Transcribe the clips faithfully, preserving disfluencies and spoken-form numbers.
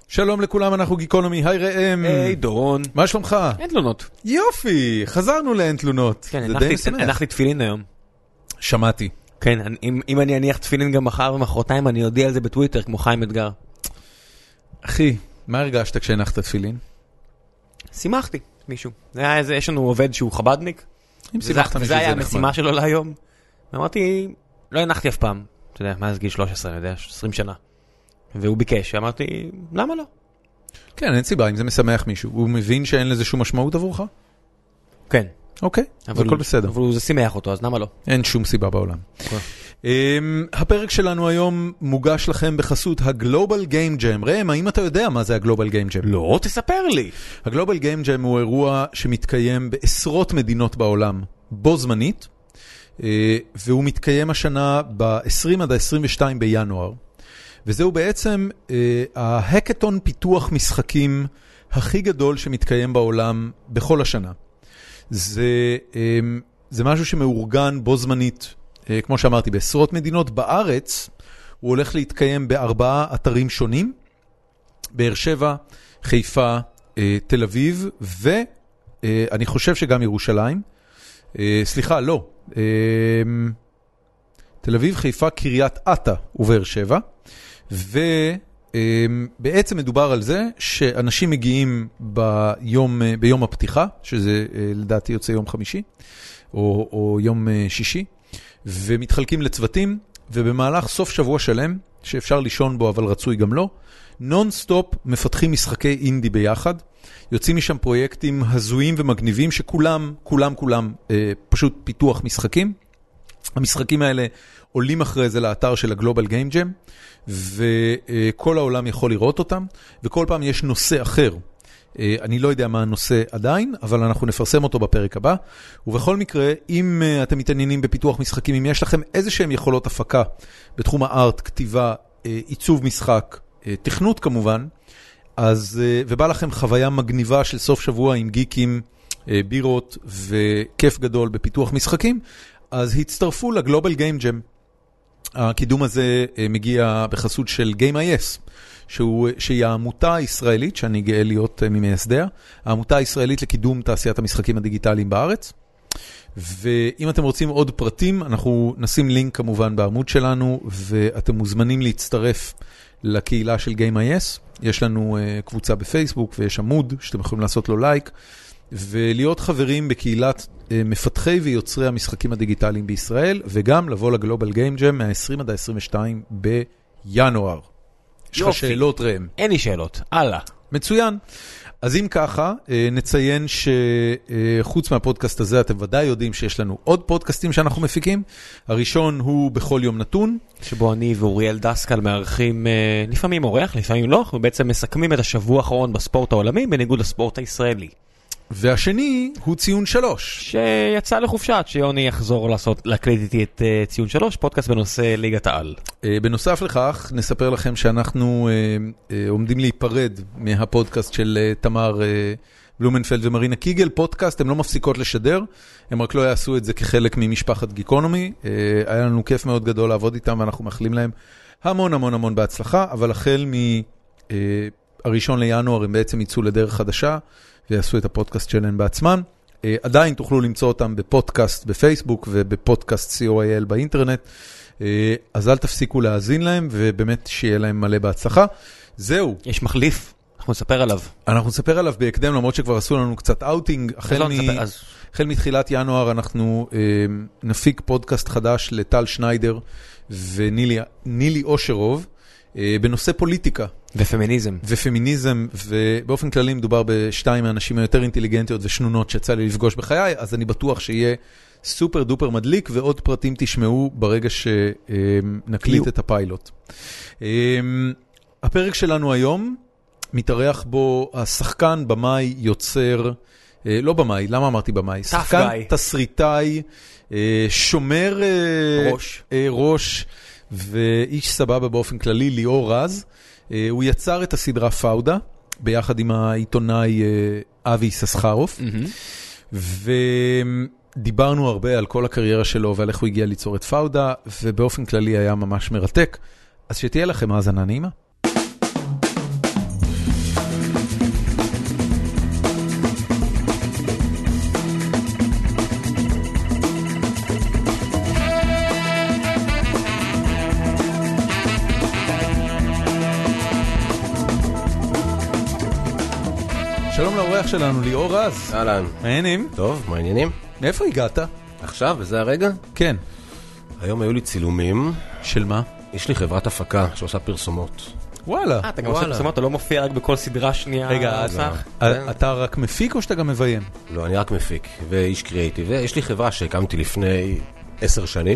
שלום לכולם, אנחנו גיקונומי, היי ראם. היי דורון. מה שלומך? אין תלונות. יופי, חזרנו לאין תלונות. כן, הנחתי תפילין היום. שמעתי. כן, אם, אם אני אניח תפילין גם מחר ומחרתיים, אני אודיע על זה בטוויטר, כמו חיים אתגר. אחי, מה הרגשת כשהנחת תפילין? שימחתי מישהו. זה היה איזה, יש לנו עובד שהוא חבדניק. אם שימחת מישהו זה היה נחמד. המשימה שלו להיום. ואמרתי, לא הנחתי אף פעם. אתה יודע, מאז גיל שלוש עשרה, אני יודע, עשרים שנה. והוא ביקש, ואמרתי, למה לא? כן, אין סיבה, אם זה משמח מישהו. הוא מבין שאין לזה שום משמעות עבורך? כן. אוקיי, אז הכל בסדר. אבל זה שימח אותו, אז למה לא? אין שום סיבה בעולם. הפרק שלנו היום מוגש לכם בחסות הגלובל גיים ג'ם. ראם, האם אתה יודע מה זה הגלובל גיים ג'ם? לא, תספר לי. הגלובל גיים ג'ם הוא אירוע שמתקיים בעשרות מדינות בעולם בו זמנית, והוא מתקיים השנה ב-עשרים עד ה-עשרים ושתיים בינואר. וזהו בעצם ההקטון פיתוח משחקים הכי גדול שמתקיים בעולם בכל השנה. זה, זה משהו שמאורגן בו זמנית, כמו שאמרתי, בעשרות מדינות. בארץ הוא הולך להתקיים בארבעה אתרים שונים, באר שבע, חיפה, תל אביב, ואני חושב שגם ירושלים. סליחה, לא. תל אביב, חיפה, קריית אתא ובאר שבע. ובעצם מדובר על זה שאנשים מגיעים ביום, ביום הפתיחה, שזה לדעתי יוצא יום חמישי, או, או יום שישי, ומתחלקים לצוותים, ובמהלך סוף שבוע שלם, שאפשר לישון בו אבל רצוי גם לא, נון סטופ מפתחים משחקי אינדי ביחד, יוצאים משם פרויקטים הזויים ומגניבים, שכולם, כולם, כולם אה, פשוט פיתוח משחקים. המשחקים האלה עולים אחרי זה לאתר של הגלובל גיים ג'ם, וכל העולם יכול לראות אותם, וכל פעם יש נושא אחר. אני לא יודע מה הנושא עדיין, אבל אנחנו נפרסם אותו בפרק הבא. ובכל מקרה, אם אתם מתעניינים בפיתוח משחקים, אם יש לכם איזה שהם יכולות הפקה בתחום הארט, כתיבה, עיצוב משחק, תכנות כמובן, אז, ובא לכם חוויה מגניבה של סוף שבוע עם גיקים, בירות וכיף גדול בפיתוח משחקים, אז הצטרפו לגלובל גיים ג'ם. הקידום הזה מגיע בחסות של Game.is, שהוא, שהיא העמותה הישראלית, שאני גאה להיות ממייסדיה, העמותה הישראלית לקידום תעשיית המשחקים הדיגיטליים בארץ. ואם אתם רוצים עוד פרטים, אנחנו נשים לינק כמובן בעמוד שלנו, ואתם מוזמנים להצטרף לקהילה של Game.is. יש לנו קבוצה בפייסבוק ויש עמוד שאתם יכולים לעשות לו לייק, ולהיות חברים בקהילת מפתחי ויוצרי המשחקים הדיגיטליים בישראל, וגם לבוא לגלובל גיים ג'ם מה-עשרים עד ה-עשרים ושתיים בינואר. יש לך שאלות, ראם? אין לי שאלות, הלאה. מצוין. אז אם ככה, נציין שחוץ מהפודקאסט הזה, אתם ודאי יודעים שיש לנו עוד פודקאסטים שאנחנו מפיקים. הראשון הוא בכל יום נתון. שבו אני ואוריאל דסקל מארחים, לפעמים אורח, לפעמים לא, ובעצם מסכמים את השבוע האחרון בספורט העולמי, בניגוד לספורט הישראלי. והשני הוא ציון שלוש. שיצא לחופשת, שיוני יחזור לעשות, להקליט איתי את uh, ציון שלוש, פודקאסט בנושא ליגת העל. Uh, בנוסף לכך, נספר לכם שאנחנו uh, uh, עומדים להיפרד מהפודקאסט של uh, תמר uh, בלומנפלד ומרינה קיגל. פודקאסט, הם לא מפסיקות לשדר, הם רק לא יעשו את זה כחלק ממשפחת גיקונומי. Uh, היה לנו כיף מאוד גדול לעבוד איתם, ואנחנו מאחלים להם המון המון המון בהצלחה, אבל החל מהראשון לינואר הם בעצם יצאו לדרך חדשה, ויעשו את הפודקאסט שלהם בעצמן. עדיין תוכלו למצוא אותם בפודקאסט בפייסבוק ובפודקאסט סי או איי אל באינטרנט. אז אל תפסיקו להאזין להם, ובאמת שיהיה להם מלא בהצלחה. זהו. יש מחליף, אנחנו נספר עליו. אנחנו נספר עליו בהקדם, למרות שכבר עשו לנו קצת אאוטינג. החל מתחילת ינואר אנחנו נפיק פודקאסט חדש לטל שניידר ונילי אושרוב, בנושא פוליטיקה. ופמיניזם. ופמיניזם, ובאופן כללי מדובר בשתיים מהאנשים היותר אינטליגנטיות ושנונות שיצא לי לפגוש בחיי, אז אני בטוח שיהיה סופר דופר מדליק, ועוד פרטים תשמעו ברגע שנקליט את הפיילוט. הפרק שלנו היום, מתארח בו השחקן, במאי, יוצר, לא במאי, למה אמרתי במאי? שחקן, תסריטאי, שומר ראש. ראש, ואיש סבבה באופן כללי, ליאור רז. הוא יצר את הסדרה פאודה, ביחד עם העיתונאי אבי ססחרוף, ודיברנו הרבה על כל הקריירה שלו, ועל איך הוא הגיע ליצור את פאודה, ובאופן כללי היה ממש מרתק. אז שתהיה לכם האזנה נעימה. שלום לאורח שלנו, ליאור רז. אהלן. מה העניינים? טוב, מה העניינים? מאיפה הגעת? עכשיו, בזה הרגע? כן. היום היו לי צילומים. של מה? יש לי חברת הפקה שעושה פרסומות. וואלה. אתה גם עושה פרסומות, אתה לא מופיע רק בכל סדרה שנייה. רגע, אתה רק מפיק או שאתה גם מביים? לא, אני רק מפיק, ואיש קריאיטיב. יש לי חברה שהקמתי לפני עשר שנים,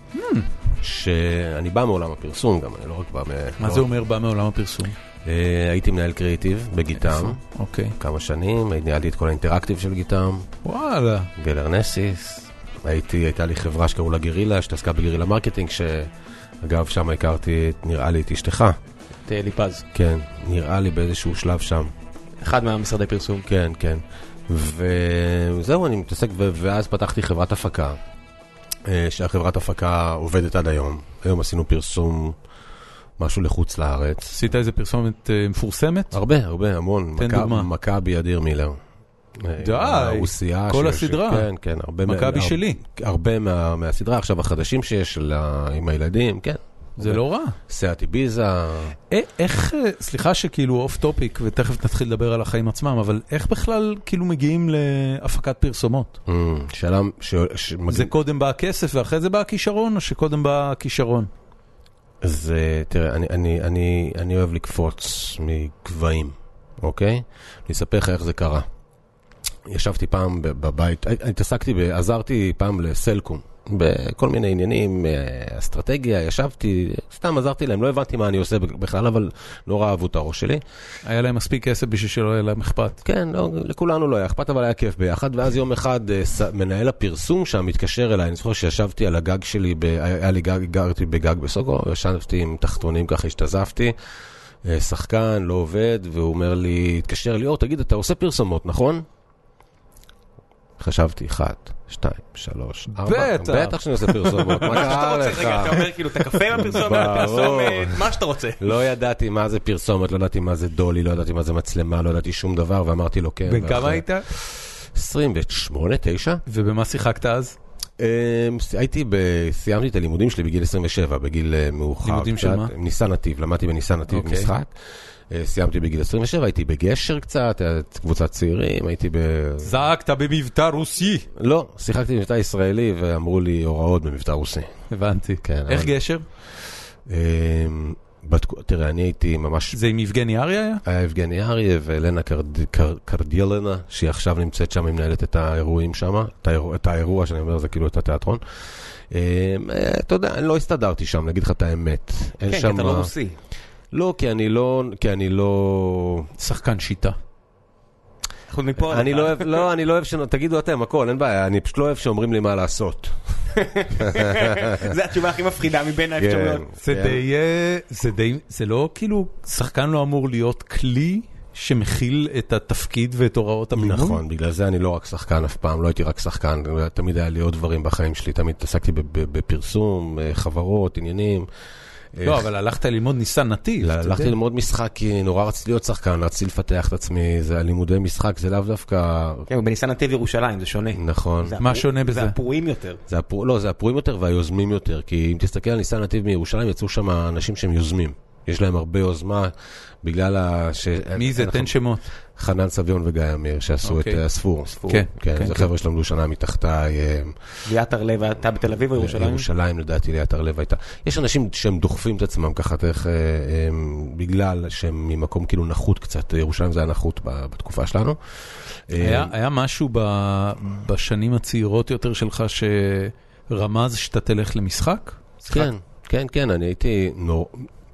שאני בא מעולם הפרסום גם, אני לא רק בא מ... מה זה אומר בא מעולם הפרסום? הייתי מנהל קריאיטיב בגיטם. אוקיי. כמה שנים, ניהלתי את כל האינטראקטיב של גיטם. וואלה. גלר נסיס. הייתי, הייתה לי חברה שקראו לה גרילה, שתעסקה בגרילה מרקטינג, שאגב, שם הכרתי, נראה לי, את אשתך. את ליפז. כן, נראה לי באיזשהו שלב שם. אחד מהמשרדי פרסום. כן, כן. וזהו, אני מתעסק, ואז פתחתי חברת הפקה, שהחברת הפקה עובדת עד היום. היום עשינו פרסום, משהו לחוץ לארץ. עשית איזה פרסומת מפורסמת? הרבה, הרבה, המון. תן דוגמה. מכבי אדיר מילר. די, כל הסדרה. כן, כן. מכבי שלי. הרבה מהסדרה, עכשיו החדשים שיש עם הילדים, כן. זה לא רע. סאטי ביזה. איך, סליחה שכאילו אוף טופיק, ותכף נתחיל לדבר על החיים עצמם, אבל איך בכלל כאילו מגיעים להפקת פרסומות? שאלה... זה קודם בא הכסף ואחרי זה בא הכישרון, או שקודם בא הכישרון? אז תראה, אני, אני, אני, אני אוהב לקפוץ מגבהים, אוקיי? אני אספר לך איך זה קרה. ישבתי פעם בבית, התעסקתי, עזרתי פעם לסלקום, בכל מיני עניינים, אסטרטגיה, ישבתי, סתם עזרתי להם, לא הבנתי מה אני עושה בכלל, אבל לא אהבו את הראש שלי. היה להם מספיק כסף בשביל שלא היה להם אכפת. כן, לא, לכולנו לא היה אכפת, אבל היה כיף ביחד, ואז יום אחד מנהל הפרסום שם מתקשר אליי, אני זוכר שישבתי על הגג שלי, היה לי גג, גרתי בגג בסוגו, ישבתי עם תחתונים ככה, השתזפתי, שחקן, לא עובד, והוא אומר לי, התקשר לי, אור, תגיד, אתה עושה פרסומות, נכון? חשבתי, אחת, שתיים, שלוש, ארבע. בטח. בטח שאני עושה פרסומות. מה קרה לך? רגע, אתה אומר כאילו, את הקפה בפרסומת, הפרסומת, מה שאתה רוצה. לא ידעתי מה זה פרסומת, לא ידעתי מה זה דולי, לא ידעתי מה זה מצלמה, לא ידעתי שום דבר, ואמרתי לו כן. וכמה היית? עשרים ושמונה, תשע. ובמה שיחקת אז? הייתי, סיימתי את הלימודים שלי בגיל עשרים ושבע, בגיל מאוחר. לימודים של מה? ניסן נתיב, למדתי בניסן נתיב משחק. סיימתי בגיל עשרים ושבע, הייתי בגשר קצת, קבוצת צעירים, הייתי ב... זעקת במבטא רוסי. לא, שיחקתי במבטא ישראלי ואמרו לי הוראות במבטא רוסי. הבנתי. איך גשר? תראה, אני הייתי ממש... זה עם יבגני אריה היה? היה יבגני אריה ואלנה קרדיאלנה, שהיא עכשיו נמצאת שם, היא מנהלת את האירועים שם, את האירוע שאני אומר, זה כאילו את התיאטרון. אתה יודע, אני לא הסתדרתי שם, להגיד לך את האמת. כן, כי אתה לא רוסי. לא, כי אני לא, כי אני לא... שחקן שיטה. אני לא אוהב, לא, אני לא אוהב ש... תגידו אתם, הכל, אין בעיה, אני פשוט לא אוהב שאומרים לי מה לעשות. זה התשובה הכי מפחידה מבין האפשרויות. זה די, זה די, זה לא כאילו, שחקן לא אמור להיות כלי שמכיל את התפקיד ואת הוראות המימון? נכון, בגלל זה אני לא רק שחקן אף פעם, לא הייתי רק שחקן, תמיד היה לי עוד דברים בחיים שלי, תמיד התעסקתי בפרסום, חברות, עניינים. לא, אבל הלכת ללמוד ניסן נתיב. הלכתי ללמוד משחק, כי נורא רציתי להיות שחקן, רציתי לפתח את עצמי, זה הלימודי משחק, זה לאו דווקא... כן, בניסן נתיב ירושלים, זה שונה. נכון. מה שונה בזה? זה הפרועים יותר. לא, זה הפרועים יותר והיוזמים יותר, כי אם תסתכל על ניסן נתיב מירושלים, יצאו שם אנשים שהם יוזמים. יש להם הרבה יוזמה, בגלל ה... מי זה? תן שמות. חנן סביון וגיא אמיר, שעשו את הספור. כן. כן, זה חבר'ה שלמדו שנה מתחתיי. ליאת הרלב הייתה בתל אביב או ירושלים? ירושלים, לדעתי, ליאת הרלב הייתה. יש אנשים שהם דוחפים את עצמם ככה, בגלל שהם ממקום כאילו נחות קצת. ירושלים זה היה נחות בתקופה שלנו. היה משהו בשנים הצעירות יותר שלך שרמז שאתה תלך למשחק? כן, כן, כן, אני הייתי נור...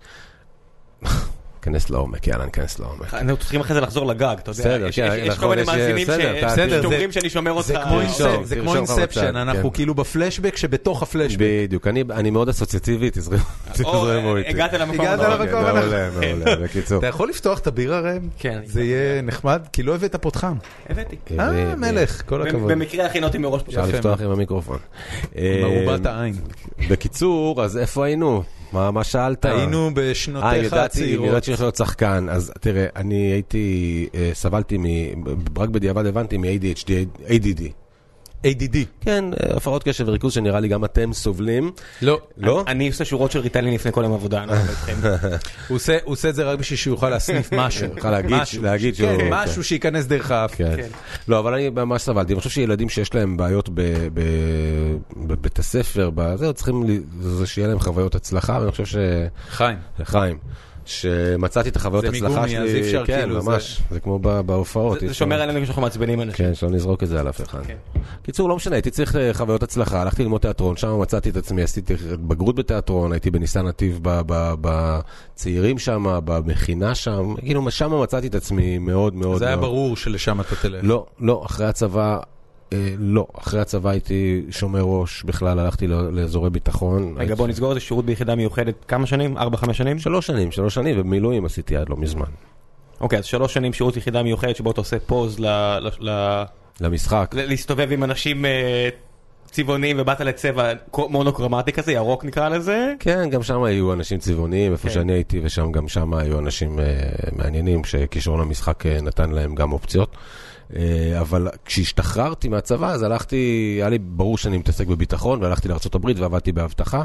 כנס לעומק, יאללה, נכנס לעומק. אנחנו צריכים אחרי זה לחזור לגג, אתה יודע. יש כל מיני מאזינים שאומרים שאני שומר אותך. זה כמו אינספשן, אנחנו כאילו בפלשבק שבתוך הפלשבק. בדיוק, אני מאוד אסוציאטיבית, תזרמו איתי. הגעת למקום. הגעת למקום. מעולה, מעולה, בקיצור. אתה יכול לפתוח את הבירה, ראם? כן. זה יהיה נחמד, כי לא הבאת פותחם. הבאתי. אה, מלך, כל הכבוד. במקרה הכינותי מראש. אפשר לפתוח עם המיקרופון. עם ארובת העין. בקיצור, אז איפה היינו? מה שאלת? היינו בשנותיך הצעירות. ידעתי שאני להיות שחקן, אז תראה, אני הייתי, סבלתי, רק בדיעבד הבנתי מ-איי די אייץ' די, איי די די. איי די די. כן, הפרעות קשב וריכוז שנראה לי גם אתם סובלים. לא. לא? אני עושה שורות של ריטלין לפני כל יום עבודה. הוא עושה את זה רק בשביל שהוא יוכל להסניף משהו. יוכל להגיד שהוא... כן, משהו שייכנס דרך האף. לא, אבל אני ממש סבלתי. אני חושב שילדים שיש להם בעיות בבית הספר, צריכים שיהיה להם חוויות הצלחה, ואני חושב ש... חיים. חיים. שמצאתי את החוויות הצלחה שלי, אז אי אפשר כן, כאילו, ממש, זה כמו בהופעות. זה שומר עלינו כשאנחנו מעצבנים אנשים. כן, שלא נזרוק את זה על אף אחד. קיצור, לא משנה, הייתי צריך חוויות הצלחה, הלכתי ללמוד תיאטרון, שם מצאתי את עצמי, עשיתי בגרות בתיאטרון, הייתי בניסן נתיב בצעירים שם, במכינה שם, כאילו, שם מצאתי את עצמי מאוד מאוד. זה היה ברור שלשם אתה תלך. לא, לא, אחרי הצבא, לא, אחרי הצבא הייתי שומר ראש, בכלל הלכתי לאזורי ביטחון. רגע, בוא נסגור את זה, שירות ביחידה מיוחדת כמה שנים? ארבע, חמש שנים? שלוש שנים, שלוש שנים, ובמילואים עשיתי עד לא מזמן. אוקיי, אז שלוש שנים שירות יחידה מיוחדת, שבו אתה עושה פוז למשחק. להסתובב עם אנשים צבעוניים, ובאת לצבע מונוקרומטי כזה, ירוק נקרא לזה. כן, גם שם היו אנשים צבעוניים, איפה שאני הייתי, ושם גם שם היו אנשים מעניינים, שכישרון המשחק נתן להם גם אופציות. אבל כשהשתחררתי מהצבא, אז הלכתי, היה לי ברור שאני מתעסק בביטחון, והלכתי לארצות הברית ועבדתי בהבטחה,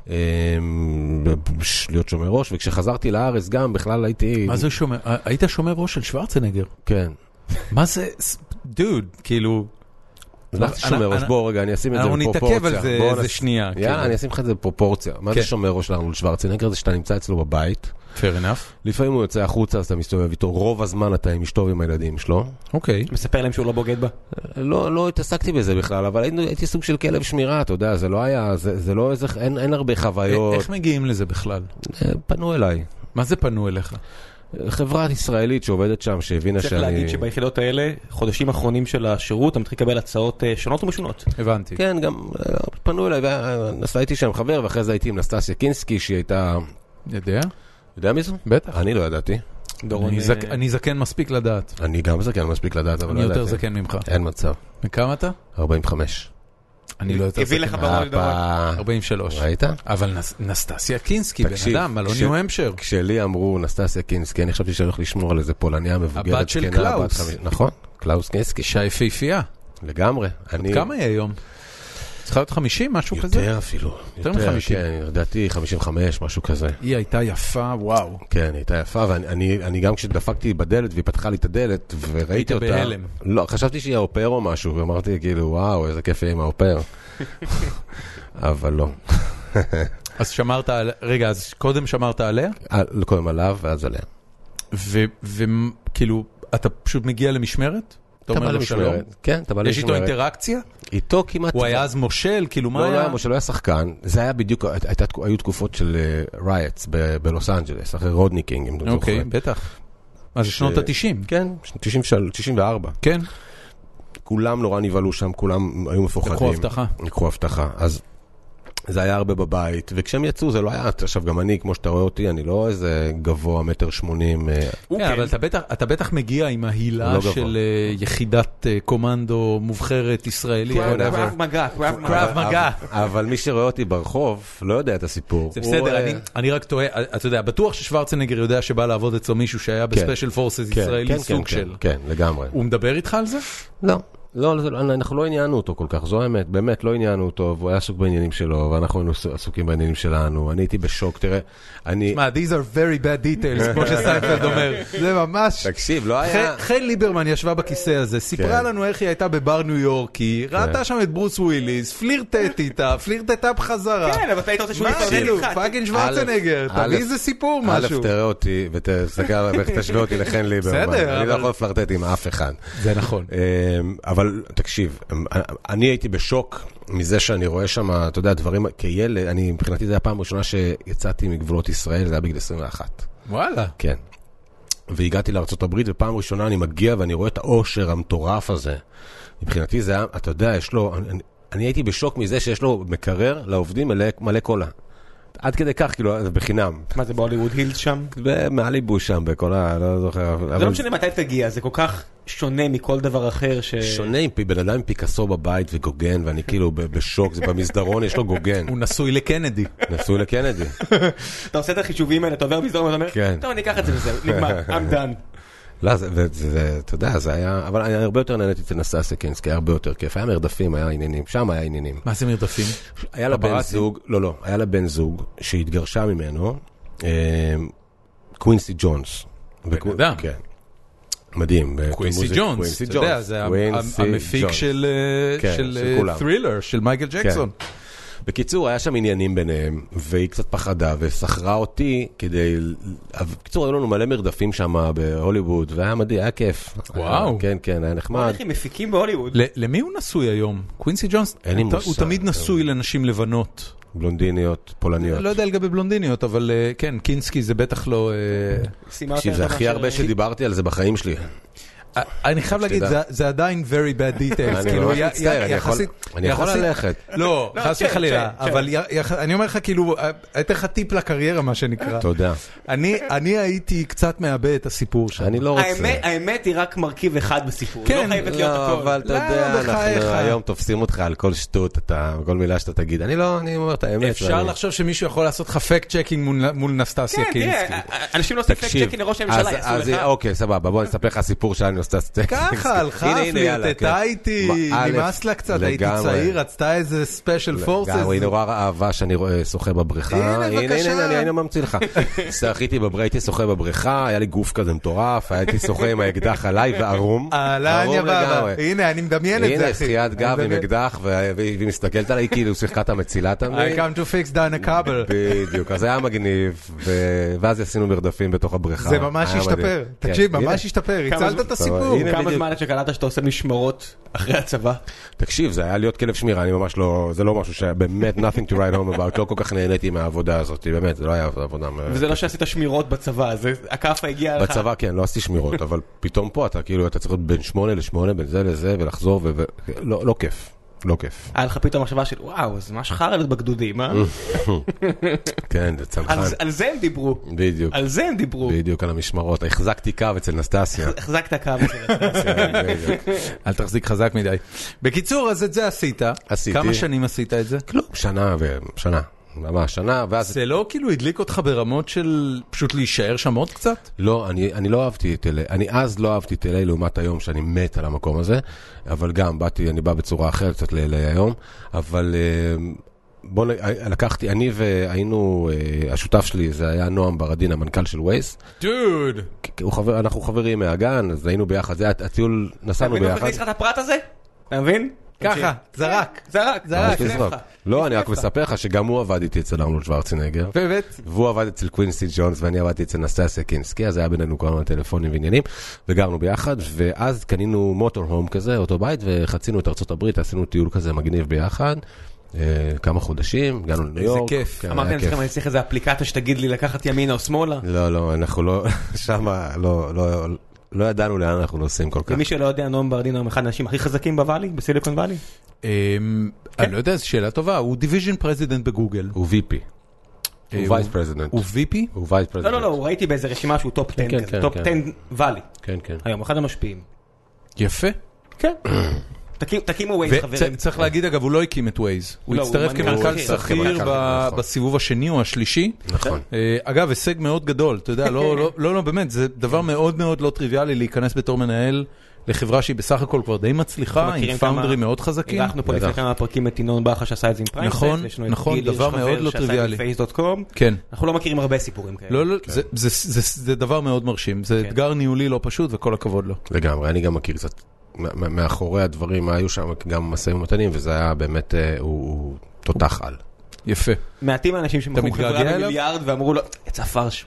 להיות שומר ראש, וכשחזרתי לארץ גם בכלל הייתי... מה זה שומר? היית שומר ראש של שוורצנגר? כן. מה זה? דוד, כאילו... הלכתי שומר ראש, בוא רגע, אני אשים את זה בפרופורציה. אנחנו נתעכב על זה איזה שנייה. יאללה, אני אשים לך את זה בפרופורציה. מה זה שומר ראש שלנו לשוורצנגר? זה שאתה נמצא אצלו בבית. Fair enough. לפעמים הוא יוצא החוצה, אז אתה מסתובב איתו. רוב הזמן אתה עם אשתו ועם הילדים שלו. אוקיי. מספר להם שהוא לא בוגד בה? לא, לא התעסקתי בזה בכלל, אבל הייתי סוג של כלב שמירה, אתה יודע, זה לא היה, זה לא איזה, אין הרבה חוויות. איך מגיעים לזה בכלל? פנו אליי. מה זה פנו אליך? חברה ישראלית שעובדת שם, שהבינה שאני... צריך להגיד שביחידות האלה, חודשים האחרונים של השירות, אתה מתחיל לקבל הצעות שונות ומשונות. הבנתי. כן, גם פנו אליי, ונסעתי שם חבר, ואחרי זה הייתי עם נסטסיה קינסקי, שהיא הייתה... יודע? יודע מי זו? בטח. אני לא ידעתי. אני זקן מספיק לדעת. אני גם זקן מספיק לדעת, אבל לא אני ידעתי. יותר זקן ממך. אין מצב. וכמה אתה? ארבעים וחמש. אני לא יותר הביא לך זקן. ברור לדורון. ארבעים ושלוש. ראית? אבל נסטסיה קינסקי, בן אדם, מלון ניו המפשר. כשלי אמרו נסטסיה קינסקי, אני חשבתי שאני הולך לשמור על איזה פולניה מבוגרת. הבת של קלאוס. נכון, קלאוס קינסקי. אישה יפהפייה. לגמרי. כמה היא היום? צריכה להיות חמישים, משהו כזה? יותר אפילו. יותר מחמישים. כן, לדעתי חמישים וחמש, משהו כזה. היא הייתה יפה, וואו. כן, היא הייתה יפה, ואני גם כשדפקתי בדלת והיא פתחה לי את הדלת וראיתי אותה... היית בהלם. לא, חשבתי שהיא האופר או משהו, ואמרתי כאילו, וואו, איזה כיף יהיה עם האופר. אבל לא. אז שמרת על... רגע, אז קודם שמרת עליה? קודם עליו ואז עליה. וכאילו, אתה פשוט מגיע למשמרת? אתה אומר לו שלום? כן, אתה בא למשמרת. יש איתו אינטראקציה? איתו כמעט... הוא היה אז מושל, כאילו מה היה? לא, לא היה מושל, הוא היה שחקן. זה היה בדיוק, היו תקופות של רייטס בלוס אנג'לס, אחרי רודניקינג, אם אתה זוכר. אוקיי, בטח. אז זה שנות ה-תשעים. כן, תשעים וארבע. כן. כולם נורא נבהלו שם, כולם היו מפוחדים. לקחו הבטחה. לקחו הבטחה. אז זה היה הרבה בבית, וכשהם יצאו זה לא היה, עכשיו גם אני, כמו שאתה רואה אותי, אני לא איזה גבוה, מטר שמונים. כן, אבל אתה בטח מגיע עם ההילה של יחידת קומנדו מובחרת ישראלית. קרב מגע, קרב מגע. אבל מי שרואה אותי ברחוב לא יודע את הסיפור. זה בסדר, אני רק טועה, אתה יודע, בטוח ששוורצנגר יודע שבא לעבוד אצלו מישהו שהיה בספיישל פורסס ישראלי סוג של. כן, לגמרי. הוא מדבר איתך על זה? לא. לא, אנחנו לא עניינו אותו כל כך, זו האמת, באמת לא עניינו אותו, והוא היה עסוק בעניינים שלו, ואנחנו היינו עסוקים בעניינים שלנו, אני הייתי בשוק, תראה, אני... תשמע, these are very bad details, כמו שסיינפלד אומר, זה ממש... תקשיב, לא היה... חן ליברמן ישבה בכיסא הזה, סיפרה לנו איך היא הייתה בבר ניו יורקי, ראתה שם את ברוס וויליס, פלירטט איתה, פלירטטה בחזרה. כן, אבל אתה היית רוצה שהוא יפרדן איתך. פאקינג שוורצנגר, תביא איזה סיפור, משהו. א', תראה אותי, ותשווה אותי לחן ליברמן. אני לא יכול לפלרטט עם אף אחד. זה נכון. אבל תקשיב, אני הייתי בשוק מזה שאני רואה שם, אתה יודע, דברים כילד, אני מבחינתי זה היה פעם ראשונה שיצאתי מגבולות ישראל, זה היה בגיל עשרים ואחת. וואלה. כן. והגעתי לארצות הברית, ופעם ראשונה אני מגיע ואני רואה את האושר המטורף הזה. מבחינתי זה היה, אתה יודע, יש לו, אני, אני הייתי בשוק מזה שיש לו מקרר לעובדים מלא, מלא קולה. עד כדי כך, כאילו, זה בחינם. מה זה, בהוליווד הילס שם? במאליבו שם, בכל ה... לא זוכר. זה לא משנה מתי תגיע, זה כל כך שונה מכל דבר אחר ש... שונה, בן אדם עם פיקאסו בבית וגוגן, ואני כאילו בשוק, זה במסדרון, יש לו גוגן. הוא נשוי לקנדי. נשוי לקנדי. אתה עושה את החישובים האלה, אתה עובר במסדרון, ואתה אומר, טוב, אני אקח את זה וזה, נגמר, I'm done. לא, אתה יודע, זה היה, אבל אני הרבה יותר נהניתי אצל נסטסיה קינסקי, היה הרבה יותר כיף, היה מרדפים, היה עניינים, שם היה עניינים. מה זה מרדפים? היה לה בן זוג, לא, לא, היה לה בן זוג שהתגרשה ממנו, קווינסי ג'ונס. בן אדם. כן. מדהים. קווינסי ג'ונס, אתה יודע, זה המפיק של ת'רילר, של מייקל ג'קסון. בקיצור, היה שם עניינים ביניהם, והיא קצת פחדה, וסחרה אותי כדי... בקיצור, היו לנו מלא מרדפים שם בהוליווד, והיה מדהים, היה כיף. וואו. כן, כן, היה נחמד. איך הם מפיקים בהוליווד? למי הוא נשוי היום? קווינסי ג'ונס? אין לי מושג. הוא תמיד נשוי לנשים לבנות. בלונדיניות, פולניות. לא יודע לגבי בלונדיניות, אבל כן, קינסקי זה בטח לא... זה הכי הרבה שדיברתי על זה בחיים שלי. אני חייב להגיד, זה עדיין very bad details. אני ממש מצטער, אני יכול ללכת. לא, חס וחלילה, אבל אני אומר לך כאילו, הייתי לך טיפ לקריירה, מה שנקרא. תודה. אני הייתי קצת מאבד את הסיפור שם. אני לא רוצה. האמת היא רק מרכיב אחד בסיפור. כן. לא חייבת להיות הכל. אבל אתה יודע, אנחנו היום תופסים אותך על כל שטות, כל מילה שאתה תגיד. אני לא, אני אומר את האמת. אפשר לחשוב שמישהו יכול לעשות לך פקט צ'קינג מול נסטסיה קינסקי. אנשים לא עושים פקט צ'קינג לראש הממשלה, יעשו לך. אוקיי, סבבה, בוא נספר לך סיפור שאני עושה ככה, הלכה, פלירטטה איתי, נמאס לה קצת, הייתי צעיר, רצתה איזה ספיישל פורסס. היא נורא אהבה שאני שוחה בבריכה. הנה, בבקשה. הנה, הנה, אני ממציא לך. שחיתי בבריכה, הייתי שוחה בבריכה, היה לי גוף כזה מטורף, הייתי שוחה עם האקדח עליי וערום. אהלן, יבבה. הנה, אני מדמיין את זה, אחי. הנה, שחיית גב עם אקדח, והיא מסתכלת עליי, כאילו שיחקת המצילת תמיד. I come to fix down a couple. בדיוק, אז היה מגניב, ואז עשינו מרדפים בתוך הבריכה. זה ממש השתפר. תקשיב, ממש השתפר, הצלת את הסיפור. כמה זמן עד שקלטת שאתה עושה משמרות אחרי הצבא? תקשיב, זה היה להיות כלב שמירה, אני ממש לא, זה לא משהו שבאמת nothing to write home about, לא כל כך נהניתי מהעבודה הזאת, באמת, זה לא היה עבודה. וזה לא שעשית שמירות בצבא, זה הכאפה הגיעה לך. בצבא כן, לא עשיתי שמירות, אבל פתאום פה אתה כאילו, אתה צריך להיות בין שמונה לשמונה, בין זה לזה, ולחזור, ולא כיף. לא כיף. היה לך פתאום מחשבה של, וואו, זה ממש חרא להיות בגדודים, אה? כן, זה צנחן. על זה הם דיברו. בדיוק. על זה הם דיברו. בדיוק, על המשמרות. החזקתי קו אצל נסטסיה. החזקת קו אצל נסטסיה. אל תחזיק חזק מדי. בקיצור, אז את זה עשית. עשיתי. כמה שנים עשית את זה? כלום, שנה ושנה. ממש שנה, ואז... זה לא כאילו הדליק אותך ברמות של פשוט להישאר שם עוד קצת? לא, אני, אני לא אהבתי את אלה. אני אז לא אהבתי את אלה לעומת היום שאני מת על המקום הזה, אבל גם באתי, אני בא בצורה אחרת קצת לאלה היום, אבל בוא לקחתי, אני והיינו, השותף שלי, זה היה נועם ברדין, המנכ"ל של ווייז. דוד! חבר, אנחנו חברים מהגן, אז היינו ביחד, זה היה הטיול, נסענו ביחד. אתה מבין לך את הפרט הזה? אתה מבין? ככה, זרק. זרק, זרק. לא, אני רק מספר לך שגם הוא עבד איתי אצל ארנולד שוורצנגר. באמת? והוא עבד אצל קווינסי ג'ונס, ואני עבדתי אצל נסטסיה קינסקי, אז היה בינינו כל מיני טלפונים ועניינים, וגרנו ביחד, ואז קנינו מוטור הום כזה, אותו בית, וחצינו את ארצות הברית, עשינו טיול כזה מגניב ביחד, כמה חודשים, הגענו לניו יורק. איזה כיף. אמרתי, אני צריכה, אני צריך איזה אפליקציה שתגיד לי לקחת ימינה או שמאלה. לא, לא, אנחנו לא, שמה, לא, לא, לא ידענו לאן אנחנו נוסעים כל כך. ומי שלא יודע, נועם ברדין הוא אחד האנשים הכי חזקים בוואלי, בסיליקון וואלי? אני לא יודע, זו שאלה טובה, הוא דיוויז'ן פרזידנט בגוגל. הוא וי פי. הוא וייס פרזידנט. הוא וי פי? הוא וייס פרזידנט. לא, לא, לא, ראיתי באיזה רשימה שהוא טופ עשר כזה, טופ עשר וואלי. כן, כן. היום, אחד המשפיעים. יפה. כן. תקימו ווייז, חברים. צריך להגיד, אגב, הוא לא הקים את ווייז. הוא הצטרף כמנכ"ל שכיר בסיבוב השני או השלישי. נכון. אגב, הישג מאוד גדול, אתה יודע, לא, לא, באמת, זה דבר מאוד מאוד לא טריוויאלי להיכנס בתור מנהל לחברה שהיא בסך הכל כבר די מצליחה, עם פאונדרים מאוד חזקים. אירחנו פה לפני כמה פרקים את ינון בחר שעשה את זה עם פריימסט. נכון, נכון, דבר מאוד לא טריוויאלי. פייס דוט קום. כן. אנחנו לא מכירים הרבה סיפורים כאלה. לא, לא, זה דבר מאוד מרשים. זה אתגר ניהולי לא פשוט וכל הכבוד לו. לגמרי, אני גם מכיר קצת מאחורי הדברים, היו שם גם מסעים ומתנים, וזה היה באמת, הוא תותח על. יפה. מעטים האנשים שמכרו חברה במיליארד ואמרו לו, יצא פרש.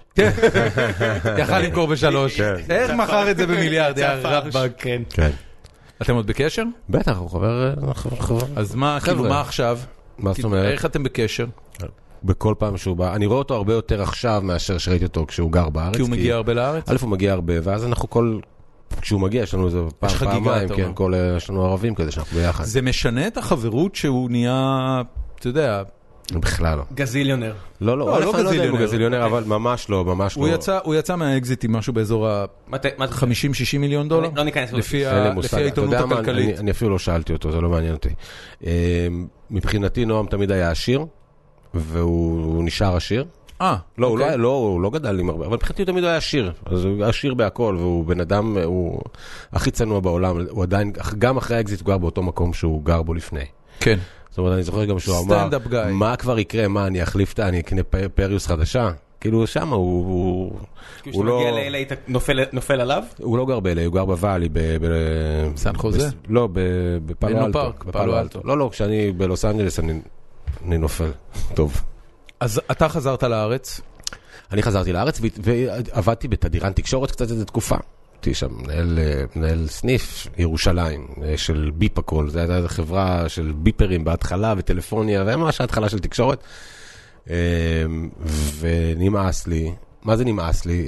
יכל למכור בשלוש. איך מכר את זה במיליארד? יא רבאק. כן. אתם עוד בקשר? בטח, הוא חבר... אז מה, כאילו, מה עכשיו? מה זאת אומרת? איך אתם בקשר? בכל פעם שהוא בא, אני רואה אותו הרבה יותר עכשיו מאשר שראיתי אותו כשהוא גר בארץ. כי הוא מגיע הרבה לארץ? א' הוא מגיע הרבה, ואז אנחנו כל... כשהוא מגיע, יש לנו איזה פעם, פעמיים, כן, כל, יש לנו ערבים כזה שאנחנו ביחד. זה משנה את החברות שהוא נהיה, אתה יודע... בכלל לא. גזיליונר. לא, לא, לא גזיליונר, גזיליונר, אבל ממש לא, ממש לא. הוא יצא מהאקזיט עם משהו באזור ה-חמישים שישים מיליון דולר? לא ניכנס. לפי העיתונות הכלכלית. אני אפילו לא שאלתי אותו, זה לא מעניין אותי. מבחינתי נועם תמיד היה עשיר, והוא נשאר עשיר. אה, לא, אוקיי. הוא לא, לא, הוא לא גדל עם הרבה, אבל מבחינתי הוא תמיד היה עשיר. אז הוא עשיר בהכל, והוא בן אדם, הוא הכי צנוע בעולם. הוא עדיין, גם אחרי האקזיט הוא גר באותו מקום שהוא גר בו לפני. כן. זאת אומרת, אני זוכר גם שהוא אמר, מה כבר יקרה, מה, אני אחליף, אני אקנה פריוס חדשה? כאילו, שמה הוא... כשאתה מגיע ל-אל איי, אתה נופל עליו? הוא לא גר ב-אל איי, הוא גר בוואלי, סן חוזה? לא, בפאלו אלטו. בפאלו אלטו. לא, לא, כשאני בלוס אנג'לס, אני נופל. טוב. אז אתה חזרת לארץ? אני חזרתי לארץ, ועבדתי בתדירן תקשורת קצת איזו תקופה. הייתי שם מנהל סניף ירושלים של ביפ-הכל, זו הייתה חברה של ביפרים בהתחלה וטלפוניה, וממש ההתחלה של תקשורת. ונמאס לי, מה זה נמאס לי?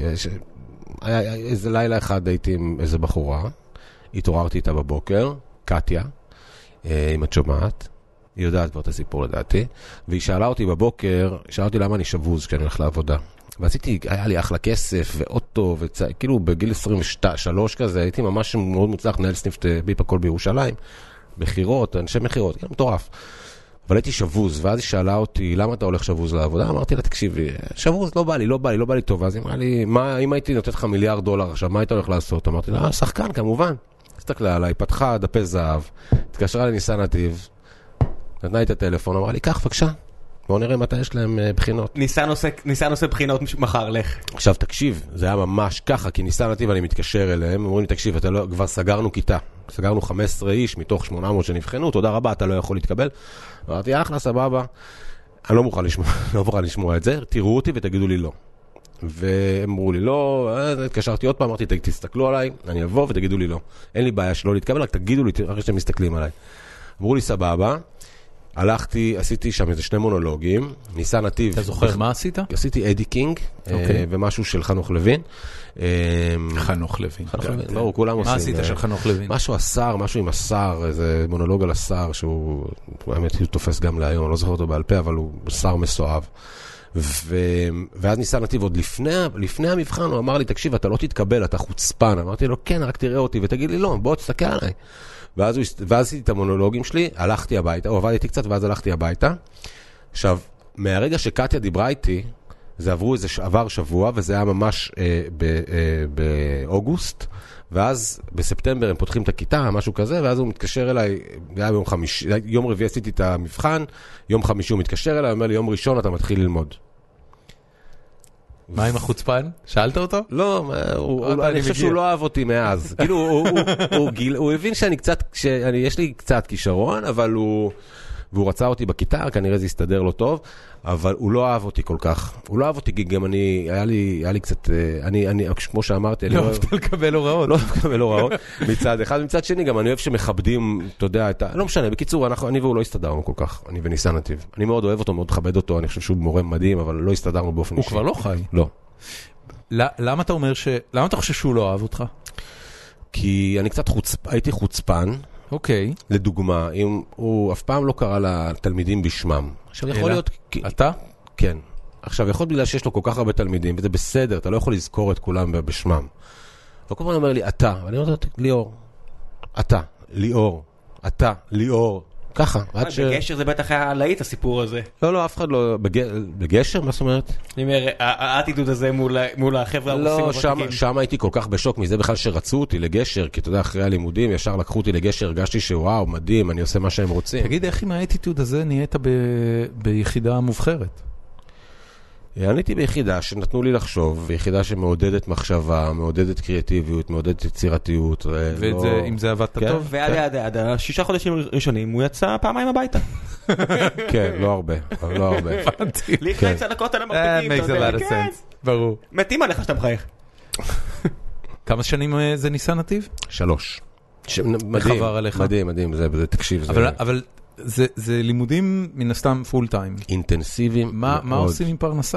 איזה לילה אחד הייתי עם איזה בחורה, התעוררתי איתה בבוקר, קטיה, אם את שומעת, היא יודעת כבר את הסיפור לדעתי, והיא שאלה אותי בבוקר, שאלה אותי למה אני שבוז כשאני הולך לעבודה. ועשיתי, היה לי אחלה כסף ואוטו, וכאילו בגיל עשרים ושלוש כזה, הייתי ממש מאוד מוצלח, נהל סניף ביפ-הכל בירושלים, מחירות, אנשי מחירות, כאילו מטורף. אבל הייתי שבוז, ואז היא שאלה אותי, למה אתה הולך שבוז לעבודה? אמרתי לה, תקשיבי, שבוז, לא בא לי, לא בא לי, לא בא לי טוב. אז היא אמרה לי, מה, אם הייתי נותנת לך מיליארד דולר עכשיו, מה היית הולך לעשות? אמרתי לה, שחקן, כמובן. הסתכלה עליי, פתחה דפי זהב, התקשרה לניסן נתיב, נתנה לי את הטלפון, אמרה לי, קח, בבקשה. בואו נראה מתי יש להם בחינות. ניסן עושה בחינות מחר, לך. עכשיו תקשיב, זה היה ממש ככה, כי ניסן נתיב אני מתקשר אליהם, אומרים לי, תקשיב, אתה לא, כבר סגרנו כיתה, סגרנו חמישה עשר איש מתוך שמונה מאות שנבחנו, תודה רבה, אתה לא יכול להתקבל. אמרתי, אחלה, סבבה, אני לא מוכן לשמוע, לא מוכן לשמוע את זה, תראו אותי ותגידו לי לא. והם אמרו לי לא, התקשרתי עוד פעם, אמרתי, תסתכלו עליי, אני אבוא ותגידו לי לא. אין לי בעיה שלא להתקבל, רק תגידו לי, אחרי שאתם מסתכלים עליי. אמרו לי, סבבה. הלכתי, עשיתי שם איזה שני מונולוגים, ניסן נתיב. אתה זוכר מה עשית? עשיתי אדי קינג, ומשהו של חנוך לוין. חנוך לוין. חנוך לוין, לא, כולם עושים. מה עשית של חנוך לוין? משהו השר, משהו עם השר, איזה מונולוג על השר, שהוא, האמת, הוא תופס גם להיום, אני לא זוכר אותו בעל פה, אבל הוא שר מסואב. ואז ניסן נתיב, עוד לפני המבחן, הוא אמר לי, תקשיב, אתה לא תתקבל, אתה חוצפן. אמרתי לו, כן, רק תראה אותי, ותגיד לי, לא, בוא, תסתכל עליי. ואז, ואז עשיתי את המונולוגים שלי, הלכתי הביתה, או עבדתי קצת, ואז הלכתי הביתה. עכשיו, מהרגע שקטיה דיברה איתי, זה עברו איזה עבר שבוע, וזה היה ממש אה, ב, אה, באוגוסט, ואז בספטמבר הם פותחים את הכיתה, משהו כזה, ואז הוא מתקשר אליי, זה היה ביום חמישי, יום רביעי עשיתי את המבחן, יום חמישי הוא מתקשר אליי, הוא אומר לי, יום ראשון אתה מתחיל ללמוד. מה עם החוצפן? שאלת אותו? לא, אני חושב שהוא לא אהב אותי מאז. כאילו, הוא הבין שאני קצת, יש לי קצת כישרון, אבל הוא, והוא רצה אותי בכיתה, כנראה זה יסתדר לו טוב, אבל הוא לא אהב אותי כל כך. הוא לא אהב אותי, כי גם אני, היה לי, היה לי קצת, אני, אני, כמו שאמרתי, לא אוהבת לקבל הוראות. לא אוהבת לקבל הוראות, מצד אחד, מצד שני, גם אני אוהב שמכבדים, אתה יודע, את ה... לא משנה, בקיצור, אני והוא לא הסתדרנו כל כך, אני וניסן נתיב. אני מאוד אוהב אותו, מאוד מכבד אותו, אני חושב שהוא מורה מדהים, אבל לא הסתדרנו באופן אישי. הוא כבר לא חי. לא. למה אתה אומר ש... למה אתה חושב שהוא לא אהב אותך? כי אני קצת חוצפ... הייתי חוצפן. אוקיי. לדוגמה, אם הוא אף פעם לא קרא לתלמידים בשמם. עכשיו יכול להיות... אתה? כן. עכשיו יכול להיות בגלל שיש לו כל כך הרבה תלמידים, וזה בסדר, אתה לא יכול לזכור את כולם בשמם. וכל פעם אומר לי, אתה. ואני אומר, ליאור. אתה. ליאור. אתה. ליאור. ככה. בגשר זה בטח היה להיט הסיפור הזה. לא, לא, אף אחד לא... בגשר, מה זאת אומרת? אני אומר, האטיטוד הזה מול החבר'ה הרוסים הוותיקים. לא, שם הייתי כל כך בשוק מזה בכלל שרצו אותי לגשר, כי אתה יודע, אחרי הלימודים ישר לקחו אותי לגשר, הרגשתי שוואו, מדהים, אני עושה מה שהם רוצים. תגיד, איך עם האטיטוד הזה נהיית ביחידה מובחרת? עניתי ביחידה שנתנו לי לחשוב, ביחידה שמעודדת מחשבה, מעודדת קריאטיביות, מעודדת יצירתיות. ואם זה עבדת טוב? ועד עד עד, השישה חודשים ראשונים הוא יצא פעמיים הביתה. כן, לא הרבה, לא הרבה. לי חייץ על הכות על המרפקים. Makes a lot of sense, ברור. מתים עליך שאתה מחייך. כמה שנים זה ניסן נתיב? שלוש. מדהים, מדהים, מדהים, זה תקשיב. אבל... זה, זה לימודים מן הסתם פול טיים. אינטנסיביים. מה, מה עושים עם פרנסה?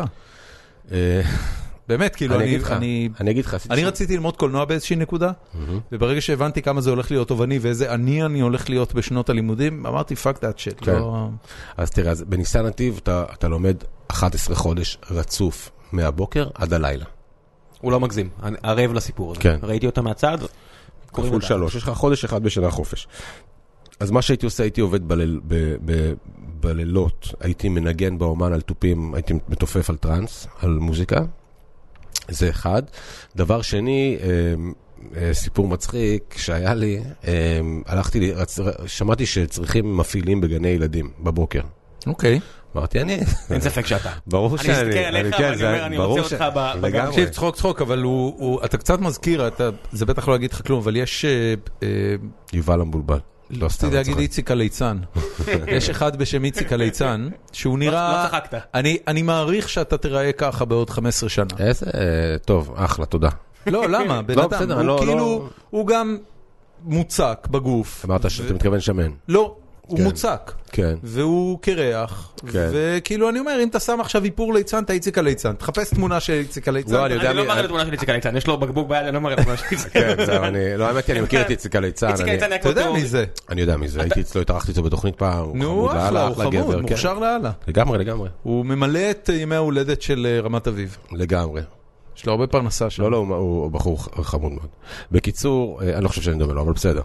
באמת, כאילו, אני, אני, אני אגיד לך, אני רציתי ללמוד קולנוע באיזושהי נקודה, וברגע שהבנתי כמה זה הולך להיות תובעני, ואיזה אני אני הולך להיות בשנות הלימודים, אמרתי, fuck that shit. לא... אז תראה, אז בניסן נתיב אתה, אתה לומד אחד עשר חודש רצוף מהבוקר עד הלילה. הוא לא מגזים, ערב לסיפור הזה. כן. ראיתי אותה מהצד. כפול שלוש, יש לך חודש אחד בשנה חופש. אז מה שהייתי עושה, הייתי עובד בליל, ב, ב, בלילות, הייתי מנגן באומן על טופים, הייתי מתופף על טרנס, על מוזיקה, זה אחד. דבר שני, סיפור מצחיק שהיה לי, הלכתי לי, שמעתי שצריכים מפעילים בגני ילדים בבוקר. אוקיי. אמרתי, אני... אין ספק שאתה. ברור שאני... אני מסתכל עליך, ואני אומר, אני רוצה אותך בגמרי. תקשיב, צחוק, צחוק, אבל אתה קצת מזכיר, זה בטח לא אגיד לך כלום, אבל יש... יובל המבולבל. לא סתם להגיד איציק הליצן. יש אחד בשם איציק הליצן, שהוא נראה... לא צחקת. אני מעריך שאתה תראה ככה בעוד חמש עשרה שנה. איזה... טוב, אחלה, תודה. לא, למה? בן אדם, הוא כאילו... הוא גם מוצק בגוף. אמרת שאתה מתכוון שמן. לא. הוא מוצק, כן. והוא קרח, וכאילו אני אומר, אם אתה שם עכשיו איפור ליצן, אתה איציק הליצן, תחפש תמונה של איציק הליצן. אני לא מראה תמונה של איציק הליצן, יש לו בקבוק ביד, אני לא מראה תמונה של איציק הליצן. כן, זהו, לא האמת, אני מכיר את איציק הליצן. איציק הליצן היה אתה יודע מי זה? אני יודע מי זה, הייתי אצלו, התארחתי אצלו בתוכנית פעם, הוא נו, אחלה, הוא חמוד, מוכשר לאללה. לגמרי, לגמרי. הוא ממלא את ימי ההולדת של רמת אביב. לגמרי. יש לו הרבה פרנסה שם. לא, לא, הוא בחור חמוד מאוד. בקיצור, אני לא חושב שאני מדבר לו, אבל בסדר.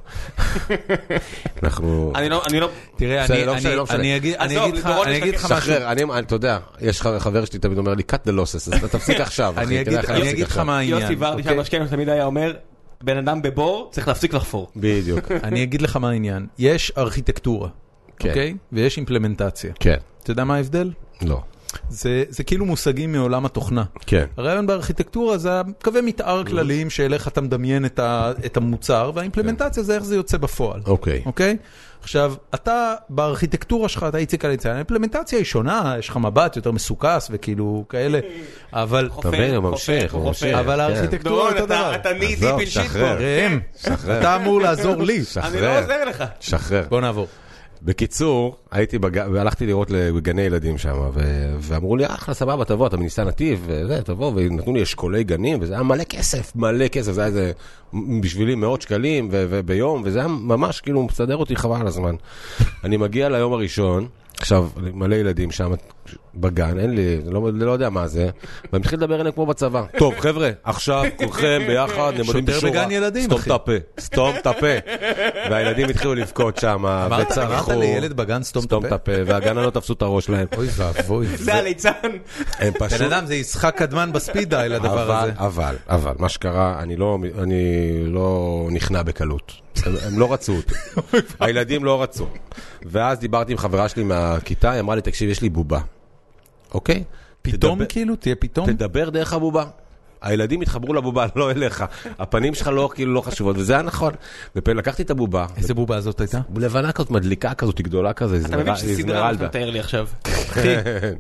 אנחנו... אני לא, אני לא... תראה, אני אגיד לך משהו. אתה יודע, יש חבר שלי תמיד אומר לי, cut the losses, אז תפסיק עכשיו. אני אגיד לך מה העניין. יוסי ורדי שם משכן, תמיד היה אומר, בן אדם בבור צריך להפסיק לחפור. בדיוק. אני אגיד לך מה העניין. יש ארכיטקטורה, אוקיי? ויש אימפלמנטציה. כן. אתה יודע מה ההבדל? לא. זה, זה כאילו מושגים מעולם התוכנה. כן. הרעיון בארכיטקטורה זה קווי מתאר כלליים שאליך אתה מדמיין את, ה, את המוצר, והאימפלמנטציה זה איך זה יוצא בפועל. אוקיי. אוקיי? עכשיו, אתה בארכיטקטורה שלך, אתה איציק הליצן, האימפלמנטציה היא שונה, יש לך מבט יותר מסוכס וכאילו כאלה, אבל... תבין, הוא ממשיך, הוא ממשיך. אבל הארכיטקטורה אותו דבר. אתה ני דיפ אין שיט פה. ראם, אתה אמור לעזור לי. אני לא עוזר לך. שחרר. בוא נעבור. בקיצור, הייתי והלכתי לראות לגני ילדים שם, ואמרו לי, אחלה, סבבה, תבוא, אתה מניסה נתיב, וזה, תבוא, ונתנו לי אשכולי גנים, וזה היה מלא כסף, מלא כסף, זה היה איזה, בשבילי מאות שקלים, וביום, וזה היה ממש, כאילו, מסדר אותי חבל על הזמן. אני מגיע ליום הראשון, עכשיו, מלא ילדים שם בגן, אין לי, לא, לא יודע מה זה, ואני מתחיל לדבר אליהם כמו בצבא. טוב, חבר'ה, עכשיו כולכם ביחד, נמודים בשורה. בגן ילדים, סתום את הפה, סתום את הפה. והילדים התחילו לבכות שם, וצרחו. אמרת לילד בגן סתום את הפה? והגננות תפסו את הראש להם. אוי ואבוי. זה הליצן. הם פשוט... בן אדם, זה ישחק קדמן בספיד דייל, הדבר הזה. אבל, אבל, מה שקרה, אני לא, אני לא נכנע בקלות. הם לא רצו אותי. הילדים לא רצו. ואז דיברתי עם חברה שלי מהכיתה, היא אמרה לי, תקשיב, יש לי בובה. אוקיי? פתאום כאילו? תהיה פתאום? תדבר דרך הבובה. הילדים התחברו לבובה, לא אליך. הפנים שלך לא, כאילו, לא חשובות, וזה היה נכון. ולקחתי את הבובה. איזה בובה הזאת הייתה? לבנה כזאת, מדליקה כזאת, היא גדולה כזה. אתה מבין שסדרה אתה מתאר לי עכשיו. אחי.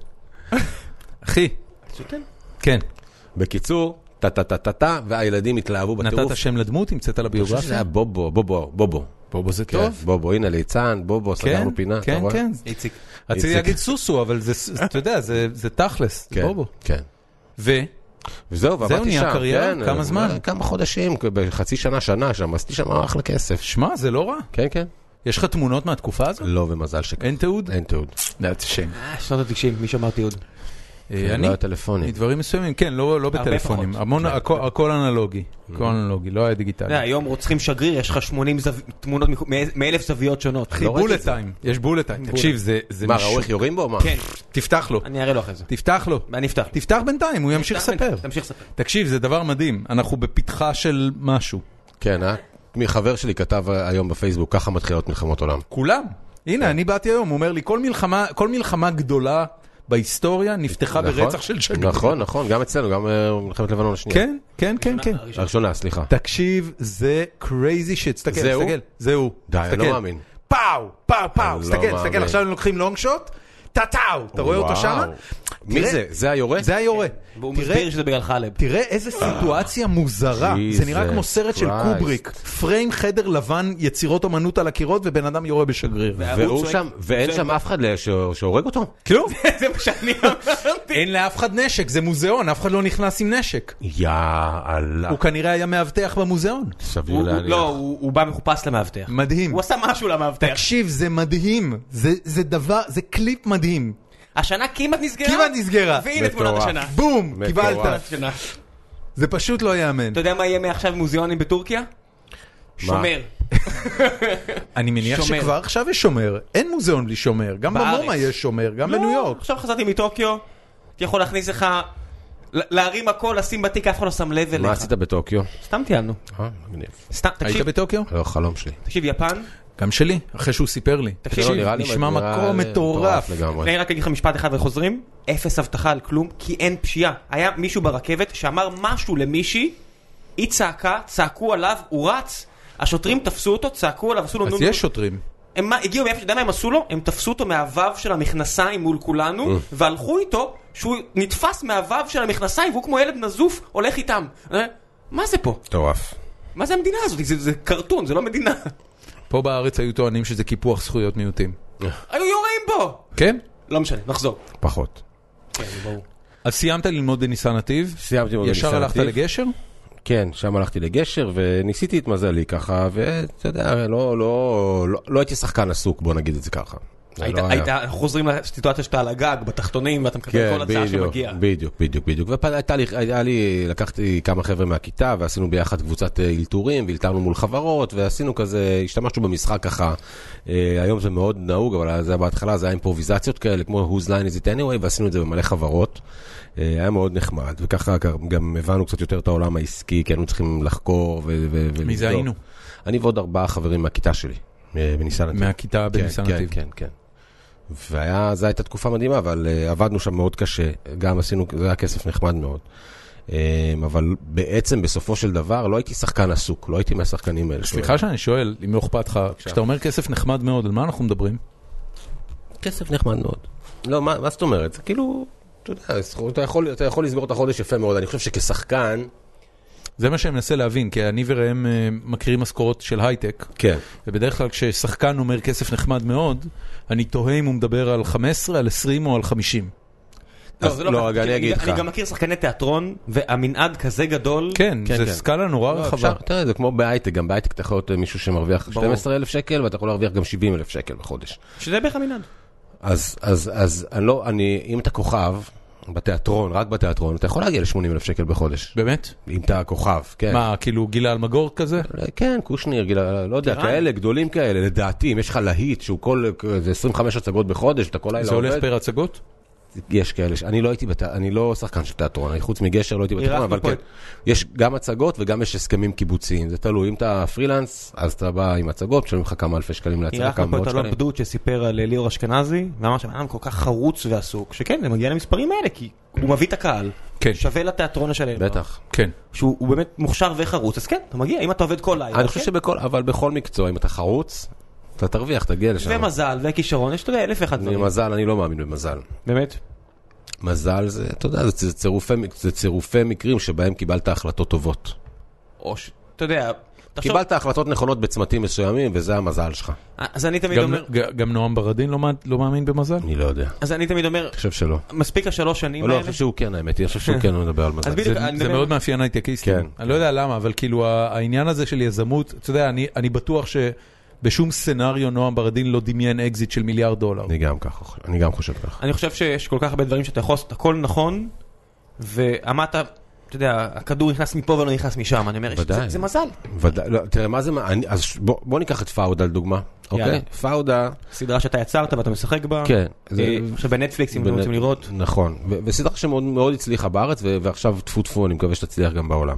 אחי. כן. בקיצור, טה-טה-טה-טה, והילדים התלהבו בטירוף. נתת שם לדמות, המצאת על הביוגרפיה? זה היה בובו, בובו, בובו. בובו זה טוב? בובו, הנה ליצן, בובו, סגרנו פינה. כן, כן. איציק. רציתי להגיד סוסו, אבל אתה יודע, זה תכלס, זה בובו. כן. ו? וזהו, ועברתי שם. זהו נהיה קריירה? כמה זמן? כמה חודשים, בחצי שנה, שנה שם, עשיתי שם אחלה כסף. שמע, זה לא רע. כן, כן. יש לך תמונות מהתקופה הזו? לא, ומזל שכן. אין תיעוד? אין תיעוד. זה שם. שנות ה-תשעים, מי שמע תיעוד? אני? לא הטלפונים. מדברים מסוימים, כן, לא בטלפונים. הכל אנלוגי. הכל אנלוגי, לא היה דיגיטלי. היום רוצחים שגריר, יש לך שמונים תמונות מאלף זוויות שונות. אחי, בולט טיים. יש בולט טיים. תקשיב, זה... מה, ראו איך יורים בו? כן. תפתח לו. אני אראה לו אחרי זה. תפתח לו. אני אפתח. תפתח בינתיים, הוא ימשיך לספר. תמשיך לספר. תקשיב, זה דבר מדהים. אנחנו בפתחה של משהו. כן, אה? מחבר שלי כתב היום בפייסבוק, ככה מתחילות מלחמות עולם. כולם. הנה, אני באתי היום, הוא אומר לי, כל מלחמה גדולה בהיסטוריה נפתחה ברצח של שגריר. נכון, נכון, גם אצלנו, גם מלחמת לבנון השנייה. כן, כן, כן, כן. הראשונה, סליחה. תקשיב, זה crazy shit. תסתכל, תסתכל. זהו. די, אני לא מאמין. פאו, פאו, פאו. תסתכל, תסתכל, עכשיו הם לוקחים לונג שוט. טאטאו, אתה רואה אותו שם? מי זה? זה היורה? זה היורה. והוא מסביר שזה בגלל חלב. תראה איזה סיטואציה מוזרה. זה נראה כמו סרט של קובריק. פריים חדר לבן, יצירות אומנות על הקירות, ובן אדם יורה בשגריר. ואין שם אף אחד שהורג אותו? כלום. זה מה שאני אמרתי. אין לאף אחד נשק, זה מוזיאון, אף אחד לא נכנס עם נשק. יאללה. הוא כנראה היה מאבטח במוזיאון. סביר להניח. לא, הוא בא מחופש למאבטח. מדהים. הוא עשה משהו למאבטח. תקשיב, זה מדהים. זה דבר, זה קליפ מדהים. השנה כמעט נסגרה. כמעט נסגרה. והנה תמונת השנה. בום, קיבלת. זה פשוט לא יאמן. אתה יודע מה יהיה מעכשיו במוזיאונים בטורקיה? שומר. אני מניח שכבר עכשיו יש שומר. אין מוזיאון בלי שומר. גם במומה יש שומר, גם בניו יורק. עכשיו חזרתי מטוקיו, אתה יכול להכניס לך, להרים הכל, לשים בתיק, אף אחד לא שם לב אליך. מה עשית בטוקיו? סתם טיילנו. אה, מגניב. היית בטוקיו? לא, חלום שלי. תקשיב, יפן. גם שלי, אחרי שהוא סיפר לי. תקשיב, נשמע מקום מטורף. אני רק אגיד לך משפט אחד וחוזרים, אפס הבטחה על כלום, כי אין פשיעה. היה מישהו ברכבת שאמר משהו למישהי, היא צעקה, צעקו עליו, הוא רץ, השוטרים תפסו אותו, צעקו עליו, עשו לו... אז יש שוטרים. הם הגיעו מאיפה שדמה, הם עשו לו, הם תפסו אותו מהוו של המכנסיים מול כולנו, והלכו איתו, שהוא נתפס מהוו של המכנסיים, והוא כמו ילד נזוף, הולך איתם. מה זה פה? טורף. מה זה המדינה הזאת? זה, זה קרטון, זה לא מדינה. פה בארץ היו טוענים שזה קיפוח זכויות מיעוטים. היו יורים בו! כן? לא משנה, נחזור. פחות. כן, ברור. אז סיימת ללמוד בניסן נתיב? סיימתי ללמוד בניסן נתיב. ישר הלכת לגשר? כן, שם הלכתי לגשר וניסיתי את מזלי ככה, ואתה יודע, לא, לא, לא, לא הייתי שחקן עסוק, בוא נגיד את זה ככה. היית, היית, חוזרים לסיטואציה שאתה על הגג, בתחתונים, ואתה מקבל כל הצעה שמגיע. בדיוק, בדיוק, בדיוק. והייתה לי, היה לי, לקחתי כמה חבר'ה מהכיתה, ועשינו ביחד קבוצת אילתורים, ואילתרנו מול חברות, ועשינו כזה, השתמשנו במשחק ככה. היום זה מאוד נהוג, אבל זה היה בהתחלה, זה היה אימפרוביזציות כאלה, כמו Whose Line Is It Anyway, ועשינו את זה במלא חברות. היה מאוד נחמד, וככה גם הבנו קצת יותר את העולם העסקי, כי היינו צריכים לחקור ולבדוק. מי זה היינו? אני ועוד ארבעה חברים מהכיתה שלי, בניסן נתיב. מהכיתה בניסן נתיב. כן, כן, כן. והיה, זו הייתה תקופה מדהימה, אבל uh, עבדנו שם מאוד קשה, גם עשינו, זה היה כסף נחמד מאוד. Um, אבל בעצם בסופו של דבר לא הייתי שחקן עסוק, לא הייתי מהשחקנים האלה. סליחה שאני שואל, אם לא אכפת לך, כשאתה אומר כסף נחמד מאוד, על מה אנחנו מדברים? כסף נחמד מאוד. לא, מה, מה זאת אומרת? זה כאילו, אתה יודע, אתה יכול, אתה יכול לסגור את החודש יפה מאוד, אני חושב שכשחקן... זה מה שאני מנסה להבין, כי אני וראם מכירים משכורות של הייטק, כן. ובדרך כלל כששחקן אומר כסף נחמד מאוד, אני תוהה אם הוא מדבר על חמש עשרה, על עשרים או על חמישים. לא, רגע, אני אגיד לך. אני גם מכיר שחקני תיאטרון, והמנעד כזה גדול. כן, זה סקאלה נורא רחבה. תראה, זה כמו בהייטק, גם בהייטק אתה יכול להיות מישהו שמרוויח שנים עשר אלף שקל, ואתה יכול להרוויח גם שבעים אלף שקל בחודש. שזה בערך המנעד. אז, אז, אז, אני לא, אני, אם אתה כוכב, בתיאטרון, רק בתיאטרון, אתה יכול להגיע ל-שמונים אלף שקל בחודש. באמת? אם אתה כוכב, כן. מה, כאילו גילה אלמגור כזה? כן, קושניר, גילה, לא יודע, כאלה, גדולים כאלה, לדעתי, אם יש לך להיט, שהוא כל, זה עשרים וחמש הצגות בחודש, אתה כל לילה עובד. זה הולך פר הצגות? יש כאלה, אני לא הייתי, אני לא שחקן של תיאטרון, חוץ מגשר לא הייתי בתיאטרון, אבל כן, יש גם הצגות וגם יש הסכמים קיבוציים, זה תלוי, אם אתה פרילנס, אז אתה בא עם הצגות, משלמים לך כמה אלפי שקלים להצגה, כמה מאות שקלים. אירחנו פה את אלון בדוד שסיפר על ליאור אשכנזי, ואמר שאדם כל כך חרוץ ועסוק, שכן, זה מגיע למספרים האלה, כי הוא מביא את הקהל, שווה לתיאטרון השלם. בטח. כן. שהוא באמת מוכשר וחרוץ, אז כן, אתה מגיע, אם אתה עובד כל לילה. אני חושב שבכל, אבל בכל מקצוע, אם אתה חרוץ, אתה תרוויח, תגיע לשם. ומזל וכישרון, יש, אתה יודע, אלף ואחד דברים. מזל, אני לא מאמין במזל. באמת? מזל זה, אתה יודע, זה צירופי, זה צירופי מקרים שבהם קיבלת החלטות טובות. או ש... אתה יודע... קיבלת החלטות נכונות בצמתים מסוימים, וזה המזל שלך. אז אני תמיד אומר... גם נועם ברדין לא מאמין במזל? אני לא יודע. אז אני תמיד אומר... אני חושב שלא. מספיק השלוש שנים האלה? לא, אני חושב שהוא כן, האמת. אני חושב שהוא כן מדבר על מזל. זה מאוד מאפיין הייטקיסטים. אני לא יודע למה, אבל כאילו העניין הזה של יזמות, אתה יודע, אני בטוח ש... בשום סנריו נועם ברדין לא דמיין אקזיט של מיליארד דולר. אני גם ככה, אני גם חושב ככה. אני חושב שיש כל כך הרבה דברים שאתה יכול לעשות הכל נכון, ועמדת, אתה יודע, הכדור נכנס מפה ולא נכנס משם, אני אומר, זה מזל. ודאי, לא, תראה, מה זה, אז בוא ניקח את פאודה לדוגמה, אוקיי? פאודה... סדרה שאתה יצרת ואתה משחק בה. כן. עכשיו בנטפליקס, אם אתם רוצים לראות. נכון, וסדרה שמאוד הצליחה בארץ, ועכשיו טפו טפו, אני מקווה שתצליח גם בעולם.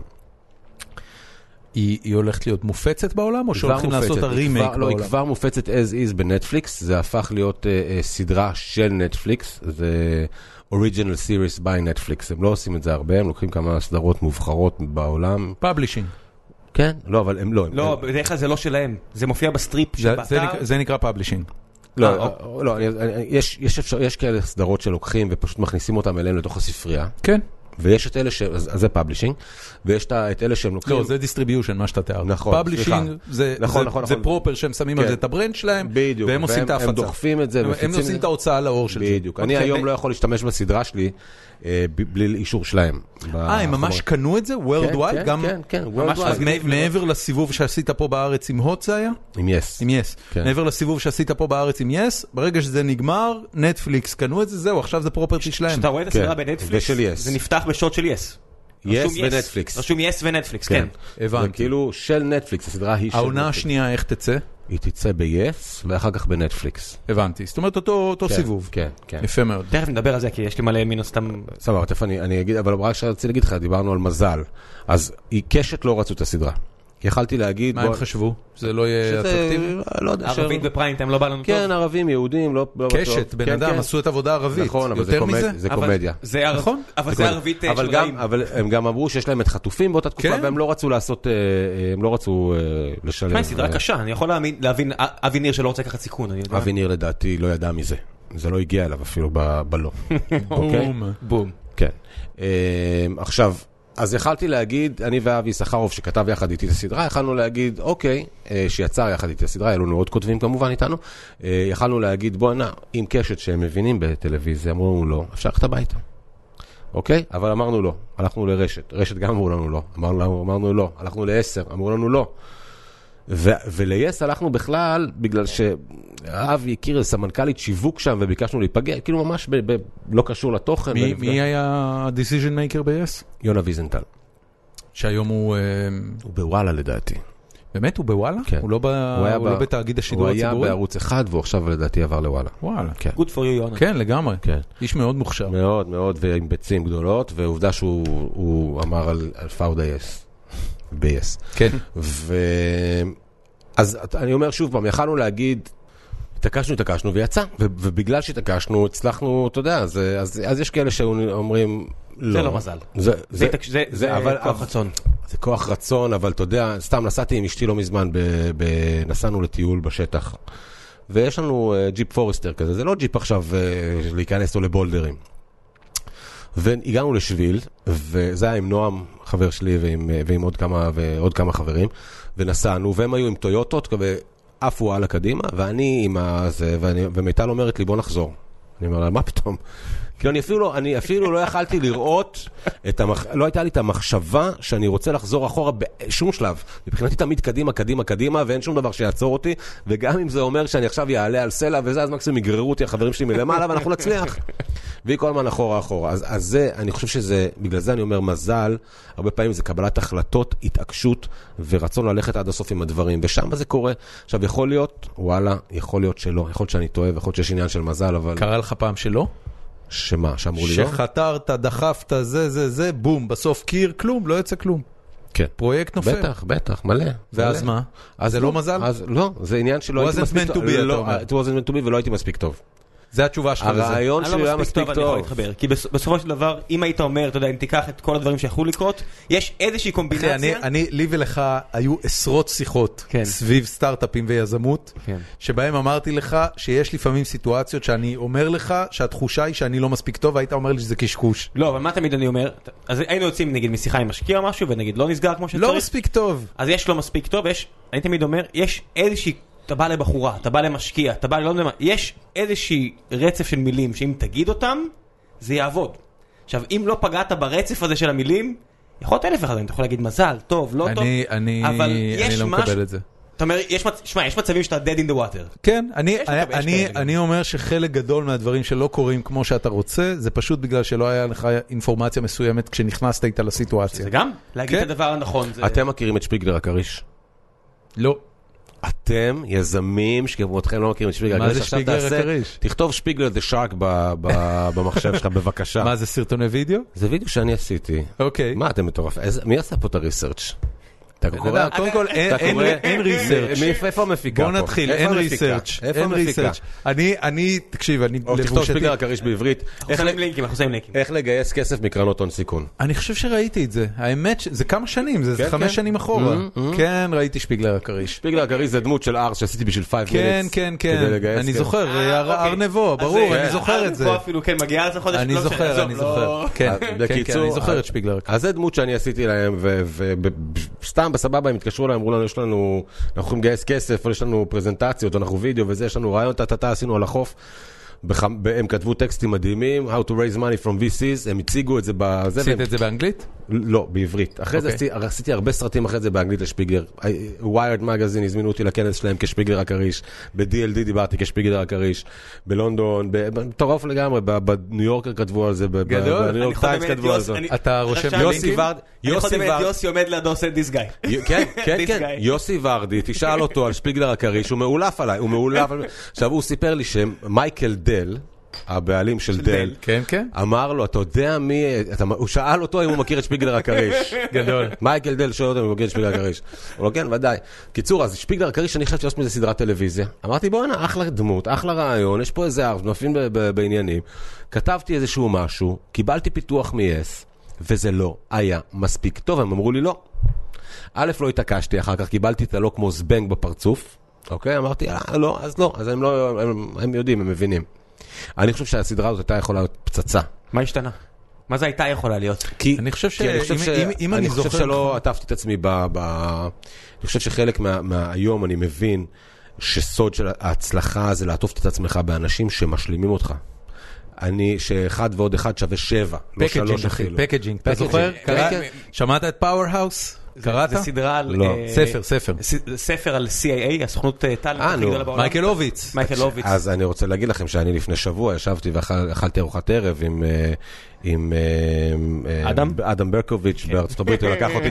היא, היא הולכת להיות מופצת בעולם, או שהולכים לעשות את הרימייק בעולם? לא, היא כבר מופצת as is בנטפליקס, זה הפך להיות uh, סדרה של נטפליקס, זה אוריג'ינל סיריס ביי נטפליקס, הם לא עושים את זה הרבה, הם לוקחים כמה סדרות מובחרות בעולם. פאבלישינג. כן, לא, אבל הם לא. לא, הם... בדרך כלל זה לא שלהם, זה מופיע בסטריפ זה, שבאתר. זה, נקרא, זה נקרא פאבלישינג. לא, 아, לא, לא יש, יש, אפשר, יש כאלה סדרות שלוקחים ופשוט מכניסים אותם אליהם לתוך הספרייה. כן. ויש את אלה ש... אז זה פאבלישינג, ויש את אלה שהם לוקחים... לא, זה דיסטריביושן, מה שאתה תיאר. נכון, פאבלישינג זה פרופר שהם שמים על זה את הברנד שלהם, והם עושים את ההפצה. הם דוחפים את זה. הם עושים את ההוצאה לאור של זה. בדיוק. אני היום לא יכול להשתמש בסדרה שלי בלי אישור שלהם. אה, הם ממש קנו את זה? Worldwide? כן, כן, Worldwide. מעבר לסיבוב שעשית פה בארץ עם הוט זה היה? עם יס. עם יס. מעבר לסיבוב שעשית פה בארץ עם יס, ברגע שזה נגמר, נטפליקס קנו את זה, זהו, עכשיו זה פרופרטי שלהם. כשאתה רואה את הסדרה בנטפליקס, זה נפתח בשוט של יס. יס ונטפליקס. רשום יס ונטפליקס, כן. הבנתי. זה כאילו של נטפליקס, הסדרה היא של נטפליקס. העונה השנייה איך תצא? היא תצא ב-יס, ואחר כך בנטפליקס. הבנתי. זאת אומרת, אותו סיבוב. כן, כן. יפה מאוד. תכף נדבר על זה, כי יש לי מלא מינו סתם... סבבה, תכף אני אגיד, אבל רק שרציתי להגיד לך, דיברנו על מזל. אז קשת לא רצו את הסדרה. יכלתי להגיד... מה הם חשבו? זה לא יהיה אטרקטיבי? ערבית בפריים טיים לא בא לנו טוב? כן, ערבים, יהודים, לא... קשת, בן אדם, עשו את עבודה ערבית. נכון, אבל זה קומדיה. נכון, אבל זה ערבית של רעים. אבל הם גם אמרו שיש להם את חטופים באותה תקופה, והם לא רצו לעשות, הם לא רצו לשלם. מה, סדרה קשה, אני יכול להבין, אבי ניר שלא רוצה לקחת סיכון. אבי ניר לדעתי לא ידע מזה. זה לא הגיע אליו אפילו בלא. בום. בום. כן. עכשיו, אז יכלתי להגיד, אני ואבי סחרוף שכתב יחד איתי את הסדרה, יכלנו להגיד, אוקיי, שיצר יחד איתי את הסדרה, היה לנו עוד כותבים כמובן איתנו, יכלנו להגיד, בוא נע, עם קשת שהם מבינים בטלוויזיה, אמרו לנו לא, אפשר ללכת הביתה. אוקיי? אבל אמרנו לא, הלכנו לרשת, רשת גם אמרו לנו לא, אמרנו, אמרנו לא, הלכנו לעשר, אמרו לנו לא. וליס הלכנו בכלל, בגלל שאבי הכיר לסמנכ"לית שיווק שם, וביקשנו להיפגע, כאילו ממש לא קשור לתוכן. מי היה ה-decision maker ב-יס? יונה ויזנטל. שהיום הוא... הוא בוואלה לדעתי. באמת? הוא בוואלה? כן. הוא לא בתאגיד השידור הציבורי? הוא היה בערוץ אחד, והוא עכשיו לדעתי עבר לוואלה. וואלה. Good for you, יונה. כן, לגמרי. כן. איש מאוד מוכשר. מאוד, מאוד, ועם ביצים גדולות, ועובדה שהוא אמר על פאודה יס. ב-יס. כן. ו... אז אני אומר שוב פעם, יכלנו להגיד, התעקשנו, התעקשנו, ויצא. ו- ובגלל שהתעקשנו, הצלחנו, אתה יודע, אז, אז, אז יש כאלה שאומרים, לא. זה לא מזל. זה, זה, זה, זה, זה אבל, כוח רצון. זה כוח רצון, אבל אתה יודע, סתם נסעתי עם אשתי לא מזמן, ב, ב, נסענו לטיול בשטח, ויש לנו uh, ג'יפ פורסטר כזה, זה לא ג'יפ עכשיו uh, להיכנס לו לבולדרים. והגענו לשביל, וזה היה עם נועם, חבר שלי, ועם, ועם עוד כמה, ועוד כמה חברים, ונסענו, והם היו עם טויוטות, ועפו על הקדימה, ואני עם הזה, ומיטל אומרת לי, בוא נחזור. אני אומר לה, מה פתאום? כאילו, אני אפילו לא, אני אפילו לא יכלתי לראות את המח... לא הייתה לי את המחשבה שאני רוצה לחזור אחורה בשום שלב. מבחינתי תמיד קדימה, קדימה, קדימה, ואין שום דבר שיעצור אותי, וגם אם זה אומר שאני עכשיו יעלה על סלע, וזה אז מקסימום יגררו אותי החברים שלי מלמעלה, ואנחנו נצליח. והיא כל הזמן אחורה, אחורה. אז, אז זה, אני חושב שזה, בגלל זה אני אומר מזל, הרבה פעמים זה קבלת החלטות, התעקשות, ורצון ללכת עד הסוף עם הדברים, ושם זה קורה. עכשיו, יכול להיות, וואלה, יכול להיות שלא, יכול להיות שאני טועה, ויכול להיות שיש עניין של מזל, אבל... קרה לך פעם שלא? שמה, שאמרו לי לא? שחתרת, דחפת, זה, זה, זה, בום, בסוף קיר, כלום, לא יוצא כלום. כן. פרויקט נופל. בטח, בטח, מלא. ואז מה? אז זה לא מזל? אז לא, זה עניין שלא הייתי מספיק טוב. Wasn't meant to be, אתה אומר. It wasn't meant to be ולא הייתי מספיק טוב. זה התשובה שלך לזה. הרעיון שלי היה מספיק טוב. אני יכול להתחבר, כי בסופו של דבר, אם היית אומר, אתה יודע, אם תיקח את כל הדברים שיכולו לקרות, יש איזושהי קומבינציה. אני, לי ולך היו עשרות שיחות סביב סטארט-אפים ויזמות, שבהם אמרתי לך שיש לפעמים סיטואציות שאני אומר לך שהתחושה היא שאני לא מספיק טוב, והיית אומר לי שזה קשקוש. לא, אבל מה תמיד אני אומר? אז היינו יוצאים נגיד משיחה עם משקיע או משהו, ונגיד לא נסגר כמו שצריך. לא מספיק טוב. אז יש לא מספיק טוב, יש, אני תמיד אומר, יש איזושהי אתה בא לבחורה, אתה בא למשקיע, אתה בא ללא יודע מה, יש איזושהי רצף של מילים שאם תגיד אותם, זה יעבוד. עכשיו, אם לא פגעת ברצף הזה של המילים, יכול להיות אלף אחד, אתה יכול להגיד מזל, טוב, לא טוב, אני, אבל אני, יש אני לא משהו, מקבל את זה. אתה אומר, יש, שמה, יש מצבים שאתה dead in the water. כן, אני, יש אני, יש אני, אני אומר שחלק גדול מהדברים שלא קורים כמו שאתה רוצה, זה פשוט בגלל שלא היה לך אינפורמציה מסוימת כשנכנסת איתה לסיטואציה. זה גם? להגיד כן. את הדבר הנכון. זה... אתם מכירים את שפיגלר הקריש? לא. אתם יזמים שכמותכם לא מכירים את שפיגלר. מה זה שפיגלר הקריש? תכתוב שפיגלר דה שרק במחשב שלך בבקשה. מה זה סרטוני וידאו? זה וידאו שאני עשיתי. אוקיי. מה אתם מטורף? מי עשה פה את הריסרצ'? אתה קורא? קודם כל אין ריסרצ'. איפה המפיקה פה? בוא נתחיל, אין ריסרצ'. אין ריסרצ'. אני, אני, תקשיב, אני לבושתי. תכתוב שפיגלר הקריש בעברית. אנחנו שמים לינקים, אנחנו שמים לינקים. איך לגייס כסף מקרנות הון סיכון? אני חושב שראיתי את זה. האמת, זה כמה שנים, זה חמש שנים אחורה. כן, ראיתי שפיגלר הקריש. שפיגלר הקריש זה דמות של ארס שעשיתי בשביל פייב כן, כן, כן. אני זוכר, ארנבו, ברור, אני זוכר את זה. ארנבו אפילו, כן, מגיע לזה חודש. אני זוכר, אני זוכר. כן, כן, אני זוכר את שפיגלר הקריש. אז זה דמות שאני עשיתי להם, וסתם בסבבה הם התקשרו להם, אמרו לנו, יש לנו, אנחנו יכולים לגייס כסף, יש לנו פרזנטציות, אנחנו וידאו וזה, יש לנו רעיון, תתה, עשינו על החוף, הם כתבו טקסטים מדהימים, How to raise money from וי סי'ס, הם הציגו את זה בזה. עשית את זה באנגלית? לא, בעברית. אחרי זה עשיתי הרבה סרטים אחרי זה באנגלית לשפיגלר. Wired Magazine הזמינו אותי לכנס שלהם כשפיגלר הקריש, ב-די אל די דיברתי כשפיגלר הקריש, בלונדון, מטורף לגמרי, בניו יורקר כתבו על זה, בניו יורק טיימס כתבו על זה. אתה רושם לינקים? אני חושב את יוסי עומד לידו עושה דיס גאי. כן, כן, כן. יוסי ורדי, תשאל אותו על שפיגלר הקריש, הוא מעולף עליי, הוא מעולף עליי. עכשיו הוא סיפר לי שמייקל דל, הבעלים של דל, כן, כן. אמר לו, אתה יודע מי, הוא שאל אותו אם הוא מכיר את שפיגלר הקריש. גדול. מייקל דל שואל אותו אם הוא מכיר את שפיגלר הקריש. הוא לא, כן, ודאי. קיצור, אז שפיגלר הקריש, אני חשבתי לעשות מזה סדרת טלוויזיה. אמרתי, בוא הנה, אחלה דמות, אחלה רעיון, יש פה איזה ארץ, נופלים בעניינים. כתבתי איזשהו משהו, קיבלתי פיתוח מ-יס, וזה לא היה מספיק טוב. הם אמרו לי, לא. א', לא התעקשתי, אחר כך קיבלתי את הלא כמו זבנג בפרצוף. אוקיי, אמרתי, אה, לא, אז לא, אז הם לא, הם, הם יודעים, הם מבינים. אני חושב שהסדרה הזאת הייתה יכולה להיות פצצה. מה השתנה? מה זה הייתה יכולה להיות? כי אני חושב כי אני חושב ש... אם, אם אני אני חושב זוכר שלא עטפתי את עצמי ב... ב... אני חושב שחלק מה... מהיום אני מבין שסוד של ההצלחה זה לעטוף את עצמך באנשים שמשלימים אותך. אני, שאחד ועוד אחד שווה שבע, לא שלוש אפילו. פקג'ינג, אתה זוכר? שמעת את פאוור-האוס? קראת? זה סדרה על... לא. ספר, ספר. ספר על סי איי איי, הסוכנות טאלנט הכי גדולה בעולם. מייקל הוביץ. מייקל הוביץ. אז אני רוצה להגיד לכם שאני לפני שבוע ישבתי ואכלתי ארוחת ערב עם... עם אדם? אדם ברקוביץ' בארצות הברית, הוא לקח אותי.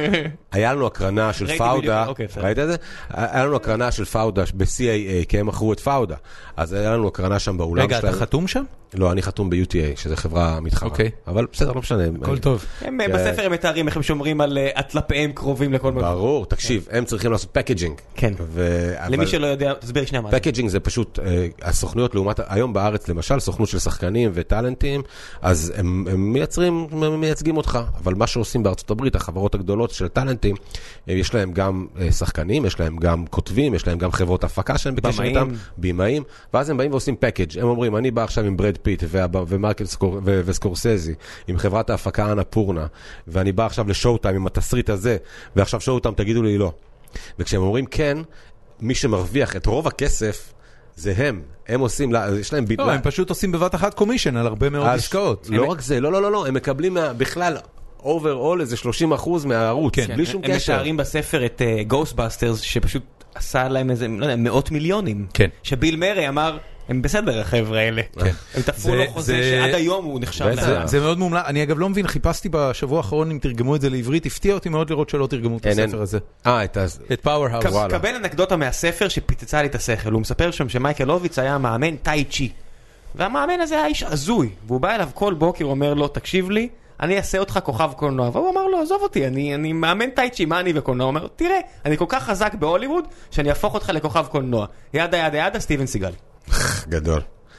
היה לנו הקרנה של פאודה, ראית את זה? היה לנו הקרנה של פאודה ב-סי איי איי, כי הם מכרו את פאודה. אז היה לנו הקרנה שם באולם שלהם. רגע, אתה חתום שם? לא, אני חתום ב-יו טי איי, שזה חברה מתחרה. אבל בסדר, לא משנה. הכל טוב. בספר הם מתארים איך הם שומרים על אטלפיהם קרובים לכל מקום. ברור, תקשיב, הם צריכים לעשות פקג'ינג. כן. למי שלא יודע, תסביר שנייה מה זה. פקג'ינג זה פשוט, הסוכנויות לעומת, היום בארץ למשל, סוכנות של שחקנים וטלנטים, אז הם מייצרים, מייצגים אותך, אבל מה שעושים בארצות הברית, החברות הגדולות של טלנטים, יש להם גם שחקנים, יש להם גם כותבים, יש להם גם חברות הפקה שהם בקשר איתם, בימאים, ואז הם באים ועושים פקג'. הם אומרים, אני בא עכשיו עם ברד פיט ומרקל וסקורסזי, עם חברת ההפקה אנה פורנה, ואני בא עכשיו לשואו-טיים עם התסריט הזה, ועכשיו שואו-טיים תגידו לי לא. וכשהם אומרים כן, מי שמרוויח את רוב הכסף, זה הם. הם עושים, יש להם ביטלה. לא, הם פשוט עושים בבת אחת קומישן על הרבה מאוד עסקאות. לא רק זה, לא, לא, לא, לא. הם מקבלים בכלל אובר-אול איזה שלושים אחוז מהערוץ, בלי שום קשר. הם מתארים בספר את גוסטבאסטרס, שפשוט עשה להם איזה, לא יודע, מאות מיליונים. כן. שביל מרי אמר, הם בסדר, החבר'ה האלה. הם תפרו לו חוזה שעד היום הוא נחשב להם. זה מאוד מומלץ. אני אגב לא מבין, חיפשתי בשבוע האחרון אם תרגמו את זה לעברית, הפתיע אותי מאוד לראות שלא תרגמו את הספר הזה. אה, את פאוור-האוס. קבל אנקדוטה מהספר שפיצצה לי את השכל. הוא מספר שם שמייקל הוביץ היה מאמן טאי צ'י. והמאמן הזה היה איש עזוי. והוא בא אליו כל בוקר, אומר לו, תקשיב לי, אני אעשה אותך כוכב קולנוע. והוא אמר לו, עזוב אותי, אני, אני מאמן טאי צ'י, מה אני וקולנוע? הוא אומר, תראה, אני כל כך חזק בהוליווד, שאני אהפוך אותך לכוכב קולנוע. ידה ידה ידה, סטיבן סיגל. גדול.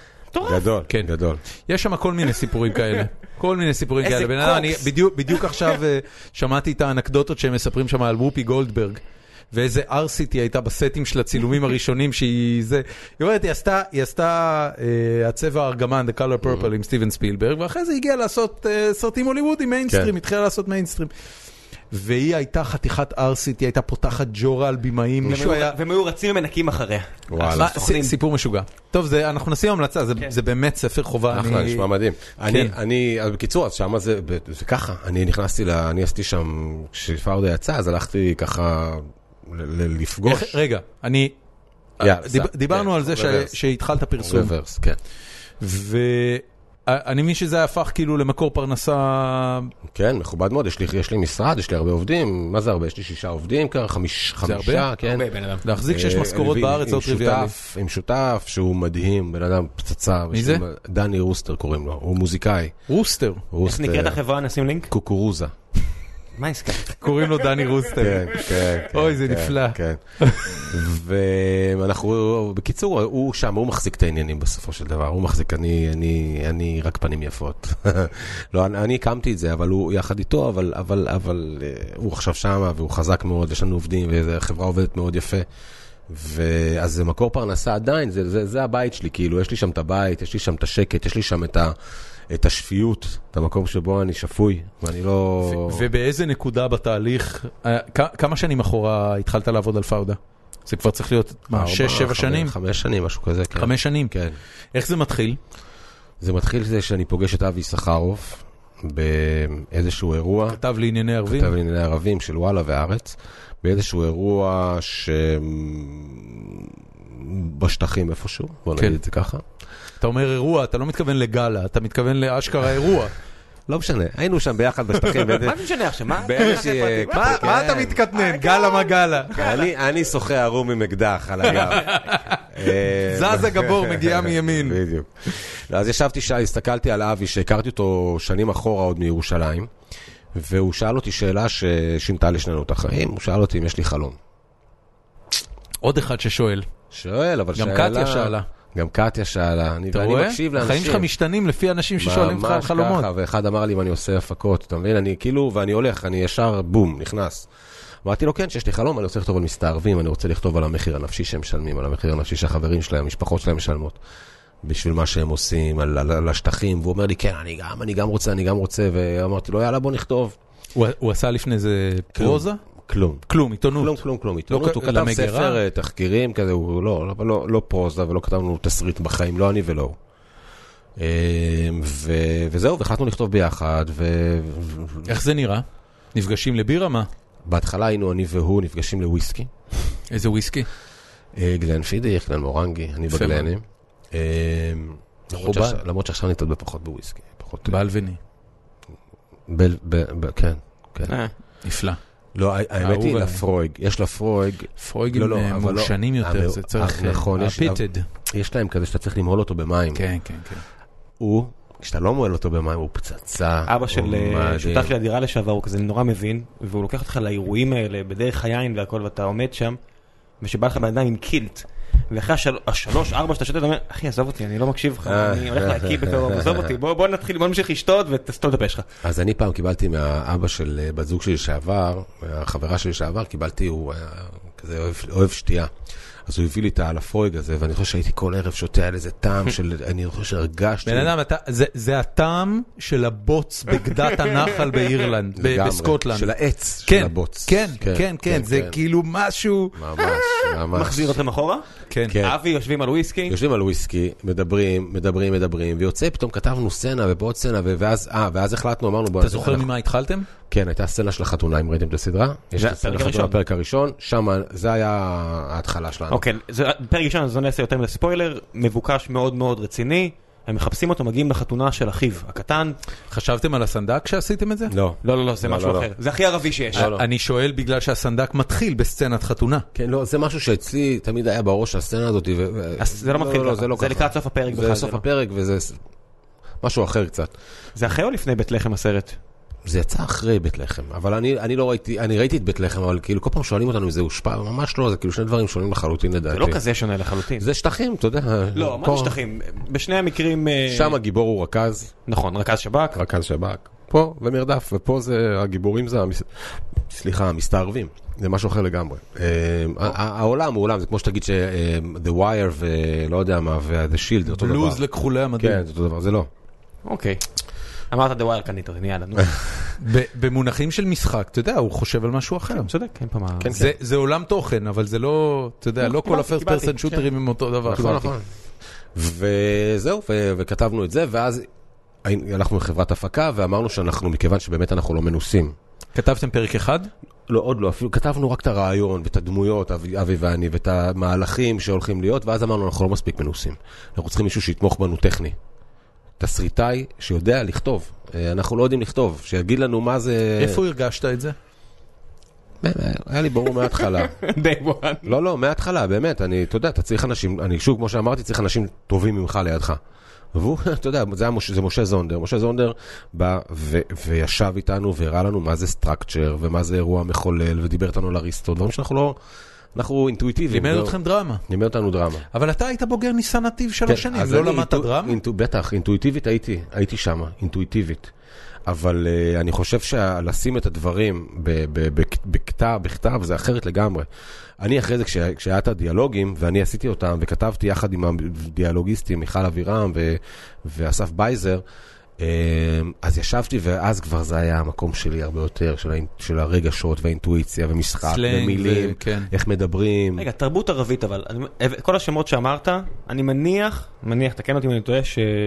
גדול, כן, גדול. יש שם כל מיני סיפורים כאלה. כל מיני סיפורים כאלה. בן אדם, אני בדיוק, בדיוק עכשיו שמעתי את האנקדוטות שהם מספרים שם על וופי גולדברג, ואיזה ארסיטי הייתה בסטים של הצילומים הראשונים שהיא זה, היא אומרת, היא עשתה, היא עשתה הצבע הארגמן, The Color Purple עם סטיבן ספילברג, ואחרי זה הגיעה לעשות סרטים הוליוודים מיינסטרים, התחילה לעשות מיינסטרים. והיא הייתה חתיכת ארסית, היא הייתה פותחת ג'ורה על בימאים, והם היו רצים ומנקים אחריה. וואלה. סיפור משוגע. טוב, אנחנו נשים המלצה, זה באמת ספר חובה. אחלה, נשמע מדהים. אני, בקיצור, אז שמה זה ככה, אני נכנסתי, אני עשיתי שם, כשפאודה יצא, אז הלכתי ככה לפגוש. רגע, אני, דיברנו על זה שהתחלת פרסום. רוורס, כן. ו... אני מבין שזה הפך כאילו למקור פרנסה... כן, מכובד מאוד, יש לי, יש לי משרד, יש לי הרבה עובדים, מה זה הרבה? יש לי שישה עובדים, ככה, חמיש, חמישה, כן. להחזיק שש משכורות בארץ, זה טריוויאלי. עם שותף שהוא מדהים, בן אדם פצצה. מי זה? דני רוסטר קוראים לו, הוא מוזיקאי. רוסטר? איך נקראת החברה, נשים לינק? קוקורוזה. מה עסקה? קוראים לו דני רוסטר. כן, כן. אוי, זה נפלא. כן. ואנחנו, בקיצור, הוא שם, הוא מחזיק את העניינים בסופו של דבר. הוא מחזיק, אני, אני, אני רק פנים יפות. לא, אני הקמתי את זה, אבל הוא יחד איתו, אבל, אבל, אבל, הוא עכשיו שם, והוא חזק מאוד, יש לנו עובדים, והחברה עובדת מאוד יפה. ואז זה מקור פרנסה עדיין, זה, זה, זה הבית שלי, כאילו, יש לי שם את הבית, יש לי שם את השקט, יש לי שם את ה... את השפיות, את המקום שבו אני שפוי, ואני לא... ובאיזה נקודה בתהליך, כמה שנים אחורה התחלת לעבוד על פאודה? זה כבר צריך להיות, מה, שש, שבע שנים? חמש שנים, משהו כזה, כן. חמש שנים? כן. איך זה מתחיל? זה מתחיל זה שאני פוגש את אבי סחרוף באיזשהו אירוע. כתב לענייני ערבים? כתב לענייני ערבים של וואלה והארץ, באיזשהו אירוע ש... בשטחים איפשהו, בוא נגיד את זה ככה. אתה אומר אירוע, אתה לא מתכוון לגלה, אתה מתכוון לאשכרה אירוע. לא משנה, היינו שם ביחד בשטחים. מה זה משנה עכשיו? מה אתה מתקטנן? גלה מה גלה? אני שוחה ערום עם אקדח על הגב. זז הגבור מגיעה מימין. בדיוק. אז ישבתי שם, הסתכלתי על אבי שהכרתי אותו שנים אחורה עוד מירושלים, והוא שאל אותי שאלה ששינתה לשנינו את החיים, הוא שאל אותי אם יש לי חלום. עוד אחד ששואל. שואל, אבל שאלה... גם קטיה שאלה. גם קטיה שאלה. אתה רואה? החיים שלך משתנים לפי אנשים ששואלים לך על חלומות. ממש ככה, ואחד אמר לי אם אני עושה הפקות, אתה מבין? אני כאילו, ואני הולך, אני ישר, בום, נכנס. אמרתי לו, כן, שיש לי חלום, אני רוצה לכתוב על מסתערבים, אני רוצה לכתוב על המחיר הנפשי שהם משלמים, על המחיר הנפשי שהחברים שלהם, המשפחות שלהם משלמות, בשביל מה שהם עושים, על, על, על השטחים, והוא אומר לי, כן, אני גם, אני גם רוצה, אני גם רוצה, ואמרתי לו, יאללה, בוא נכתוב. הוא, הוא עשה לפני זה פרוזה? כלום. כלום, עיתונות. כלום, כלום, כלום, עיתונות. הוא כתב ספר, תחקירים כזה, הוא לא, לא, לא פרוזה, ולא כתבנו תסריט בחיים, לא אני ולא. וזהו, והחלטנו לכתוב ביחד, ו... איך זה נראה? נפגשים לבירה, מה? בהתחלה היינו אני והוא נפגשים לוויסקי. איזה וויסקי? גלן פידיך, גלן מורנגי, אני בגלנים. למרות שעכשיו אני תודה בפחות בוויסקי. באלבני. כן, כן. נפלא. לא, האמת היא לפרויג, יש לפרויג. פרויג הם מורשנים יותר, זה צריך הפיטד. יש להם כזה שאתה צריך למהול אותו במים. כן, כן, כן. הוא, כשאתה לא מוהל אותו במים, הוא פצצה. אבא של שותף של הדירה לשעבר, הוא כזה נורא מבין, והוא לוקח אותך לאירועים האלה, בדרך היין והכל, ואתה עומד שם, ושבא לך בידיים עם קילט, ואחרי השלוש, ארבע שאתה שותה, אתה אומר, אחי, עזוב אותי, אני לא מקשיב לך, אני הולך להקיא בקרוב, עזוב אותי, בוא נתחיל, בוא נמשיך לשתות ותסתום את הפה שלך. אז אני פעם קיבלתי מהאבא של בת זוג שלי שעבר, מהחברה שלי שעבר, קיבלתי, הוא כזה אוהב שתייה. אז הוא הביא לי את האלפרויג הזה, ואני חושב שהייתי כל ערב שותה על איזה טעם של, אני חושב שהרגשתי... בן אדם, זה הטעם של הבוץ בגדת הנחל באירלנד, בסקוטלנד. של העץ של הבוץ. כן, כן, כן, זה כאילו משהו... ממש, ממש. מחזיר אתכם אחורה? כן. אבי, יושבים על וויסקי? יושבים על וויסקי, מדברים, מדברים, מדברים, ויוצא, פתאום כתבנו סצנה ובעוד סצנה, ואז החלטנו, אמרנו... אתה זוכר ממה התחלתם? כן, הייתה סצנה של החתונה, אם ראיתם את הסדרה. יש את הסצנה של הפרק הראשון, שם זה היה ההתחלה שלנו. אוקיי, פרק ראשון, אז נעשה יותר מספוילר, מבוקש מאוד מאוד רציני, הם מחפשים אותו, מגיעים לחתונה של אחיו, הקטן. חשבתם על הסנדק כשעשיתם את זה? לא. לא, לא, לא, זה משהו אחר. זה הכי ערבי שיש. אני שואל בגלל שהסנדק מתחיל בסצנת חתונה. כן, לא, זה משהו שאצלי תמיד היה בראש הסצנה הזאת. זה לא מתחיל ככה, זה לקראת סוף הפרק. זה סוף הפרק וזה משהו אחר קצת. זה אחרי או לפני בית לחם הסרט? זה יצא אחרי בית לחם, אבל אני, אני לא ראיתי, אני ראיתי את בית לחם, אבל כאילו כל פעם שואלים אותנו אם זה הושפע, ממש לא, זה כאילו שני דברים שונים לחלוטין לדעתי. זה לא כזה שונה לחלוטין. זה שטחים, אתה יודע. לא, מה זה שטחים? בשני המקרים... שם הגיבור הוא רכז. נכון, רכז שב"כ. רכז שב"כ. פה ומרדף, ופה זה, הגיבורים זה, סליחה, מסתערבים. זה משהו אחר לגמרי. העולם הוא עולם, זה כמו שתגיד ש-The Wire ולא יודע מה, ו-The Shield, זה אותו דבר. בלוז לכחולי המדים. כן, זה אותו דבר, זה לא. אוקיי. אמרת The Wire קנית, יאללה, נו. במונחים של משחק, אתה יודע, הוא חושב על משהו אחר. צודק, אין פה מה... זה עולם תוכן, אבל זה לא, אתה יודע, לא כל הפרסט פרסן שוטרים הם אותו דבר. נכון, נכון. וזהו, וכתבנו את זה, ואז הלכנו לחברת הפקה, ואמרנו שאנחנו, מכיוון שבאמת אנחנו לא מנוסים. כתבתם פרק אחד? לא, עוד לא, אפילו כתבנו רק את הרעיון, ואת הדמויות, אבי ואני, ואת המהלכים שהולכים להיות, ואז אמרנו, אנחנו לא מספיק מנוסים. אנחנו צריכים מישהו שיתמוך בנו טכני. תסריטאי שיודע לכתוב. אנחנו לא יודעים לכתוב, שיגיד לנו מה זה... איפה הרגשת את זה? היה לי ברור מההתחלה. Day one. לא, לא, מההתחלה, באמת. אני, אתה יודע, אתה צריך אנשים, אני שוב, כמו שאמרתי, צריך אנשים טובים ממך לידך. והוא, אתה יודע, זה, זה משה זונדר. משה זונדר בא ו, וישב איתנו והראה לנו מה זה סטרקצ'ר, ומה זה אירוע מחולל, ודיבר איתנו על אריסטו, דברים שאנחנו לא... אנחנו אינטואיטיביים. לימד אתכם דרמה. לימד אותנו דרמה. אבל אתה היית בוגר ניסן נתיב שלוש שנים, לא למדת דרמה? בטח, אינטואיטיבית הייתי, הייתי שם, אינטואיטיבית. אבל אני חושב שלשים את הדברים בכתב, בכתב, זה אחרת לגמרי. אני אחרי זה, כשהיה את הדיאלוגים, ואני עשיתי אותם, וכתבתי יחד עם הדיאלוגיסטים, מיכל אבירם ואסף בייזר, אז ישבתי, ואז כבר זה היה המקום שלי הרבה יותר, של הרגשות והאינטואיציה ומשחק ומילים, איך מדברים. רגע, תרבות ערבית, אבל כל השמות שאמרת, אני מניח, מניח, תקן אותי אם אני טועה,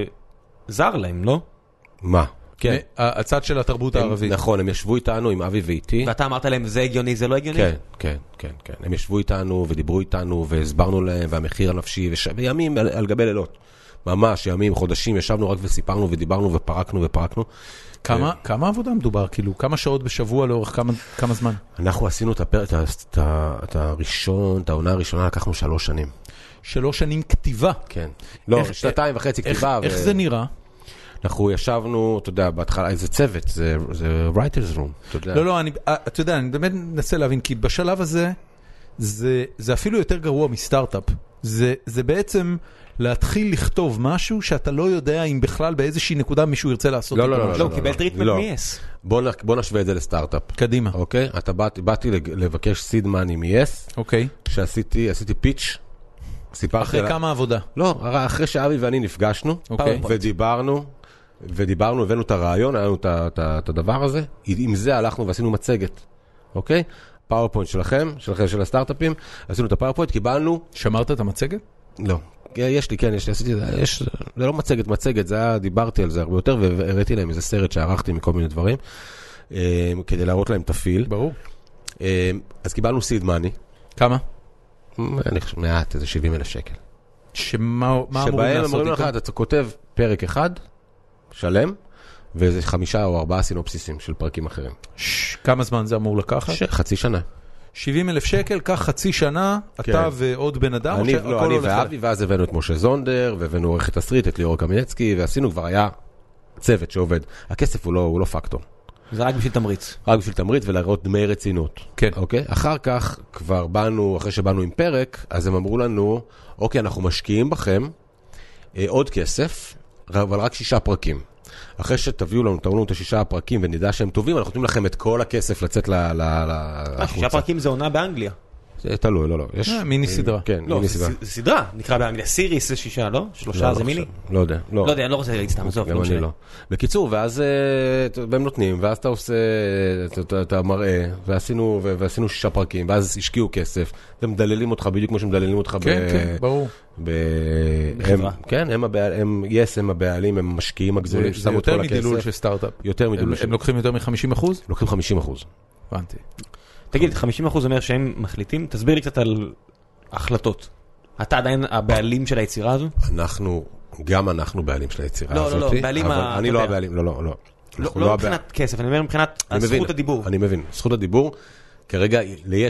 שזר להם, לא? מה? כן. הצד של התרבות הערבית. נכון, הם ישבו איתנו עם אבי ואיתי. ואתה אמרת להם, זה הגיוני, זה לא הגיוני? כן, כן, כן, כן. הם ישבו איתנו ודיברו איתנו והסברנו להם, והמחיר הנפשי, וימים על גבי לילות. ממש, ימים, חודשים, ישבנו רק וסיפרנו ודיברנו ופרקנו ופרקנו. כמה, כמה עבודה מדובר? כאילו, כמה שעות בשבוע לאורך כמה, כמה זמן? אנחנו עשינו את הפרק, את הראשון, את העונה הראשונה, לקחנו שלוש שנים. שלוש שנים כתיבה? כן. לא, שנתיים וחצי כתיבה. איך זה נראה? אנחנו ישבנו, אתה יודע, בהתחלה, איזה צוות, זה, זה writer's room, אתה יודע. לא, לא, אני, אתה יודע, אני באמת מנסה להבין, כי בשלב הזה, זה, זה אפילו יותר גרוע מסטארט-אפ. זה, זה בעצם להתחיל לכתוב משהו שאתה לא יודע אם בכלל באיזושהי נקודה מישהו ירצה לעשות. לא, לא, לא, לא, הוא קיבל טריטמנט מ-יס. בוא נשווה את זה לסטארט-אפ. קדימה. אוקיי? אתה באתי לבקש סיד מאני מ-יס. אוקיי. שעשיתי, עשיתי פיץ'. אחרי כמה עבודה? לא, אחרי שאבי ואני נפגשנו, ודיברנו, ודיברנו, הבאנו את הרעיון, היה לנו את הדבר הזה, עם זה הלכנו ועשינו מצגת, אוקיי? פאורפוינט שלכם, שלכם של הסטארט-אפים, עשינו את הפאורפוינט, קיבלנו... שמרת את המצגת? לא. יש לי, כן, יש לי, עשיתי, יש, זה לא מצגת, מצגת, זה היה, דיברתי על זה הרבה יותר, והראיתי להם איזה סרט שערכתי מכל מיני דברים, כדי להראות להם את הפיל. ברור. אז קיבלנו סיד מאני. כמה? אני חושב, מעט, איזה שבעים אלף שקל. שמה אמורים לעשות איתו? שבהם אמורים לך, אתה כותב פרק אחד, שלם, ואיזה חמישה או ארבעה סינופסיסים של פרקים אחרים. כמה זמן זה אמור לקחת? חצי שנה. שבעים אלף שקל, כך חצי שנה, אתה ועוד בן אדם? אני ואבי, ואז הבאנו את משה זונדר, והבאנו עורכת תסריט, את ליאור קמינצקי, ועשינו כבר היה צוות שעובד. הכסף הוא לא פקטור. זה רק בשביל תמריץ. רק בשביל תמריץ ולהראות דמי רצינות. כן. אוקיי? אחר כך כבר באנו, אחרי שבאנו עם פרק, אז הם אמרו לנו, אוקיי, אנחנו משקיעים בכם עוד כסף, אבל רק שישה פרקים. אחרי שתביאו לנו, תראו לנו את השישה הפרקים ונדע שהם טובים, אנחנו נותנים לכם את כל הכסף לצאת לחוצה. שישה פרקים זה עונה באנגליה. זה תלוי, לא, לא. מיני סדרה. כן, מיני סדרה. זה סדרה, נקרא באנגליה. סיריס זה שישה, לא? שלושה זה מיני? לא יודע. לא יודע, אני לא רוצה להגיד סתם, עזוב. גם אני לא. בקיצור, ואז הם נותנים, ואז אתה עושה, אתה מראה, ועשינו שישה פרקים, ואז השקיעו כסף, ומדללים אותך בדיוק כמו שמדללים אותך ב... כן, כן, ברור. בחברה. כן, הם, יס, הם הבעלים, הם משקיעים הגדולים, זה יותר מדילול של סטארט-אפ. יותר מדילול. הם לוקחים יותר מ-חמישים אחוז? לוקחים חמישים אחוז. הבנתי. תגיד, חמישים אחוז אומר שהם מחליטים? תסביר לי קצת על החלטות. אתה עדיין הבעלים של היצירה הזו? אנחנו, גם אנחנו בעלים של היצירה הזאת. לא, לא, לא, בעלים ה... אני לא הבעלים, לא, לא, לא. לא מבחינת כסף, אני אומר מבחינת זכות הדיבור. אני מבין, זכות הדיבור, כרגע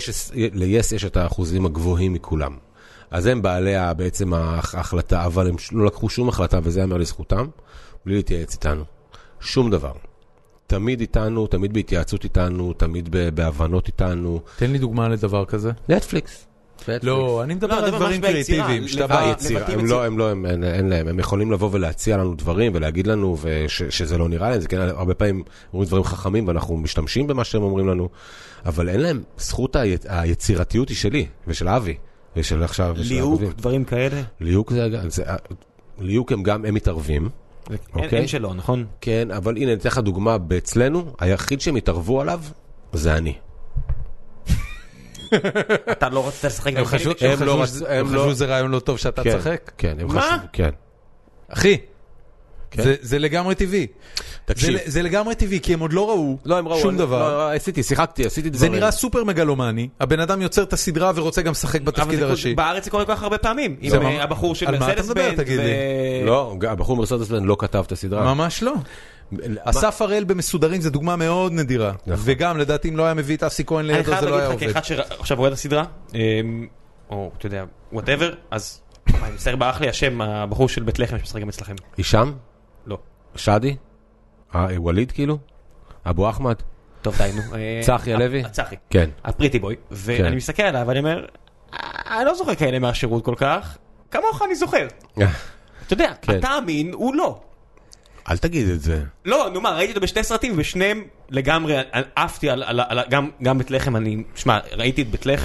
ליס יש את האחוזים הגבוהים מכולם. אז הם בעלי בעצם ההחלטה, אבל הם לא לקחו שום החלטה, וזה אמר לזכותם, בלי להתייעץ איתנו. שום דבר. תמיד איתנו, תמיד בהתייעצות איתנו, תמיד בהבנות איתנו. תן לי דוגמה לדבר כזה. נטפליקס. לא, אני מדבר על דברים קריאטיביים. הם לא, הם לא, אין להם. הם יכולים לבוא ולהציע לנו דברים ולהגיד לנו שזה לא נראה להם. זה כן, הרבה פעמים אומרים דברים חכמים ואנחנו משתמשים במה שהם אומרים לנו, אבל אין להם זכות היצירתיות היא שלי ושל אבי ושל עכשיו. ליהוק, דברים כאלה? ליהוק זה, ליהוק הם גם, הם מתערבים. אין שלו, נכון? כן, אבל הנה, נתן לך דוגמה, אצלנו, היחיד שהם התערבו עליו, זה אני. אתה לא רצית לשחק? הם חשבו שזה רעיון לא טוב שאתה תשחק? כן, הם חשבו, כן. אחי, זה לגמרי טבעי. זה לגמרי טבעי, כי הם עוד לא ראו שום דבר. עשיתי, שיחקתי, עשיתי דברים. זה נראה סופר מגלומני, הבן אדם יוצר את הסדרה ורוצה גם לשחק בתפקיד הראשי. בארץ זה קורה כל כך הרבה פעמים. עם הבחור של מרסדס בנד. לא, הבחור מרסדס בנד לא כתב את הסדרה. ממש לא. אסף הראל במסודרים זה דוגמה מאוד נדירה. וגם, לדעתי, אם לא היה מביא את אסי כהן לידו, זה לא היה עובד. אני חייב להגיד לך כאחד שעכשיו רואה את הסדרה, או, אתה יודע, whatever, אז אני מצטער באח לי השם, הבחור של בית לחם שמשחק גם אצלכם. הישם? לא. שדי? ווליד כאילו? אבו אחמד? טוב, דיינו. צחי הלוי? צחי. כן. הפריטי בוי. ואני מסתכל עליו ואני אומר, אני לא זוכר כאלה מהשירות כל כך, כמוך אני זוכר. אתה יודע, אתה אמין, הוא לא. אל תגיד את זה. לא, נו מה, ראיתי אותו בשתי סרטים, ושניהם לגמרי עפתי על, גם בית לחם, אני, שמע, ראיתי את בית לחם,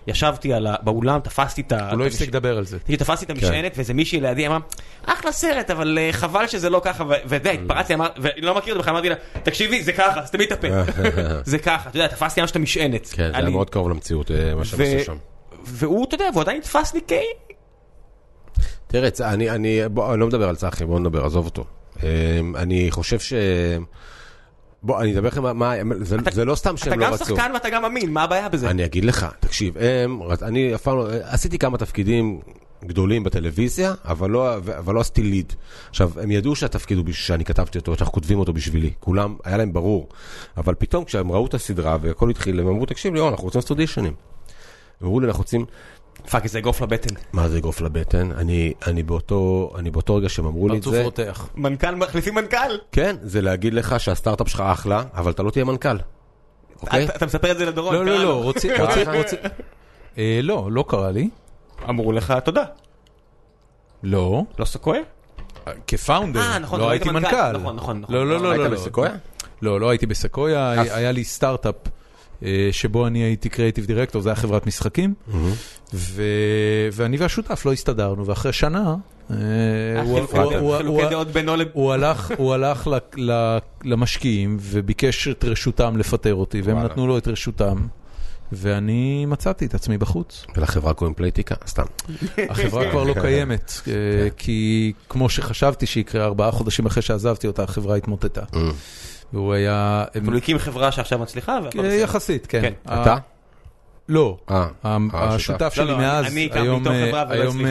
ישבתי באולם, תפסתי את ה... הוא לא הפסיק לדבר על זה. תפסתי את המשענת, ואיזה מישהי לידי אמרה, אחלה סרט, אבל חבל שזה לא ככה, ואתה יודע, התפרצתי, ואני לא מכיר את זה בכלל, אמרתי לה, תקשיבי, זה ככה, אז תמיד תפה. זה ככה, אתה יודע, תפסתי ממש את המשענת. כן, זה היה מאוד קרוב למציאות, מה שהם עשו שם. והוא, אתה יודע, והוא עדיין תפס לי כ... תראה, אני לא מדבר על צחי, בוא נדבר, עזוב אותו. אני חושב ש... בוא, אני אדבר לכם מה... זה לא סתם שהם לא רצו. אתה גם שחקן ואתה גם אמין, מה הבעיה בזה? אני אגיד לך, תקשיב, אני אף פעם לא... עשיתי כמה תפקידים גדולים בטלוויזיה, אבל לא עשיתי ליד. עכשיו, הם ידעו שהתפקיד הוא שאני כתבתי אותו, שאנחנו כותבים אותו בשבילי. כולם, היה להם ברור. אבל פתאום כשהם ראו את הסדרה והכל התחיל, הם אמרו, תקשיב לי, אנחנו רוצים לעשות אודישנים. הם אמרו לי, אנחנו רוצים... פאק, זה אגרוף לבטן. מה זה אגרוף לבטן? אני, אני באותו, אני באותו רגע שהם אמרו לי את זה. רותח. מנכ"ל, מחליפים מנכ"ל. כן, זה להגיד לך שהסטארט-אפ שלך אחלה, אבל אתה לא תהיה מנכ"ל. אוקיי? אתה מספר את זה לדורון. לא, לא, לא, רוצים, רוצים, רוצים. לא, לא קרה לי. אמרו לך, תודה. לא. לא סקויה? כפאונדר, לא הייתי מנכ"ל. נכון, נכון. לא, לא, לא. היית בסקויה? לא, לא הייתי בסקויה, היה לי סטארט-אפ. שבו אני הייתי קריאטיב דירקטור, זה היה חברת משחקים, ואני והשותף לא הסתדרנו, ואחרי שנה, הוא הלך למשקיעים, וביקש את רשותם לפטר אותי, והם נתנו לו את רשותם, ואני מצאתי את עצמי בחוץ. ולחברה קוראים פלייטיקה? סתם. החברה כבר לא קיימת, כי כמו שחשבתי שיקרה ארבעה חודשים אחרי שעזבתי אותה, החברה התמוטטה. והוא היה... אבל הוא הקים חברה שעכשיו מצליחה? יחסית, כן. אתה? לא. השותף שלי מאז, היום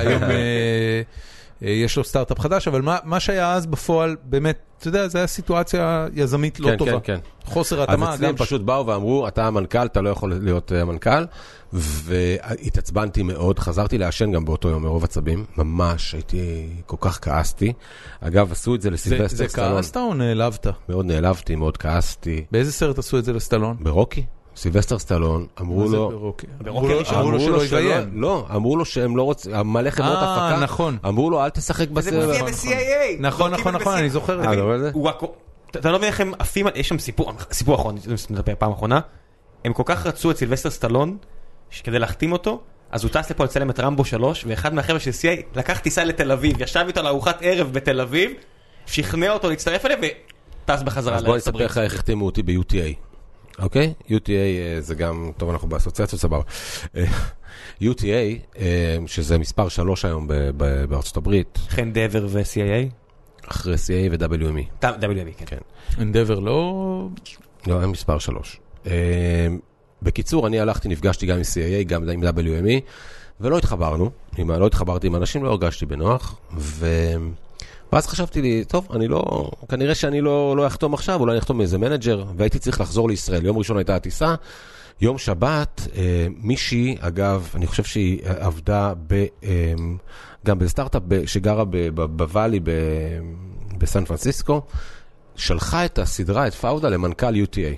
יש לו סטארט-אפ חדש, אבל מה שהיה אז בפועל, באמת, אתה יודע, זו הייתה סיטואציה יזמית לא טובה. חוסר התאמה. אז אצלי פשוט באו ואמרו, אתה המנכ"ל, אתה לא יכול להיות המנכ"ל, והתעצבנתי מאוד, חזרתי לעשן גם באותו יום מרוב עצבים, ממש, הייתי, כל כך כעסתי. אגב, עשו את זה לסילבסטר סטלון. זה כעסת או נעלבת? מאוד נעלבתי, מאוד כעסתי. באיזה סרט עשו את זה לסטלון? ברוקי. סילבסטר סטלון, אמרו לו... ברוקי הראשון? אמרו לו שלא יביים. לא, אמרו לו שהם לא רוצים, מלא חברות הפקה. אה, נכון. אמרו לו, אל תשחק בסרט. זה מופיע ב-סי איי איי. נכון, נכון, נכון, אני זוכר את זה. אתה לא מבין איך הם עפים, יש שם סיפור, סיפור אחרון, אני מדבר פעם אחרונה, הם כל כך רצו את סילבסטר סטלון, שכדי להחתים אותו, אז הוא טס לפה לצלם את רמבו שלוש, ואחד מהחבר'ה של סי איי איי לקח טיסה לתל אביב, ישב איתו לארוחת ערב בתל אביב, שכנע אותו להצטרף אליה, וטס בחזרה. אז בוא נספר לך איך החתימו אותי ב-יו טי איי. אוקיי? יו טי איי זה גם, טוב, אנחנו באסוציאציות, סבבה. יו טי איי, שזה מספר שלוש היום בארצות הברית. אנדבר ו-סי איי איי? אחרי סי איי איי ו-דאבליו אם איי. דאבליו אם איי, כן. אנדבר לא... לא, הם מספר שלוש. בקיצור, אני הלכתי, נפגשתי גם עם סי איי איי, גם עם דאבליו אם איי, ולא התחברנו. לא התחברתי עם אנשים, לא הרגשתי בנוח, ו... ואז חשבתי לי, טוב, אני לא, כנראה שאני לא, לא אחתום עכשיו, אולי אני אחתום מאיזה מנג'ר, והייתי צריך לחזור לישראל. יום ראשון הייתה הטיסה, יום שבת, אה, מישהי, אגב, אני חושב שהיא עבדה ב, אה, גם בסטארט-אפ שגרה בוואלי בסן פרנסיסקו, שלחה את הסדרה, את פאודה, למנכ"ל יו טי איי.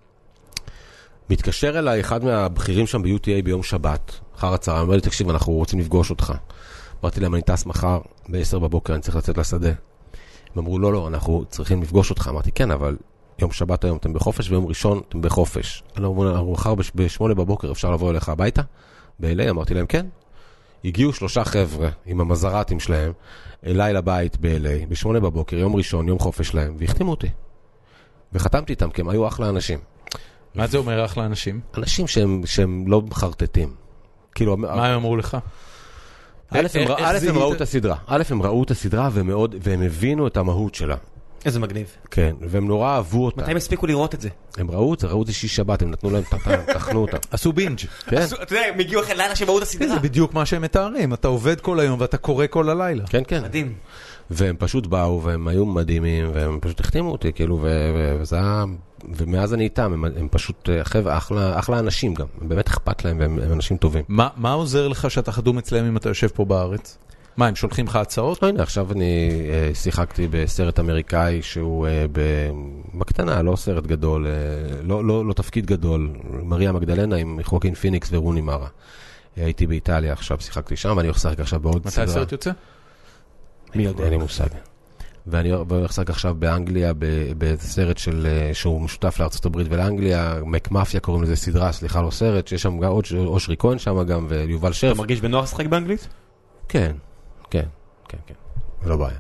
מתקשר אליי אחד מהבכירים שם ב-יו טי איי ביום שבת, אחר הצהריים, אומר לי, תקשיב, אנחנו רוצים לפגוש אותך. אמרתי להם, אני טס מחר ב-עשר בבוקר, אני צריך לצאת לשדה. הם אמרו, לא, לא, אנחנו צריכים לפגוש אותך. אמרתי, כן, אבל יום שבת היום אתם בחופש, ויום ראשון אתם בחופש. אנחנו מחר ב-שמונה בבוקר, אפשר לבוא אליך הביתה? ב-אל איי, אמרתי להם, כן. הגיעו שלושה חבר'ה עם המזרטים שלהם, אליי לבית ב-אל איי, ב-שמונה בבוקר, יום ראשון, יום חופש להם, והחתימו אותי. וחתמתי איתם, כי הם היו אחלה אנשים. מה זה אומר אחלה אנשים? אנשים שהם, שהם לא מחרטטים. כאילו, מה הם אמרו לך? א', הם ראו את הסדרה. א', הם ראו את הסדרה והם הבינו את המהות שלה. איזה מגניב. כן, והם נורא אהבו אותה. מתי הם הספיקו לראות את זה? הם ראו את זה, ראו את זה שיש שבת, הם נתנו להם, תחנו אותה. עשו בינג'. כן. אתה יודע, הם הגיעו אחרי לילה שהם ראו את הסדרה. זה בדיוק מה שהם מתארים, אתה עובד כל היום ואתה קורא כל הלילה. כן, כן. מדהים. והם פשוט באו, והם היו מדהימים, והם פשוט החתימו אותי, כאילו, וזה היה... ומאז אני איתם, הם, הם פשוט אחלה, אחלה אנשים גם, הם באמת אכפת להם, והם הם אנשים טובים. מה, מה עוזר לך שאתה חדום אצלם אם אתה יושב פה בארץ? מה, הם שולחים לך הצעות? הנה, עכשיו אני אה, שיחקתי בסרט אמריקאי שהוא אה, בקטנה, לא סרט גדול, אה, לא, לא, לא תפקיד גדול, מריה מגדלנה עם חוקין פיניקס ורוני מרה. אה, הייתי באיטליה עכשיו, שיחקתי שם, ואני הולך לשחק עכשיו בעוד מתי סרט יוצא? מי יודע? אין לי מושג. ואני הולך עכשיו באנגליה, בסרט של, שהוא משותף לארצות הברית ולאנגליה, מק מאפיה קוראים לזה סדרה, סליחה לא סרט, שיש שם עוד אושרי כהן שם גם, ויובל שרף. אתה מרגיש בנוח לשחק באנגלית? כן, כן, כן, כן, לא בעיה.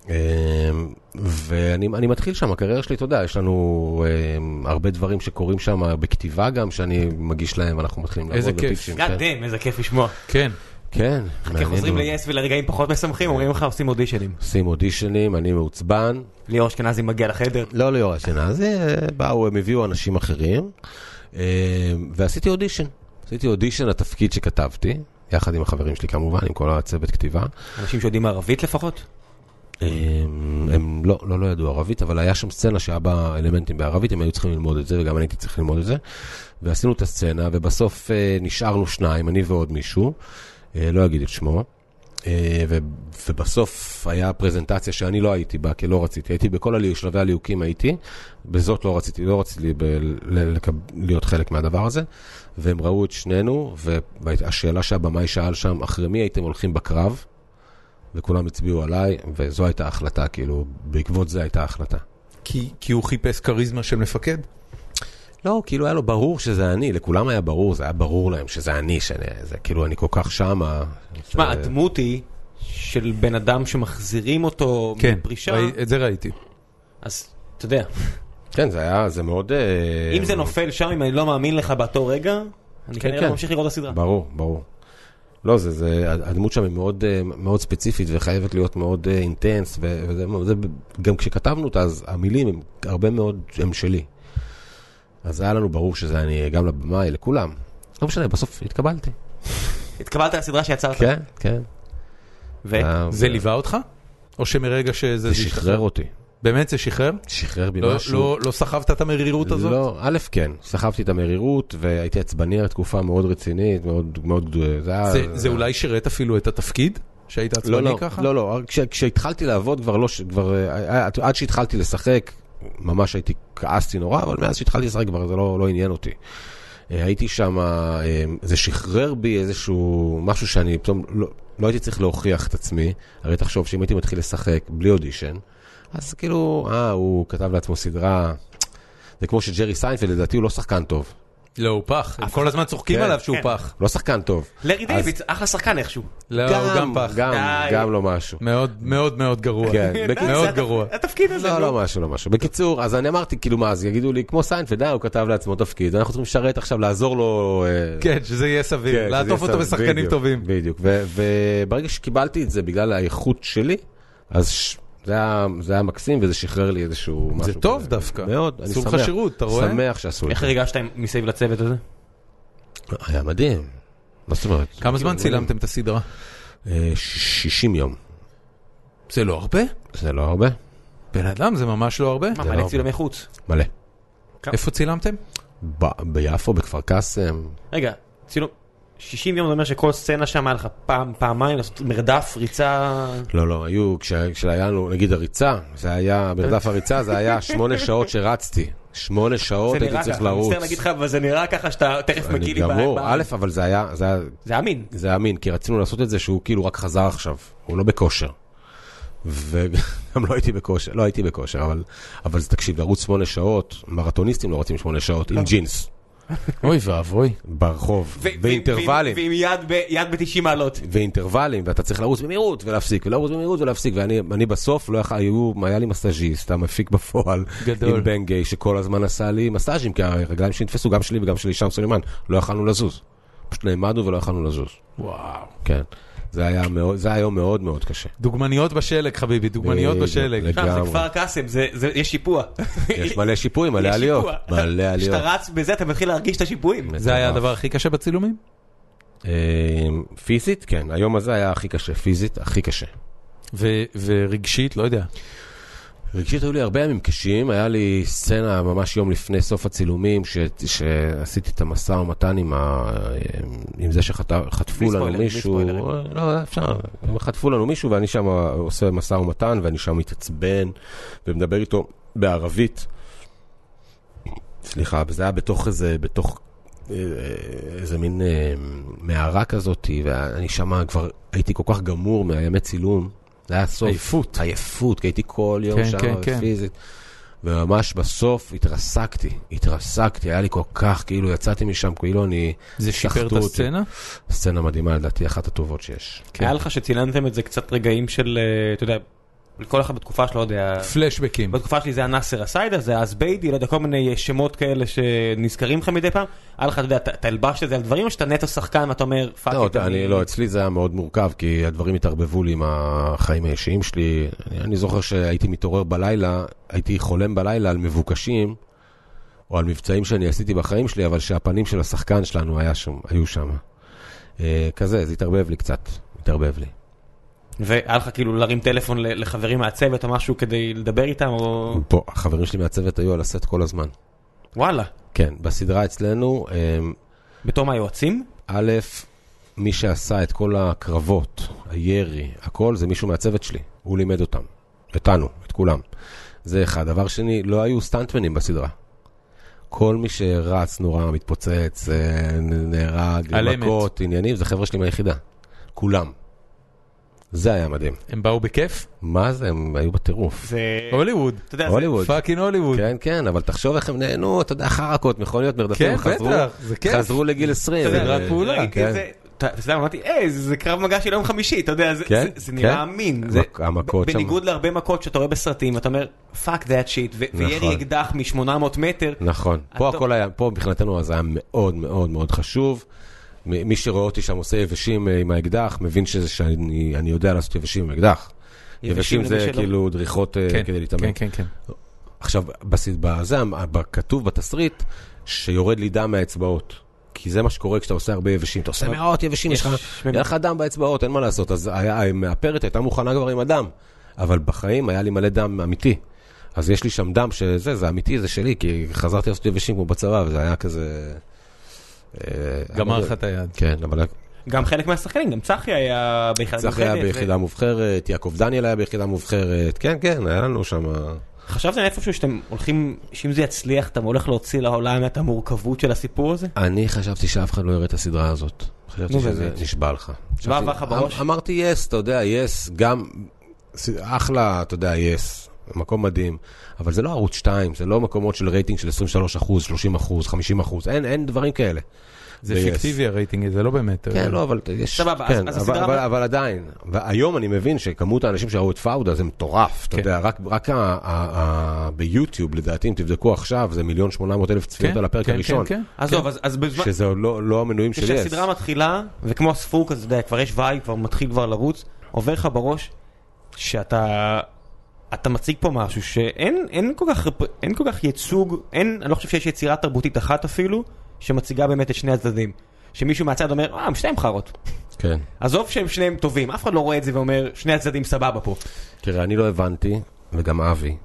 ואני מתחיל שם, הקריירה שלי, אתה יודע, יש לנו הרבה דברים שקורים שם בכתיבה גם, שאני מגיש להם, אנחנו מתחילים לעבוד. איזה כיף. גאדם, איזה כיף לשמוע. כן. כן. כי חוזרים ל-יס ולרגעים פחות משמחים, אומרים לך, עושים אודישנים. עושים אודישנים, אני מעוצבן. ליאור אשכנזי מגיע לחדר. לא ליאור אשכנזי, באו, הם הביאו אנשים אחרים, ועשיתי אודישן. עשיתי אודישן לתפקיד שכתבתי, יחד עם החברים שלי כמובן, עם כל הצוות כתיבה. אנשים שיודעים ערבית לפחות? הם לא, לא, לא ידעו ערבית, אבל היה שם סצנה שהיה בה אלמנטים בערבית, הם היו צריכים ללמוד את זה, וגם אני הייתי צריך ללמוד את זה. ועשינו את הסצנה, ובסוף נשארנו שניים, אני ועוד מישהו, לא אגיד את שמו, ובסוף היה פרזנטציה שאני לא הייתי בה, כי לא רציתי, הייתי בכל שלבי הליהוקים הייתי, בזאת לא רציתי, לא רציתי להיות חלק מהדבר הזה, והם ראו את שנינו, והשאלה שהבמאי שאל שם, אחרי מי הייתם הולכים בקרב, וכולם הצביעו עליי, וזו הייתה החלטה, כאילו, בעקבות זה הייתה החלטה. כי, כי הוא חיפש קריזמה של מפקד? לא, כאילו היה לו ברור שזה אני, לכולם היה ברור, זה היה ברור להם שזה אני, שאני, זה, כאילו אני כל כך שמה. תשמע, זה... הדמות היא של בן אדם שמחזירים אותו כן, מפרישה. ראי, את זה ראיתי. אז, אתה יודע. כן, זה היה, זה מאוד... אם זה נופל שם, אם אני לא מאמין לך באותו רגע, אני כן, כנראה כן. לא ממשיך לראות הסדרה. ברור, ברור. לא, זה, זה, הדמות שם היא מאוד, מאוד ספציפית וחייבת להיות מאוד אינטנס, וזה, וזה, גם כשכתבנו אותה, אז המילים הם הרבה מאוד, הם שלי. אז היה לנו ברור שזה אני גם לבמאי, לכולם. לא משנה, בסוף התקבלתי. התקבלת לסדרה שיצרת? כן, כן. וזה ליווה אותך? או שמרגע שזה... זה שחרר אותי. באמת זה שחרר? שחרר בי לא, משהו. לא, לא סחבת את המרירות הזאת? לא, א' כן. סחבתי את המרירות, והייתי עצבני על תקופה מאוד רצינית, מאוד, מאוד... זה, זה, זה אולי שירת אפילו את התפקיד? שהיית עצבני לא, לא, ככה? לא, לא. כש, כשהתחלתי לעבוד כבר לא... כבר, עד שהתחלתי לשחק, ממש הייתי, כעסתי נורא, אבל מאז שהתחלתי לשחק כבר זה לא, לא עניין אותי. הייתי שם, זה שחרר בי איזשהו, משהו שאני פתאום לא, לא הייתי צריך להוכיח את עצמי. הרי תחשוב שאם הייתי מתחיל לשחק בלי אודישן, אז כאילו, אה, הוא כתב לעצמו סדרה, זה כמו שג'רי סיינפלד, לדעתי הוא לא שחקן טוב. לא, הוא פח. הם כל הזמן צוחקים עליו שהוא פח. לא שחקן טוב. לארי דיוויד, אחלה שחקן איכשהו. לא, הוא גם פח. גם לא משהו. מאוד מאוד מאוד גרוע. מאוד גרוע. התפקיד הזה. לא, לא משהו, לא משהו. בקיצור, אז אני אמרתי, כאילו מה, אז יגידו לי, כמו סיינפלד, הוא כתב לעצמו תפקיד, אנחנו צריכים לשרת עכשיו, לעזור לו... כן, שזה יהיה סביר. לעטוף אותו בשחקנים טובים. בדיוק. וברגע שקיבלתי את זה בגלל האיכות שלי, אז זה היה, זה היה מקסים, וזה שחרר לי איזשהו משהו. זה טוב דווקא. מאוד, אני שמח. סוג חשירות, אתה רואה? שמח שעשו את זה. איך הרגשת מסביב לצוות הזה? היה מדהים. מה זאת אומרת? כמה זמן צילמתם את הסדרה? שישים יום. זה לא הרבה? זה לא הרבה. בן אדם, זה ממש לא הרבה. מה, מלא צילומי חוץ? מלא. איפה צילמתם? ביפו, בכפר קאסם. רגע, צילום... שישים יום זה אומר שכל סצנה שם היה לך פעם, פעמיים, לעשות מרדף, ריצה... לא, לא, היו, כשהיה לנו, נגיד הריצה, זה היה, מרדף הריצה, זה היה שמונה שעות שרצתי. שמונה שעות הייתי צריך לרוץ. אני מצטער להגיד לך, אבל זה נראה ככה שאתה תכף מגיע לי בעיה. גמור, א', אבל זה היה... זה היה אמין. זה היה אמין, כי רצינו לעשות את זה שהוא כאילו רק חזר עכשיו. הוא לא בכושר. וגם לא הייתי בכושר, לא הייתי בכושר, אבל, אבל זה תקשיב, לרוץ שמונה שעות, מרתוניסטים לא רוצים שמונה שעות, עם ג'ינס. אוי ואבוי. ברחוב, ואינטרוולים. ועם יד ב-תשעים מעלות. ואינטרוולים, ואתה צריך לרוץ במהירות ולהפסיק, ולרוץ במהירות ולהפסיק, ואני בסוף לא היה לי מסאז'יסט, המפיק בפועל, עם בן גיי, שכל הזמן עשה לי מסאז'ים, כי הרגליים שנתפסו, גם שלי וגם שלי שם סולימן, לא יכלנו לזוז. פשוט נעמדנו ולא יכלנו לזוז. וואו. כן. זה היה מאוד, זה היה מאוד מאוד קשה. דוגמניות בשלג, חביבי, דוגמניות בשלג. זה כפר קאסם, יש שיפוע. יש מלא שיפועים, מלא עליות. מלא עליות. כשאתה רץ בזה, אתה מתחיל להרגיש את השיפועים. זה היה הדבר הכי קשה בצילומים? פיזית, כן. היום הזה היה הכי קשה. פיזית, הכי קשה. ורגשית, לא יודע. רגשית היו לי הרבה ימים קשים, היה לי סצנה ממש יום לפני סוף הצילומים, ש... שעשיתי את המשא ומתן עם, ה... עם זה שחטפו לנו מישהו, לא, אפשר, חטפו לנו מישהו, ואני שם עושה משא ומתן, ואני שם מתעצבן, ומדבר איתו בערבית, סליחה, וזה היה בתוך איזה, בתוך איזה מין מערה כזאת, ואני שם כבר הייתי כל כך גמור מהימי צילום, זה היה סוף. עייפות. עייפות, כי הייתי כל יום שם פיזית. וממש בסוף התרסקתי, התרסקתי, היה לי כל כך, כאילו יצאתי משם, כאילו אני... זה שיפר את הסצנה? סצנה מדהימה, לדעתי, אחת הטובות שיש. היה לך שצילנתם את זה קצת רגעים של, אתה יודע, כל אחד בתקופה שלו, לא יודע... פלשבקים. בתקופה שלי זה היה נאסר הסיידה, זה היה אסביידי, לא יודע, כל מיני שמות כאלה שנזכרים לך מדי פעם. היה לך, אתה יודע, אתה הלבשת את זה על דברים, או שאתה נטו שחקן, ואתה אומר, פאק לא, אני לא, אצלי זה היה מאוד מורכב, כי הדברים התערבבו לי עם החיים האישיים שלי. אני זוכר שהייתי מתעורר בלילה, הייתי חולם בלילה על מבוקשים, או על מבצעים שאני עשיתי בחיים שלי, אבל שהפנים של השחקן שלנו היו שם. כזה, זה התערבב לי קצת, התערבב לי. והיה לך כאילו להרים טלפון לחברים מהצוות או משהו כדי לדבר איתם או... פה, החברים שלי מהצוות היו על הסט כל הזמן. וואלה. כן, בסדרה אצלנו... בתור מה, יועצים? א', מי שעשה את כל הקרבות, הירי, הכל, זה מישהו מהצוות שלי. הוא לימד אותם. אותנו, את כולם. זה אחד. דבר שני, לא היו סטנטמנים בסדרה. כל מי שרץ נורא, מתפוצץ, נהרג, מכות, עניינים, זה חבר'ה שלי מהיחידה. כולם. זה היה מדהים. הם באו בכיף? מה זה? הם היו בטירוף. זה... הוליווד. הוליווד. פאקינג הוליווד. כן, כן, אבל תחשוב איך הם נהנו, אתה יודע, חרקות, מכוניות, מרדפים, כן, בטח, זה כיף. חזרו לגיל עשרים. זה רק פעולה. ראיתי את זה, אתה יודע, אמרתי, אה, זה קרב מגע של יום חמישי, אתה יודע, זה נראה אמין. בניגוד להרבה מכות שאתה רואה בסרטים, אתה אומר, fuck that shit, וירי אקדח מ-שמונה מאות מטר. נכון. פה הכל היה, פה מבחינתנו זה היה מאוד מאוד מאוד חשוב. מי שרואה אותי שם עושה יבשים עם האקדח, מבין שאני יודע לעשות יבשים עם האקדח. יבשים זה כאילו דריכות כדי להתאמן. כן, כן, כן. עכשיו, בזה, כתוב בתסריט, שיורד לי דם מהאצבעות. כי זה מה שקורה כשאתה עושה הרבה יבשים. אתה עושה מאות יבשים, יש לך דם באצבעות, אין מה לעשות. אז המאפרת הייתה מוכנה כבר עם הדם. אבל בחיים היה לי מלא דם אמיתי. אז יש לי שם דם שזה, זה אמיתי, זה שלי, כי חזרתי לעשות יבשים כמו בצבא, וזה היה כזה... גמר לך את היד. כן, אבל... גם חלק מהשחקנים, גם צחי היה ביחידה מובחרת. צחי היה ביחידה מובחרת, יעקב דניאל היה ביחידה מובחרת, כן, כן, היה לנו שם... חשבתם איפשהו שאתם הולכים, שאם זה יצליח, אתם הולך להוציא לעולם את המורכבות של הסיפור הזה? אני חשבתי שאף אחד לא יראה את הסדרה הזאת. חשבתי שזה נשבע לך. נשבע לך בראש? אמרתי יס, אתה יודע, יס, גם... אחלה, אתה יודע, יס. מקום מדהים. אבל זה לא ערוץ שתיים, זה לא מקומות של רייטינג של עשרים ושלושה אחוז, שלושים אחוז, חמישים אחוז. אין, אין דברים כאלה. זה פיקטיבי הרייטינג, זה לא באמת. כן, לא, אבל יש... סבבה, אז הסדרה... אבל עדיין, והיום אני מבין שכמות האנשים שראו את פאודה זה מטורף. אתה יודע, רק ביוטיוב, לדעתי, אם תבדקו עכשיו, זה מיליון שמונה מאות אלף צפיות על הפרק הראשון. אז טוב, אז בזמן... שזה לא המנויים של יס. כשהסדרה מתחילה, וכמו הספור כזה, אתה יודע, כבר יש וייב, כבר מתחיל כבר לרוץ, עובר לך בראש שאתה... אתה מציג פה משהו שאין אין כל כך, אין כל כך ייצוג, אין, אני לא חושב שיש יצירה תרבותית אחת אפילו, שמציגה באמת את שני הצדדים. שמישהו מהצד אומר, אה, הם שניהם חרות. כן. עזוב שהם שניהם טובים, אף אחד לא רואה את זה ואומר, שני הצדדים סבבה פה. תראה, אני לא הבנתי, וגם אבי,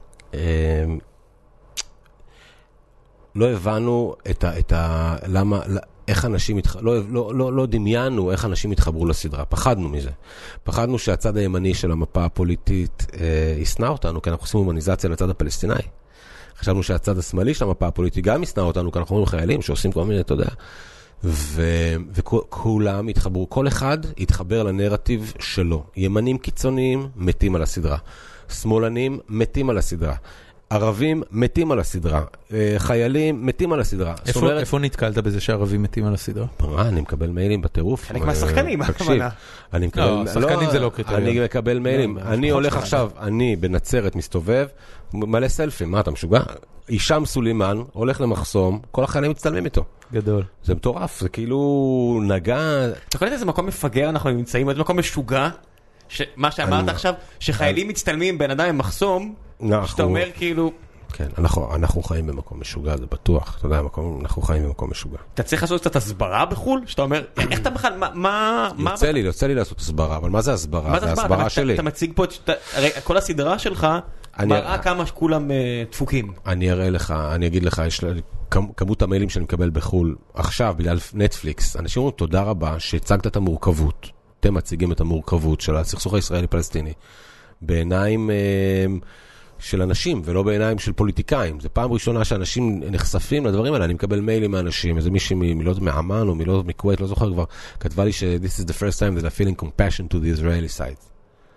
לא הבנו את ה, את ה, למה, איך אנשים, לא, לא, לא, לא דמיינו איך אנשים התחברו לסדרה. פחדנו מזה. פחדנו שהצד הימני של המפה הפוליטית אה, ישנא אותנו, כי אנחנו עושים הומניזציה לצד הפלסטיני. חשבנו שהצד השמאלי של המפה הפוליטית גם ישנא אותנו, כי אנחנו רואים חיילים שעושים כל מיני, אתה יודע. ו- וכולם התחברו, כל אחד התחבר לנרטיב שלו. ימנים קיצוניים מתים על הסדרה. שמאלנים מתים על הסדרה. ערבים מתים על הסדרה, חיילים מתים על הסדרה. איפה נתקלת בזה שערבים מתים על הסדרה? אני מקבל מיילים בטירוף. חלק מהשחקנים, תקשיב, אני מקבל... לא, שחקנים זה לא קריטריון. אני מקבל מיילים. אני הולך עכשיו, אני בנצרת מסתובב, מלא סלפים, מה אתה משוגע? אישם סולימן הולך למחסום, כל החיילים מצטלמים איתו. גדול. זה מטורף, זה כאילו נגע... אתה קולט איזה מקום מפגר אנחנו נמצאים, איזה מקום משוגע, מה שאמרת עכשיו, שחיילים מצטלמים בן אדם עם מחסום, שאתה אומר כאילו... כן, אנחנו, אנחנו חיים במקום משוגע, זה בטוח. אתה יודע, מקום, אנחנו חיים במקום משוגע. אתה צריך לעשות קצת הסברה בחול? שאתה אומר, איך אתה בכלל, מה... יוצא לי, יוצא לי לעשות הסברה, אבל מה זה הסברה? זה הסברה שלי. אתה מציג פה, הרי כל הסדרה שלך מראה כמה שכולם דפוקים. אני אראה לך, אני אגיד לך, יש כמות המיילים שאני מקבל בחול, עכשיו, בגלל נטפליקס, אנשים אומרים, תודה רבה שהצגת את המורכבות. אתם מציגים את המורכבות של הסכסוך הישראלי-פלסטיני בעיניים של אנשים ולא בעיניים של פוליטיקאים. זו פעם ראשונה שאנשים נחשפים לדברים האלה. אני מקבל מיילים מאנשים, איזה מישהי מילות מעמן או מילות מכווית, לא זוכר כבר, כתבה לי ש- this is the first time that I'm feeling compassion to the Israeli side.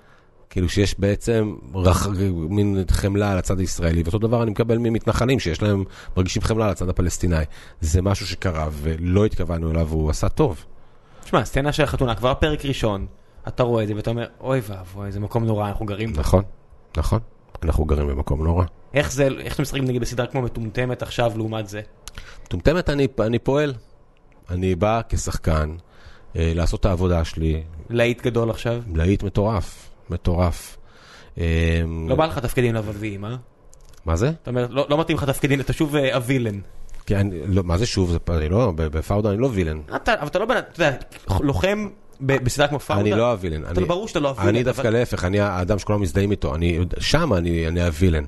כאילו שיש בעצם רח... מין חמלה על הצד הישראלי, ואותו דבר אני מקבל ממתנחלים שיש להם, מרגישים חמלה על הצד הפלסטיני. זה משהו שקרה ולא התכוונו אליו, והוא עשה טוב. תשמע, סצנה של החתונה, כבר פרק ראשון, אתה רואה את זה ואתה אומר, אוי ואבוי, איזה מקום נורא, אנחנו גרים. נכון, נכון. אנחנו גרים במקום נורא. איך זה, איך אתם משחקים נגיד בסדרה כמו מטומטמת עכשיו לעומת זה? מטומטמת אני, אני פועל. אני בא כשחקן, אה, לעשות את העבודה שלי. להיט גדול עכשיו? להיט מטורף, מטורף. אה, לא בא לך תפקידים לבביים, אה? מה זה? זאת אומרת, לא, לא מתאים לך תפקידים, אתה שוב אה, הווילן. כן, לא, מה זה שוב? זה, אני לא, בפאודה אני לא וילן. אתה, אבל אתה לא בן, אתה יודע, לוחם בסדרה כמו פאודה. אני לא הווילן. אתה ברור שאתה לא הווילן. אני דווקא להפך, אני האדם שכולם מזדהים איתו. אני, שם אני, אני הווילן.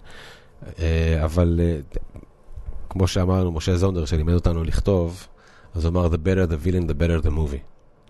אבל כמו שאמרנו, משה זונדר שלימד אותנו לכתוב, אז הוא אמר, the better the villain, the better the movie.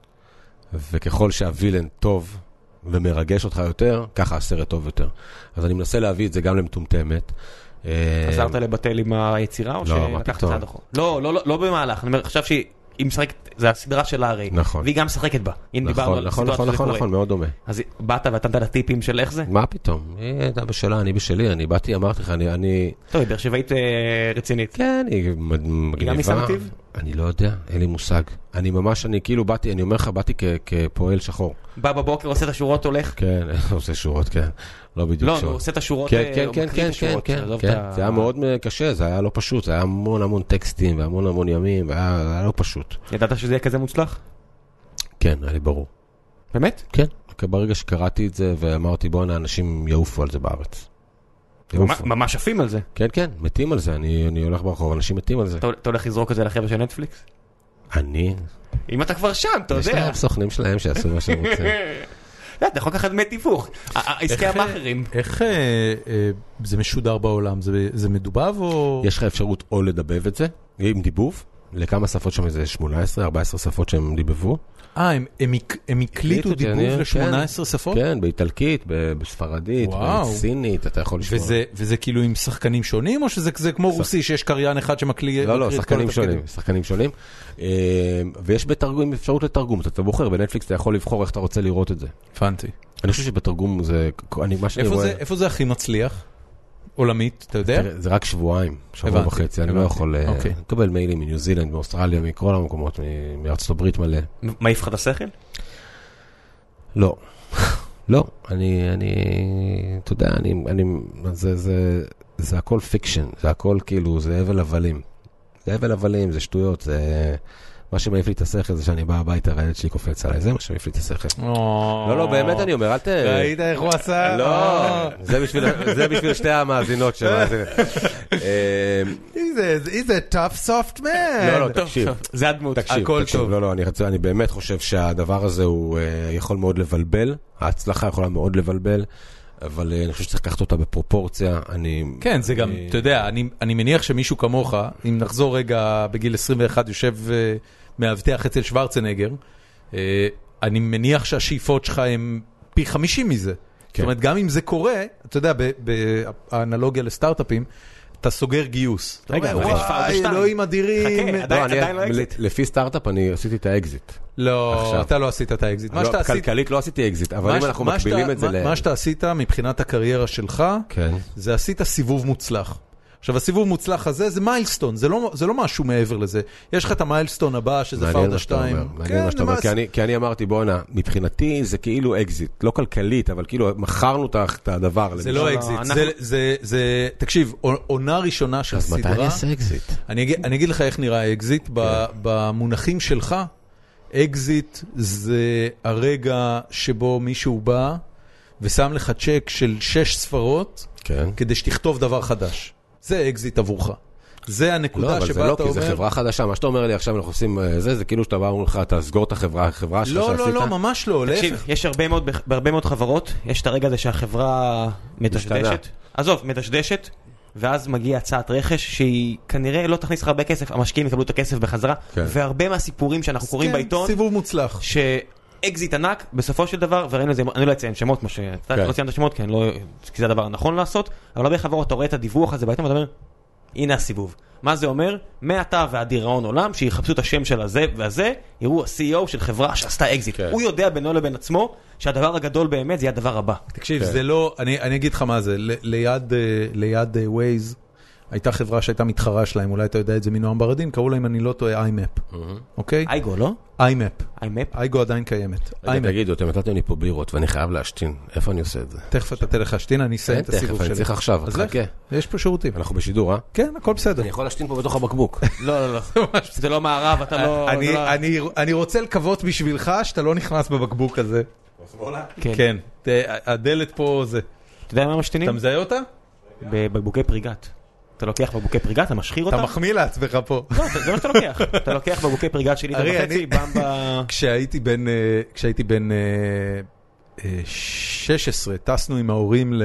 וככל שהווילן טוב ומרגש אותך יותר, ככה הסרט טוב יותר. אז אני מנסה להביא את זה גם למטומטמת. עזרת לבטל עם היצירה או שלקחת צעד אחורה? לא, לא, לא במהלך. אני חושב שהיא משחקת, זה הסדרה שלה הרי. נכון. והיא גם משחקת בה. נכון, נכון, נכון, נכון, נכון, מאוד דומה. אז באת ונתת לה טיפים של איך זה? מה פתאום? היא הייתה בשלה, אני בשלי, אני באתי, אמרתי לך, אני... טוב, היא באר שבעית רצינית. כן, היא מגניבה. היא גם מסנטיב? אני לא יודע, אין לי מושג. אני ממש, אני כאילו באתי, אני אומר לך, באתי כפועל שחור. בא בבוקר, עושה את השורות, הולך? כן, עושה שורות, כן. לא בדיוק שורות. לא, הוא עושה את השורות, כן, כן, כן, כן, כן, כן. זה היה מאוד קשה, זה היה לא פשוט, זה היה המון המון טקסטים, והמון המון ימים, והיה לא פשוט. ידעת שזה יהיה כזה מוצלח? כן, היה לי ברור. באמת? כן, ברגע שקראתי את זה, ואמרתי, בוא, אנשים יעופו על זה בארץ. ממש עפים על זה. כן, כן, מתים על זה, אני הולך ברחוב, אנשים מתים על זה. אתה הולך לזרוק את זה לחבר'ה של נטפליקס? אני? אם אתה כבר שם, אתה יודע. יש להם סוכנים שלהם שיעשו מה שהם רוצים. אתה יכול לקחת דמי תיווך. העסקי המאחרים. איך זה משודר בעולם? זה מדובב או... יש לך אפשרות או לדבב את זה, עם דיבוב, לכמה שפות שם, איזה שמונה עשרה ארבע עשרה שפות שהם דיבבו. אה, הם הקליטו דיבוב ל-שמונה עשרה שפות? כן, באיטלקית, בספרדית, בסינית, אתה יכול לשמוע. וזה כאילו עם שחקנים שונים, או שזה כמו רוסי שיש קריין אחד שמקליט? לא, לא, שחקנים שונים, שחקנים שונים. ויש בתרגום, אפשרות לתרגום, אתה בוחר, בנטפליקס אתה יכול לבחור איך אתה רוצה לראות את זה. הבנתי. אני חושב שבתרגום זה... איפה זה הכי מצליח? עולמית, אתה יודע? זה רק שבועיים, שבוע וחצי, אני לא יכול לקבל מיילים מניו זילנד, מאוסטרליה, מכל המקומות, מארצות הברית מלא. מעיף לך את השכל? לא. לא, אני, אני, אתה יודע, אני, אני, זה, זה, זה הכל פיקשן, זה הכל כאילו, זה הבל הבלים. זה הבל הבלים, זה שטויות, זה... מה שמעיף לי את השכל זה שאני בא הביתה והילד שלי קופץ עליי, זה מה שמעיף לי את השכל. לא, לא, באמת אני אומר, אל ת... ראית איך הוא עשה? לא, זה בשביל שתי המאזינות שלנו. He's a tough soft man. לא, לא, תקשיב. זה הדמות, הכל טוב. לא, לא, אני באמת חושב שהדבר הזה הוא יכול מאוד לבלבל, ההצלחה יכולה מאוד לבלבל, אבל אני חושב שצריך לקחת אותה בפרופורציה. כן, זה גם, אתה יודע, אני מניח שמישהו כמוך, אם נחזור רגע בגיל עשרים ואחת, יושב מאבטח אצל שוורצנגר, אני מניח שהשאיפות שלך הן פי חמישים מזה. זאת אומרת, גם אם זה קורה, אתה יודע, באנלוגיה לסטארט-אפים, אתה סוגר גיוס. רגע, וואי, אלוהים אדירים. לפי סטארט-אפ אני עשיתי את האקזיט. לא, אתה לא עשית את האקזיט. כלכלית לא עשיתי אקזיט, אבל אם אנחנו מקבילים את זה ל... מה שאתה עשית מבחינת הקריירה שלך, זה עשית סיבוב מוצלח. עכשיו, הסיבוב מוצלח הזה זה מיילסטון, זה לא משהו מעבר לזה. יש לך את המיילסטון הבא, שזה פאודה שתיים. מעניין מה שאתה אומר, כי אני אמרתי, בוא'נה, מבחינתי זה כאילו אקזיט, לא כלכלית, אבל כאילו מכרנו את הדבר. זה לא אקזיט, זה, תקשיב, עונה ראשונה של סדרה. אז מתי אני אעשה אקזיט? אני אגיד לך איך נראה אקזיט, במונחים שלך, אקזיט זה הרגע שבו מישהו בא ושם לך צ'ק של שש ספרות, כדי שתכתוב דבר חדש. זה אקזיט עבורך. זה הנקודה שבה אתה אומר... לא, אבל זה לא, כי זה חברה חדשה. מה שאתה אומר לי עכשיו, אנחנו עושים זה, זה כאילו שאתה בא ואומר לך, אתה סגור את החברה, החברה שלך שעשית. לא, לא, לא, ממש לא. תקשיב, יש הרבה מאוד, בהרבה מאוד חברות, יש את הרגע הזה שהחברה מדשדשת. עזוב, מדשדשת, ואז מגיעה הצעת רכש, שהיא כנראה לא תכניס לך הרבה כסף, המשקיעים יקבלו את הכסף בחזרה, והרבה מהסיפורים שאנחנו קוראים בעיתון, סיבוב מוצלח. אקזיט ענק, בסופו של דבר, וראינו את זה, אני לא אציין שמות, כמו שאתה לא ציינת שמות, כי זה הדבר הנכון לעשות, אבל הרבה חברות, אתה רואה את הדיווח הזה, בעצם אתה אומר, הנה הסיבוב. מה זה אומר? מעתה ועד דיראון עולם, שיחפשו את השם של הזה והזה, יראו ה-סי אי או של חברה שעשתה אקזיט. הוא יודע בינו לבין עצמו, שהדבר הגדול באמת זה הדבר הבא. תקשיב, זה לא, אני אגיד לך מה זה, ליד ווייז, הייתה חברה שהייתה מתחרה שלהם, אולי אתה יודע את זה מנועם ברדין, קראו להם, אני לא טועה, איימאפ. אוקיי? אייגו, לא? איימאפ. איימאפ? אייגו עדיין קיימת. תגידו, אתם נתתם לי פה בירות, ואני חייב להשתין. איפה אני עושה את זה? תכף אתה תלך להשתין, אני אסיים את הסיבוב שלי. אני צריך עכשיו, אז לך, יש פה שירותים. אנחנו בשידור, אה? כן, הכל בסדר. אני יכול להשתין פה בתוך הבקבוק. לא, לא, לא. זה לא מערב, אתה לא... אני רוצה לקוות בשבילך שאתה לא נכנס בבקבוק הזה. כן. הדלת פה זה. אתה יודע מה משתינים? אתה מזהה אותה? בבקבוקי פריגת. אתה לוקח בקבוקי פריגת, אתה משחיר אותה? אתה מחמיא לעצמך פה. לא, זה מה שאתה לוקח. אתה לוקח בקבוקי פריגת שלי וחצי, במבה... כשהייתי בן... כשהייתי בן שש עשרה, טסנו עם ההורים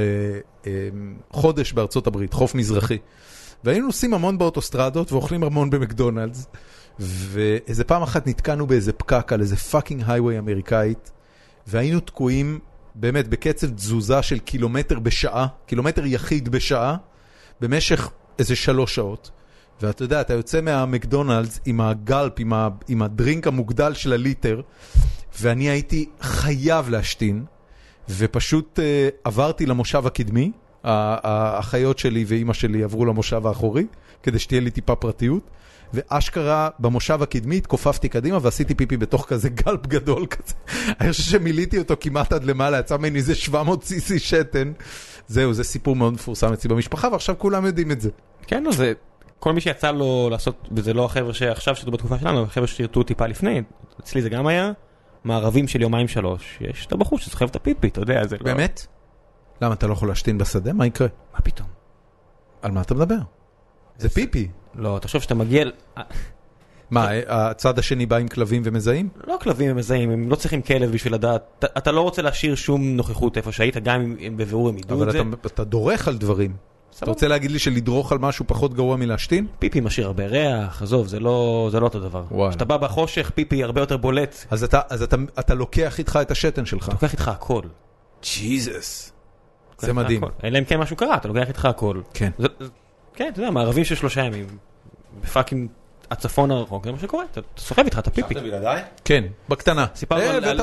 לחודש בארצות הברית, חוף מזרחי. והיינו נוסעים המון באוטוסטרדות ואוכלים המון במקדונלדס. ואיזה פעם אחת נתקענו באיזה פקק על איזה פאקינג הייווי אמריקאית, והיינו תקועים באמת בקצב תזוזה של קילומטר בשעה, קילומטר יחיד בשעה, במשך איזה שלוש שעות. ואתה יודע, אתה יוצא מהמקדונלדס עם הגלפ, עם, ה, עם הדרינק המוגדל של הליטר, ואני הייתי חייב להשתין, ופשוט uh, עברתי למושב הקדמי, האחיות שלי ואימא שלי עברו למושב האחורי, כדי שתהיה לי טיפה פרטיות, ואשכרה במושב הקדמי התכופפתי קדימה ועשיתי פיפי בתוך כזה גלפ גדול כזה. אני חושב שמיליתי אותו כמעט עד למעלה, יצא ממני איזה שבע מאות סי-סי שתן. זהו, זה סיפור מאוד מפורסם אצלי במשפחה, ועכשיו כולם יודעים את זה. כן, לא, זה... כל מי שיצא לו לעשות, וזה לא החבר'ה שעכשיו שתו בתקופה שלנו, החבר'ה שתרתו טיפה לפני, אצלי זה גם היה, מערבים של יומיים שלוש, יש את הבחור שסוחב את הפיפי, אתה יודע, זה לא... באמת? למה אתה לא יכול להשתין בשדה? מה יקרה? מה פתאום? על מה אתה מדבר? זה פיפי. לא, תחשוב שאתה מגיע... מה, הצד השני בא עם כלבים ומזהים? לא כלבים ומזהים, הם לא צריכים כלב בשביל לדעת, אתה לא רוצה להשאיר שום נוכחות איפה שהיית, גם אם בבירור הם ידעו את זה. אבל אתה דורך על דברים. אתה רוצה להגיד לי שלדרוך על משהו פחות גרוע מלהשתין? פיפי משאיר הרבה ריח, עזוב, זה לא אותו דבר. כשאתה בא בחושך, פיפי הרבה יותר בולט. אז אתה לוקח איתך את השתן שלך. אתה לוקח איתך הכל. ג'יזוס. זה מדהים. אלא אם כן משהו קרה, אתה לוקח איתך הכל. כן. כן, אתה יודע, מערבים של שלושה ימים, בפאקינג הצפון הרחוק, זה מה שקורה, אתה סוחב איתך את הפיפי. שחת בלעדיי? כן, בקטנה. סיפרנו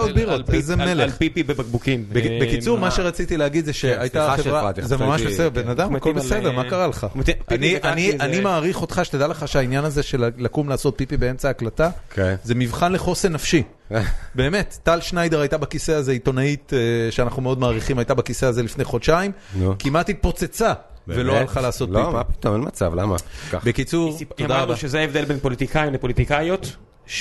על פיפי בבקבוקים. בקיצור, מה שרציתי להגיד זה שהייתה חברה, זה ממש בסדר, בן אדם, הכל בסדר, מה קרה לך? אני מעריך אותך, שתדע לך שהעניין הזה של לקום לעשות פיפי באמצע הקלטה, זה מבחן לחוסן נפשי. באמת, טל שניידר הייתה בכיסא הזה, עיתונאית שאנחנו מאוד מעריכים, הייתה בכיסא הזה לפני חודשיים, כמעט התפוצצה. ולא הלכה לעשות פיפי. לא, מה פתאום, אין מצב, למה? בקיצור, תודה רבה. שזה ההבדל בין פוליטיקאים לפוליטיקאיות,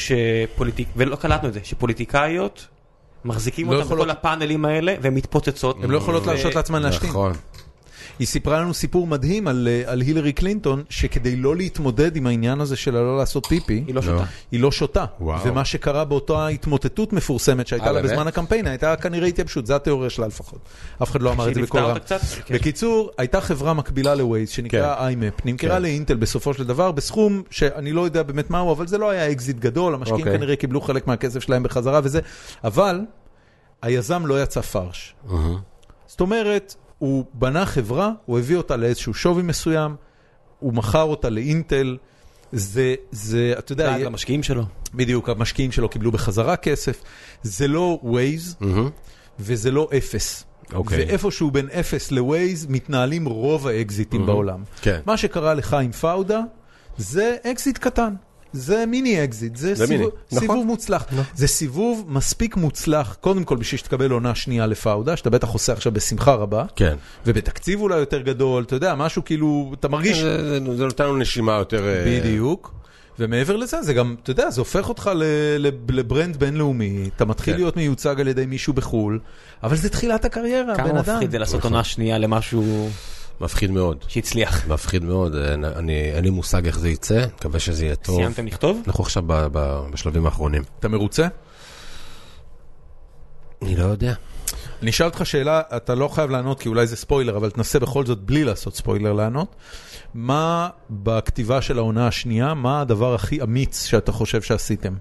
ולא קלטנו את זה, שפוליטיקאיות מחזיקים אותם בכל הפאנלים האלה, והן מתפוצצות. הן לא יכולות להרשות לעצמן להשתין. נכון. היא סיפרה לנו סיפור מדהים על, על הילרי קלינטון, שכדי לא להתמודד עם העניין הזה שלה לא לעשות פיפי, היא לא שותה. היא לא שותה. ומה שקרה באותה התמוטטות מפורסמת שהייתה לה בזמן הקמפיין, הייתה כנראה התייבשות, זה התיאוריה שלה לפחות. אף אחד לא אמר את זה בכל רם. בקיצור, הייתה חברה מקבילה לווייז, שנקרא איימאפ, נמכרה לאינטל בסופו של דבר, בסכום שאני לא יודע באמת מהו, אבל זה לא היה אקזיט גדול, המשקיעים כנראה קיבלו חלק מהכסף שלהם בחזרה וזה, אבל היזם לא יצא פרש. זאת אומרת, הוא בנה חברה, הוא הביא אותה לאיזשהו שווי מסוים, הוא מכר אותה לאינטל, זה, זה, אתה יודע... זה המשקיעים שלו. בדיוק, המשקיעים שלו קיבלו בחזרה כסף, זה לא ווייז, וזה לא אפס. ואיפשהו בין אפס לווייז, מתנהלים רוב האקזיטים בעולם. מה שקרה לך עם פאודה, זה אקזיט קטן. זה מיני אקזיט, זה סיבוב, סיבוב מוצלח. זה סיבוב מספיק מוצלח, קודם כל בשביל שתקבל עונה שנייה לפאודה, שאתה בטח עושה עכשיו בשמחה רבה, כן. ובתקציב אולי יותר גדול, אתה יודע, משהו כאילו, אתה מרגיש... זה, זה, זה נותן לנו נשימה יותר... בדיוק. ומעבר לזה, זה גם, אתה יודע, זה הופך אותך לברנד בינלאומי, אתה מתחיל להיות מיוצג על ידי מישהו בחול, אבל זה תחילת הקריירה, בן אדם. כמה מפחיד זה לעשות עונה שנייה למשהו... מפחיד מאוד. שהצליח. מפחיד מאוד. אני, אין לי מושג איך זה יצא, מקווה שזה יהיה טוב. סיימתם לכתוב? אנחנו עכשיו ב, ב, בשלבים האחרונים. אתה מרוצה? אני לא יודע. אני אשאל אותך שאלה, אתה לא חייב לענות כי אולי זה ספוילר, אבל תנסה בכל זאת בלי לעשות ספוילר לענות. מה בכתיבה של העונה השנייה, מה הדבר הכי אמיץ שאתה חושב שעשיתם?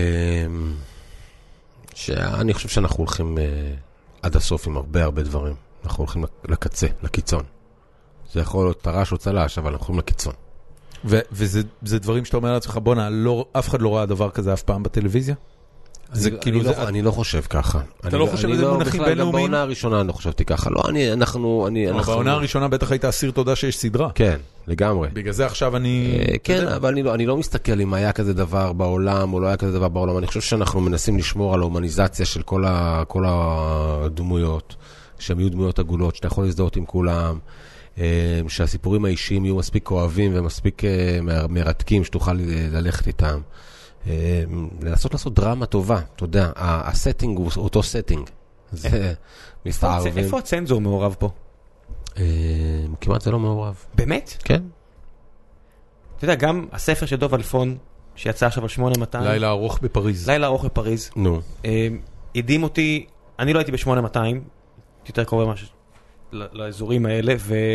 שאני חושב שאנחנו הולכים עד הסוף עם הרבה הרבה דברים. אנחנו הולכים לקצה, לקיצון. זה יכול להיות טרש או צלש, אבל אנחנו הולכים לקיצון. וזה דברים שאתה אומר לעצמך, בונה, אף אחד לא ראה דבר כזה אף פעם בטלוויזיה? אני לא חושב ככה. אתה לא חושב איזה מונחים בינלאומיים? בעונה הראשונה אני לא חשבתי ככה. לא, אנחנו... בעונה הראשונה בטח היית אסיר תודה שיש סדרה. כן, לגמרי. בגלל זה עכשיו אני... כן, אבל אני לא מסתכל אם היה כזה דבר בעולם או לא היה כזה דבר בעולם. אני חושב שאנחנו מנסים לשמור על ההומניזציה של כל הדמויות, שהן יהיו דמויות עגולות, שאתה יכול להזדהות עם כולם, שהסיפורים האישיים יהיו מספיק כואבים ומספיק מרתקים שתוכל ללכת איתם. לנסות לעשות דרמה טובה, אתה יודע, הסטינג הוא אותו סטינג. זה מסתערבים. איפה הצנזור מעורב פה? כמעט זה לא מעורב. באמת? כן. אתה יודע, גם הספר של דוב אלפון, שיצא עכשיו על שמונה מאתיים. לילה ארוך בפריז. לילה ארוך בפריז. נו. הדהים אותי, אני לא הייתי ב-שמונה מאתיים, יותר קורא משהו לאזורים האלה,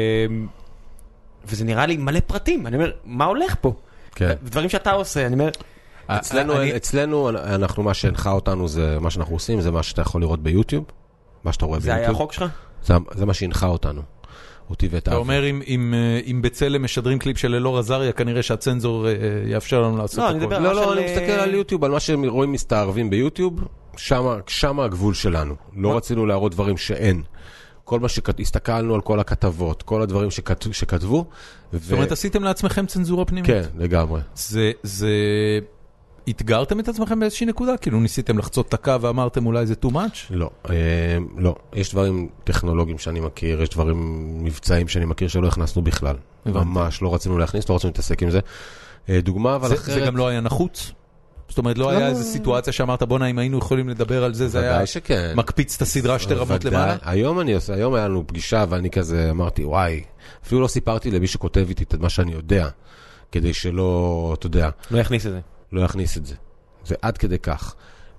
וזה נראה לי מלא פרטים. אני אומר, מה הולך פה? כן. דברים שאתה עושה, אני אומר... אצלנו, אצלנו, אנחנו, מה שהנחה אותנו זה, מה שאנחנו עושים, זה מה שאתה יכול לראות ביוטיוב, מה שאתה רואה ביוטיוב. זה היה החוק שלך? זה, זה מה שהנחה אותנו. אותי ואת אתה אומר, אם, אם, אם בצלם משדרים קליפ של אלאור עזריה, כנראה שהצנזור יאפשר לנו לעשות לא, הכל. לא, לא, אני מסתכל על יוטיוב, על מה שרואים מסתערבים ביוטיוב, שמה, שמה הגבול שלנו. לא רצינו להראות דברים שאין. כל מה שהסתכלנו על כל הכתבות, כל הדברים שכת, שכתבו. זאת אומרת, עשיתם לעצמכם צנזורה פנימית? כן, לגמרי. זה, זה... התגרתם את עצמכם באיזושהי נקודה? כאילו ניסיתם לחצות את הקו ואמרתם אולי זה too much? לא, לא. יש דברים טכנולוגיים שאני מכיר, יש דברים מבצעים שאני מכיר שלא הכנסנו בכלל. ממש לא רצינו להכניס, לא רצינו להתעסק עם זה. דוגמה, אבל אחרת... זה גם לא היה נחוץ? זאת אומרת, לא היה איזו סיטואציה שאמרת, בונה, אם היינו יכולים לדבר על זה, זה היה מקפיץ את הסדרה שתי רמות למעלה? היום אני עושה, היום היה לנו פגישה ואני כזה אמרתי, וואי, אפילו לא סיפרתי למי שכותב איתי את מה שאני יודע, כדי שלא, אתה יודע. לא יכניס את זה. לא יכניס את זה. זה עד כדי כך.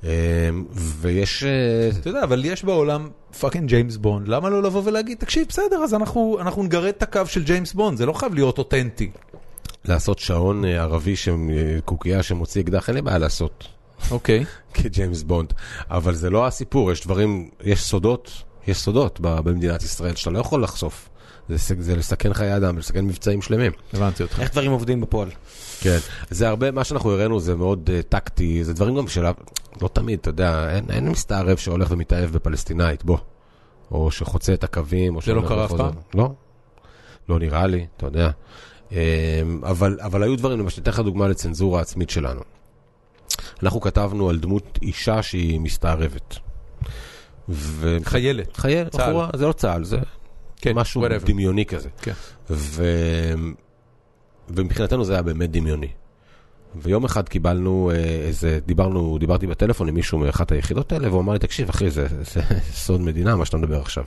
ויש... אתה יודע, אבל יש בעולם פאקינג ג'יימס בונד, למה לא לבוא ולהגיד, תקשיב, בסדר, אז אנחנו, אנחנו נגרד את הקו של ג'יימס בונד, זה לא חייב להיות אותנטי. לעשות שעון ערבי, קוקייה שמוציא אקדח, אין לי בעיה לעשות. אוקיי. כג'יימס בונד. אבל זה לא הסיפור, יש דברים, יש סודות, יש סודות במדינת ישראל, שאתה לא יכול לחשוף. זה, זה לסכן חיי אדם, לסכן מבצעים שלמים. הבנתי אותך. איך דברים עובדים בפועל? כן, זה הרבה, מה שאנחנו הראינו זה מאוד uh, טקטי, זה דברים גם של, לא תמיד, אתה יודע, אין, אין מסתערב שהולך ומתאהב בפלסטינאית, בוא. או שחוצה את הקווים, או זה לא קרה אף פעם? לא, לא נראה לי, אתה יודע. אבל, אבל היו דברים, למשל, תלך לדוגמה לצנזורה העצמית שלנו. אנחנו כתבנו על דמות אישה שהיא מסתערבת. ו... חיילת. חיילת, בחורה, זה לא צהל, זה כן, משהו whatever. דמיוני כזה. כן. ו... ומבחינתנו זה היה באמת דמיוני. ויום אחד קיבלנו איזה, דיברנו, דיברתי בטלפון עם מישהו מאחת היחידות האלה, והוא אמר לי, תקשיב, אחי, זה, זה סוד מדינה, מה שאתה מדבר עכשיו.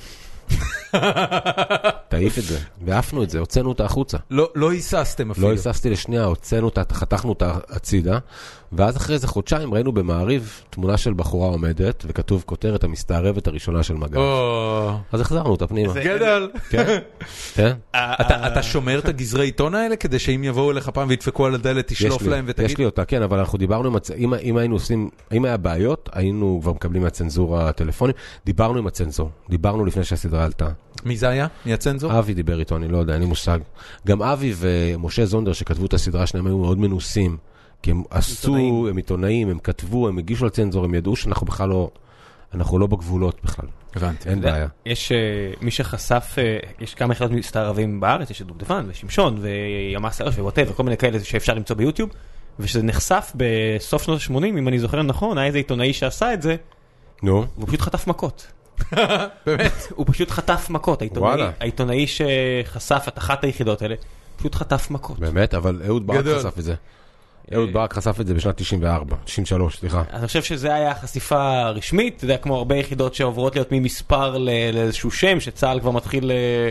תעיף את זה, ועפנו את זה, הוצאנו אותה החוצה. לא, לא היססתם אפילו. לא היססתי לשנייה, הוצאנו אותה, חתכנו אותה הצידה, ואז אחרי איזה חודשיים ראינו במעריב תמונה של בחורה עומדת, וכתוב כותרת המסתערבת הראשונה של מג"ב. אז החזרנו אותה פנימה. גדל. כן? כן? אתה שומר את הגזרי עיתון האלה, כדי שאם יבואו אליך פעם וידפקו על הדלת, תשלוף להם ותגיד? יש לי אותה, כן, אבל אנחנו דיברנו, אם היינו עושים, אם היה בעיות, היינו כבר מקבלים מהצנזורה הטלפונים, דיברנו עם הצנזור, דיברנו לפני שהסדרה עלתה. מי זה היה? מי הצנזור? אבי דיבר איתו, אני לא יודע, אין לי מושג. גם אבי ומשה זונדר שכתבו את הסדרה שלהם היו מאוד מנוסים, כי הם עשו, הם עיתונאים, הם כתבו, הם הגישו לצנזור, הם ידעו שאנחנו בכלל לא, אנחנו לא בגבולות בכלל. הבנתי. אין בעיה. יש מי שחשף, יש כמה יחידות מסתערבים בארץ, יש את דובדבן ושמשון וימ"ס ארש ווואטאבר, וכל מיני כאלה שאפשר למצוא ביוטיוב, ושזה נחשף בסוף שנות ה-שמונים, אם אני זוכר נכון, היה איזה עיתונאי שעשה את זה, נו. והוא פשוט חטף מכות. באמת? הוא פשוט חטף מכות, העיתונאי שחשף את אחת היחידות האלה, פשוט חטף מכות. באמת, אבל אהוד ברק חשף את זה. אהוד ברק חשף את זה בשנת תשעים וארבע, תשעים ושלוש, סליחה. אני חושב שזה היה חשיפה רשמית, אתה יודע, כמו הרבה יחידות שעוברות להיות ממספר לאיזשהו שם, שצה"ל כבר מתחיל...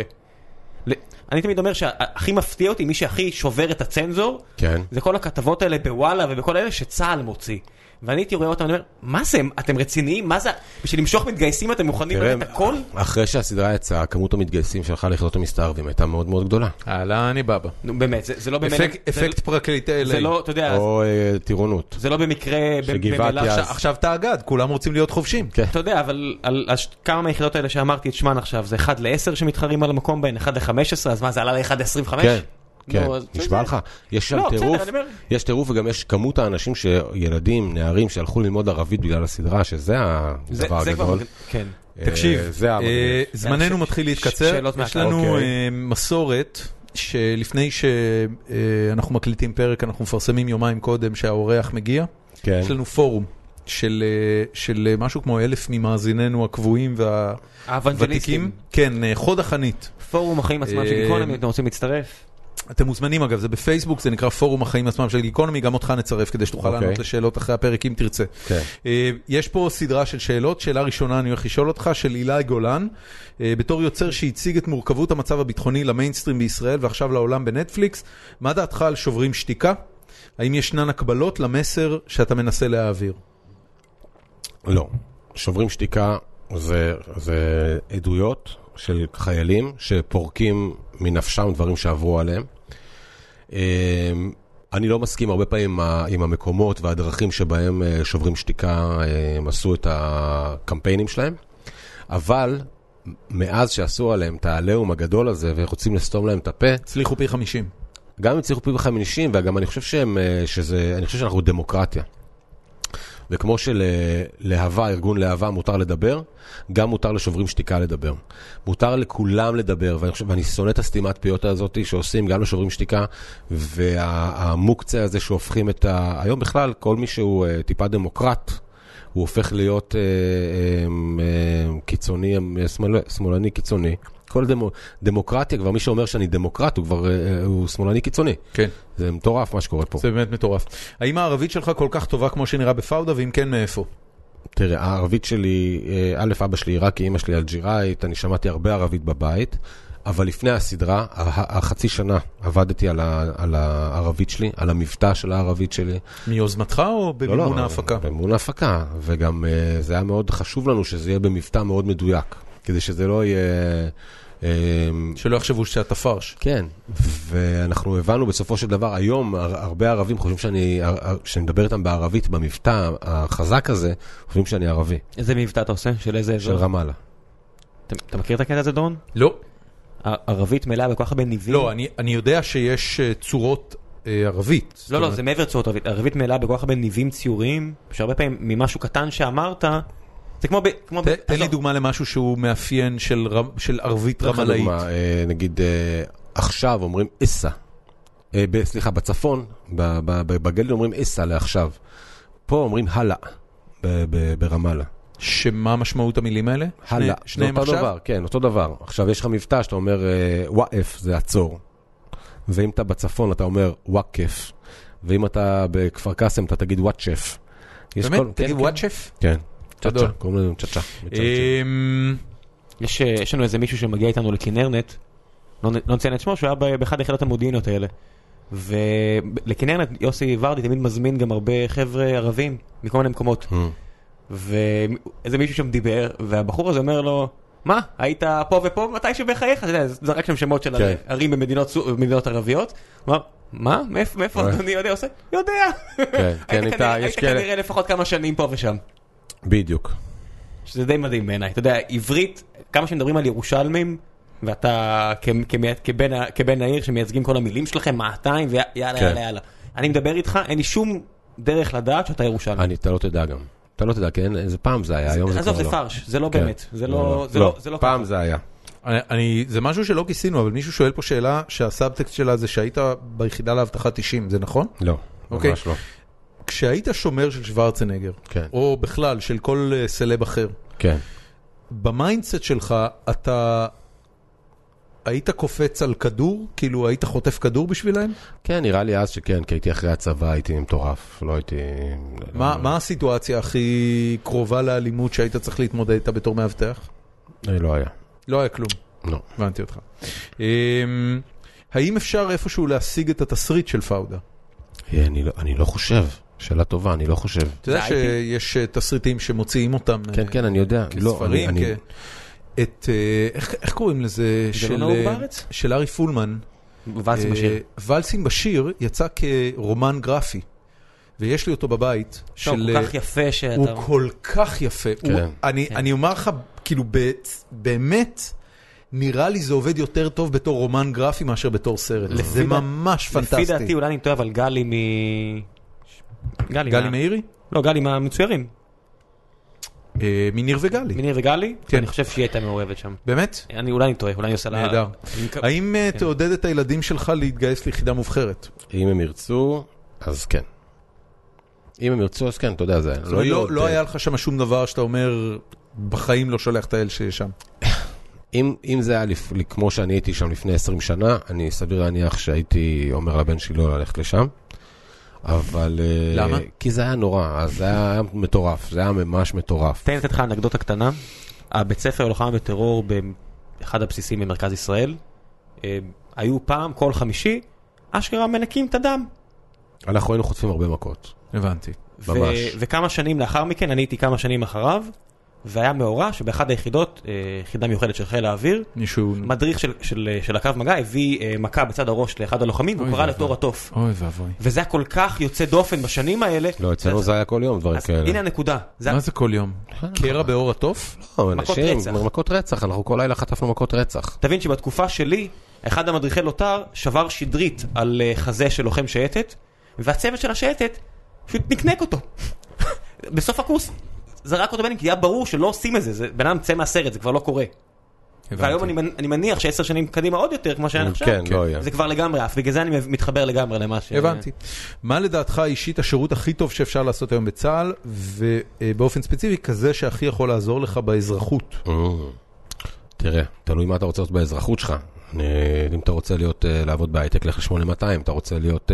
אני תמיד אומר שהכי מפתיע אותי, מי שהכי שובר את הצנזור, זה כל הכתבות האלה בוואלה ובכל אלה שצה"ל מוציא. ואני הייתי רואה אותם, אני אומר, מה זה, אתם רציניים? מה זה? בשביל למשוך מתגייסים אתם מוכנים לתת הכל? אחרי שהסדרה יצאה, כמות המתגייסים שלך ליחידות המסתערבים הייתה מאוד מאוד גדולה. הלאה, אני בבא. נו, באמת, זה לא באמת... אפקט פרקליט אלה. זה לא, אתה יודע... או טירונות. זה לא במקרה... עכשיו תאגד, כולם רוצים להיות חובשים. אתה יודע, אבל על כמה מהיחידות האלה שאמרתי את שמן עכשיו, זה אחד לעשר שמתחרים על המקום בהן, אחד לחמש עשרה, אז מה, זה עלה ל-אחד עשרים וחמש? כן. כן, נשבע לך, יש שם טירוף, יש טירוף וגם יש כמות האנשים שילדים, נערים שהלכו ללמוד ערבית בגלל הסדרה, שזה הדבר הגדול. כן. תקשיב, זמננו מתחיל להתקצר, יש לנו מסורת שלפני שאנחנו מקליטים פרק, אנחנו מפרסמים יומיים קודם שהאורח מגיע, יש לנו פורום של משהו כמו אלף ממאזיננו הקבועים והוותיקים, כן, חוד החנית. פורום החיים עצמם של גיקונומי, אתם רוצים להצטרף? אתם מוזמנים אגב, זה בפייסבוק, זה נקרא פורום החיים עצמם של גיקונומי, גם אותך נצרף כדי שתוכל לענות לשאלות אחרי הפרק אם תרצה. יש פה סדרה של שאלות, שאלה ראשונה אני הולך לשאול אותך, של אילי גולן, בתור יוצר שהציג את מורכבות המצב הביטחוני למיינסטרים בישראל ועכשיו לעולם בנטפליקס, מה דעתך על שוברים שתיקה? האם ישנן הקבלות למסר שאתה מנסה להעביר? לא. שוברים שתיקה זה, זה עדויות של חיילים שפורקים מנפשם דברים שעברו עליהם. אני לא מסכים הרבה פעמים עם המקומות והדרכים שבהם שוברים שתיקה עשו את הקמפיינים שלהם, אבל מאז שעשו עליהם את העליהום הגדול הזה ורוצים לסתום להם את הפה, הצליחו פי חמישים. גם הם הצליחו פי חמישים, וגם אני חושב שהם, שזה, אני חושב שאנחנו דמוקרטיה. וכמו שלהבה, ארגון להבה, מותר לדבר, גם מותר לשוברים שתיקה לדבר. מותר לכולם לדבר, ואני חושב, ואני שונא את הסתימת פיות הזאת שעושים גם לשוברים שתיקה, והמוקצה הזה שהופכים את ה... היום בכלל, כל מי שהוא טיפה דמוקרט, הוא הופך להיות קיצוני, שמאלני קיצוני. כל דמוקרטיה, כבר מי שאומר שאני דמוקרט, הוא כבר, הוא שמאלני קיצוני. כן. זה מטורף מה שקורה פה. זה באמת מטורף. האם הערבית שלך כל כך טובה כמו שנראה בפאודה, ואם כן, מאיפה? תראה, הערבית שלי, א', אבא שלי עיראקי, אמא שלי אלג'יראית, אני שמעתי הרבה ערבית בבית, אבל לפני הסדרה, החצי שנה, עבדתי על, ה, על הערבית שלי, על המבטא של הערבית שלי. מיוזמתך או במימון ההפקה? במימון ההפקה, וגם זה היה מאוד חשוב לנו שזה יהיה במבטא מאוד מדויק, כדי שזה לא יהיה... שלא יחשבו שאתה פרש. כן, ואנחנו הבנו בסופו של דבר, היום הרבה ערבים חושבים שאני, שאני מדבר איתם בערבית, במבטא החזק הזה, חושבים שאני ערבי. איזה מבטא אתה עושה? של איזה אזור? של רמאללה. אתה מכיר את הקטע הזה, דורון? לא. ערבית מלאה בכל כך הרבה ניבים? לא, אני יודע שיש צורות ערבית. לא, לא, זה מעבר צורות ערבית. ערבית מלאה בכל כך הרבה ניבים ציוריים, שהרבה פעמים ממשהו קטן שאמרת, זה כמו ב... תן לי דוגמה למשהו שהוא מאפיין של ערבית רמלאית. נגיד, עכשיו אומרים איסה. סליחה, בצפון, בגליל אומרים איסה לעכשיו. פה אומרים הלאה, ברמאללה. שמה משמעות המילים האלה? הלאה. זה אותו דבר, כן, אותו דבר. עכשיו יש לך מבטא שאתה אומר וואף, זה עצור. ואם אתה בצפון אתה אומר וואקף. ואם אתה בכפר קאסם אתה תגיד וואטשף. באמת? תגיד וואטשף? כן. צ'צ'ה, קוראים לנו צ'צ'ה. יש לנו איזה מישהו שמגיע איתנו לכינרנט, לא נציין את שמו, שהוא היה באחד היחידות המודיעינות האלה. ולכינרנט יוסי ורדי תמיד מזמין גם הרבה חבר'ה ערבים מכל מיני מקומות. ואיזה מישהו שם דיבר, והבחור הזה אומר לו, מה, היית פה ופה מתישהו בחייך? אתה יודע, זה רק שם שמות של ערים במדינות ערביות. הוא אמר, מה? מאיפה אני יודע עושה? יודע. היית כנראה לפחות כמה שנים פה ושם. בדיוק. שזה די מדהים בעיניי. אתה יודע, עברית, כמה שמדברים על ירושלמים, ואתה כבן העיר שמייצגים כל המילים שלכם, מעתיים, ויאללה, יאללה, יאללה. אני מדבר איתך, אין לי שום דרך לדעת שאתה ירושלמי. אני, אתה לא תדע גם. אתה לא תדע, כן? איזה פעם זה היה, היום זה כבר לא. עזוב, זה פרש, זה לא באמת. זה לא, לא, פעם זה היה. אני, זה משהו שלא כיסינו, אבל מישהו שואל פה שאלה שהסאבטקסט שלה זה שהיית ביחידה להבטחה תשעים, זה נכון? לא, ממש לא. כשהיית שומר של שוורצנגר, כן. או בכלל של כל סלב אחר, כן. במיינדסט שלך אתה היית קופץ על כדור? כאילו היית חוטף כדור בשבילהם? כן, נראה לי אז שכן, כי הייתי אחרי הצבא, הייתי מטורף, לא הייתי... מה, מה הסיטואציה הכי קרובה לאלימות שהיית צריך להתמודד איתה בתור מאבטח? לא היה. לא היה כלום? לא. הבנתי אותך. האם אפשר איפשהו להשיג את התסריט של פאודה? אני לא, אני לא חושב שאלה טובה, אני לא חושב. אתה יודע שיש תסריטים שמוציאים אותם כן, כן, אני יודע. כספרים, את, איך קוראים לזה? זה לא נהוג בארץ? של ארי פולמן. ולסים בשיר. ולסים בשיר יצא כרומן גרפי, ויש לי אותו בבית. הוא כל כך יפה שאתה... הוא כל כך יפה. אני אומר לך, כאילו, באמת... נראה לי זה עובד יותר טוב בתור רומן גרפי מאשר בתור סרט. זה ממש פנטסטי. לפי דעתי, אולי אני טועה, אבל גלי מ... גלי מאירי? לא, גלי מהמצוירים. מניר וגלי. מניר וגלי? אני חושב שהיא הייתה מעורבת שם. באמת? אני אולי אני טועה, אולי אני עושה לה... נהדר. האם תעודד את הילדים שלך להתגייס ליחידה מובחרת? אם הם ירצו, אז כן. אם הם ירצו, אז כן, אתה יודע, זה... לא היה לך שם שום דבר שאתה אומר, בחיים לא שולח את האל שיש שם. אם, אם זה היה לפ... כמו שאני הייתי שם לפני עשרים שנה, אני סביר להניח שהייתי אומר לבן שלי לא ללכת לשם. אבל... למה? כי זה היה נורא, אז זה היה מטורף, זה היה ממש מטורף. תן לתת לך אנקדוטה קטנה. הבית ספר לוחמה בטרור באחד הבסיסים במרכז ישראל, היו פעם כל חמישי, אשכרה מנקים את הדם. אנחנו היינו חוטפים הרבה מכות. הבנתי. ממש. ו- וכמה שנים לאחר מכן, אני הייתי כמה שנים אחריו, והיה מאורע שבאחד היחידות, יחידה מיוחדת של חיל האוויר, מישהו... מדריך של, של, של הקו מגע הביא מכה בצד הראש לאחד הלוחמים, והוא קרא לתור הטוף. אוי ואבוי. וזה היה כל כך יוצא דופן בשנים האלה. לא, אצלנו זה היה כל יום, דברים כאלה. הנה הנקודה. מה זה כל יום? קרע באור הטוף? לא, אנשים, מכות רצח, אנחנו כל לילה חטפנו מכות רצח. תבין שבתקופה שלי, אחד המדריכי לוטר שבר שדרית על חזה של לוחם שייטת, והצוות של השייטת פשוט נקנק אותו. בסוף הקורס. זרק אותו בנים, כי היה ברור שלא עושים את זה, זה בן אדם צא מהסרט, זה כבר לא קורה. והיום אני, אני מניח שעשר שנים קדימה עוד יותר, כמו שאני עכשיו, כן, לא זה כבר לגמרי אף, בגלל זה אני מתחבר לגמרי למה ש... הבנתי. מה לדעתך אישית השירות הכי טוב שאפשר לעשות היום בצה"ל, ובאופן ספציפי כזה שהכי יכול לעזור לך באזרחות? תראה, תלוי מה אתה רוצה לעשות באזרחות שלך. אם אתה רוצה להיות, לעבוד בהייטק, לך ל-שמונה מאתיים, אתה רוצה להיות,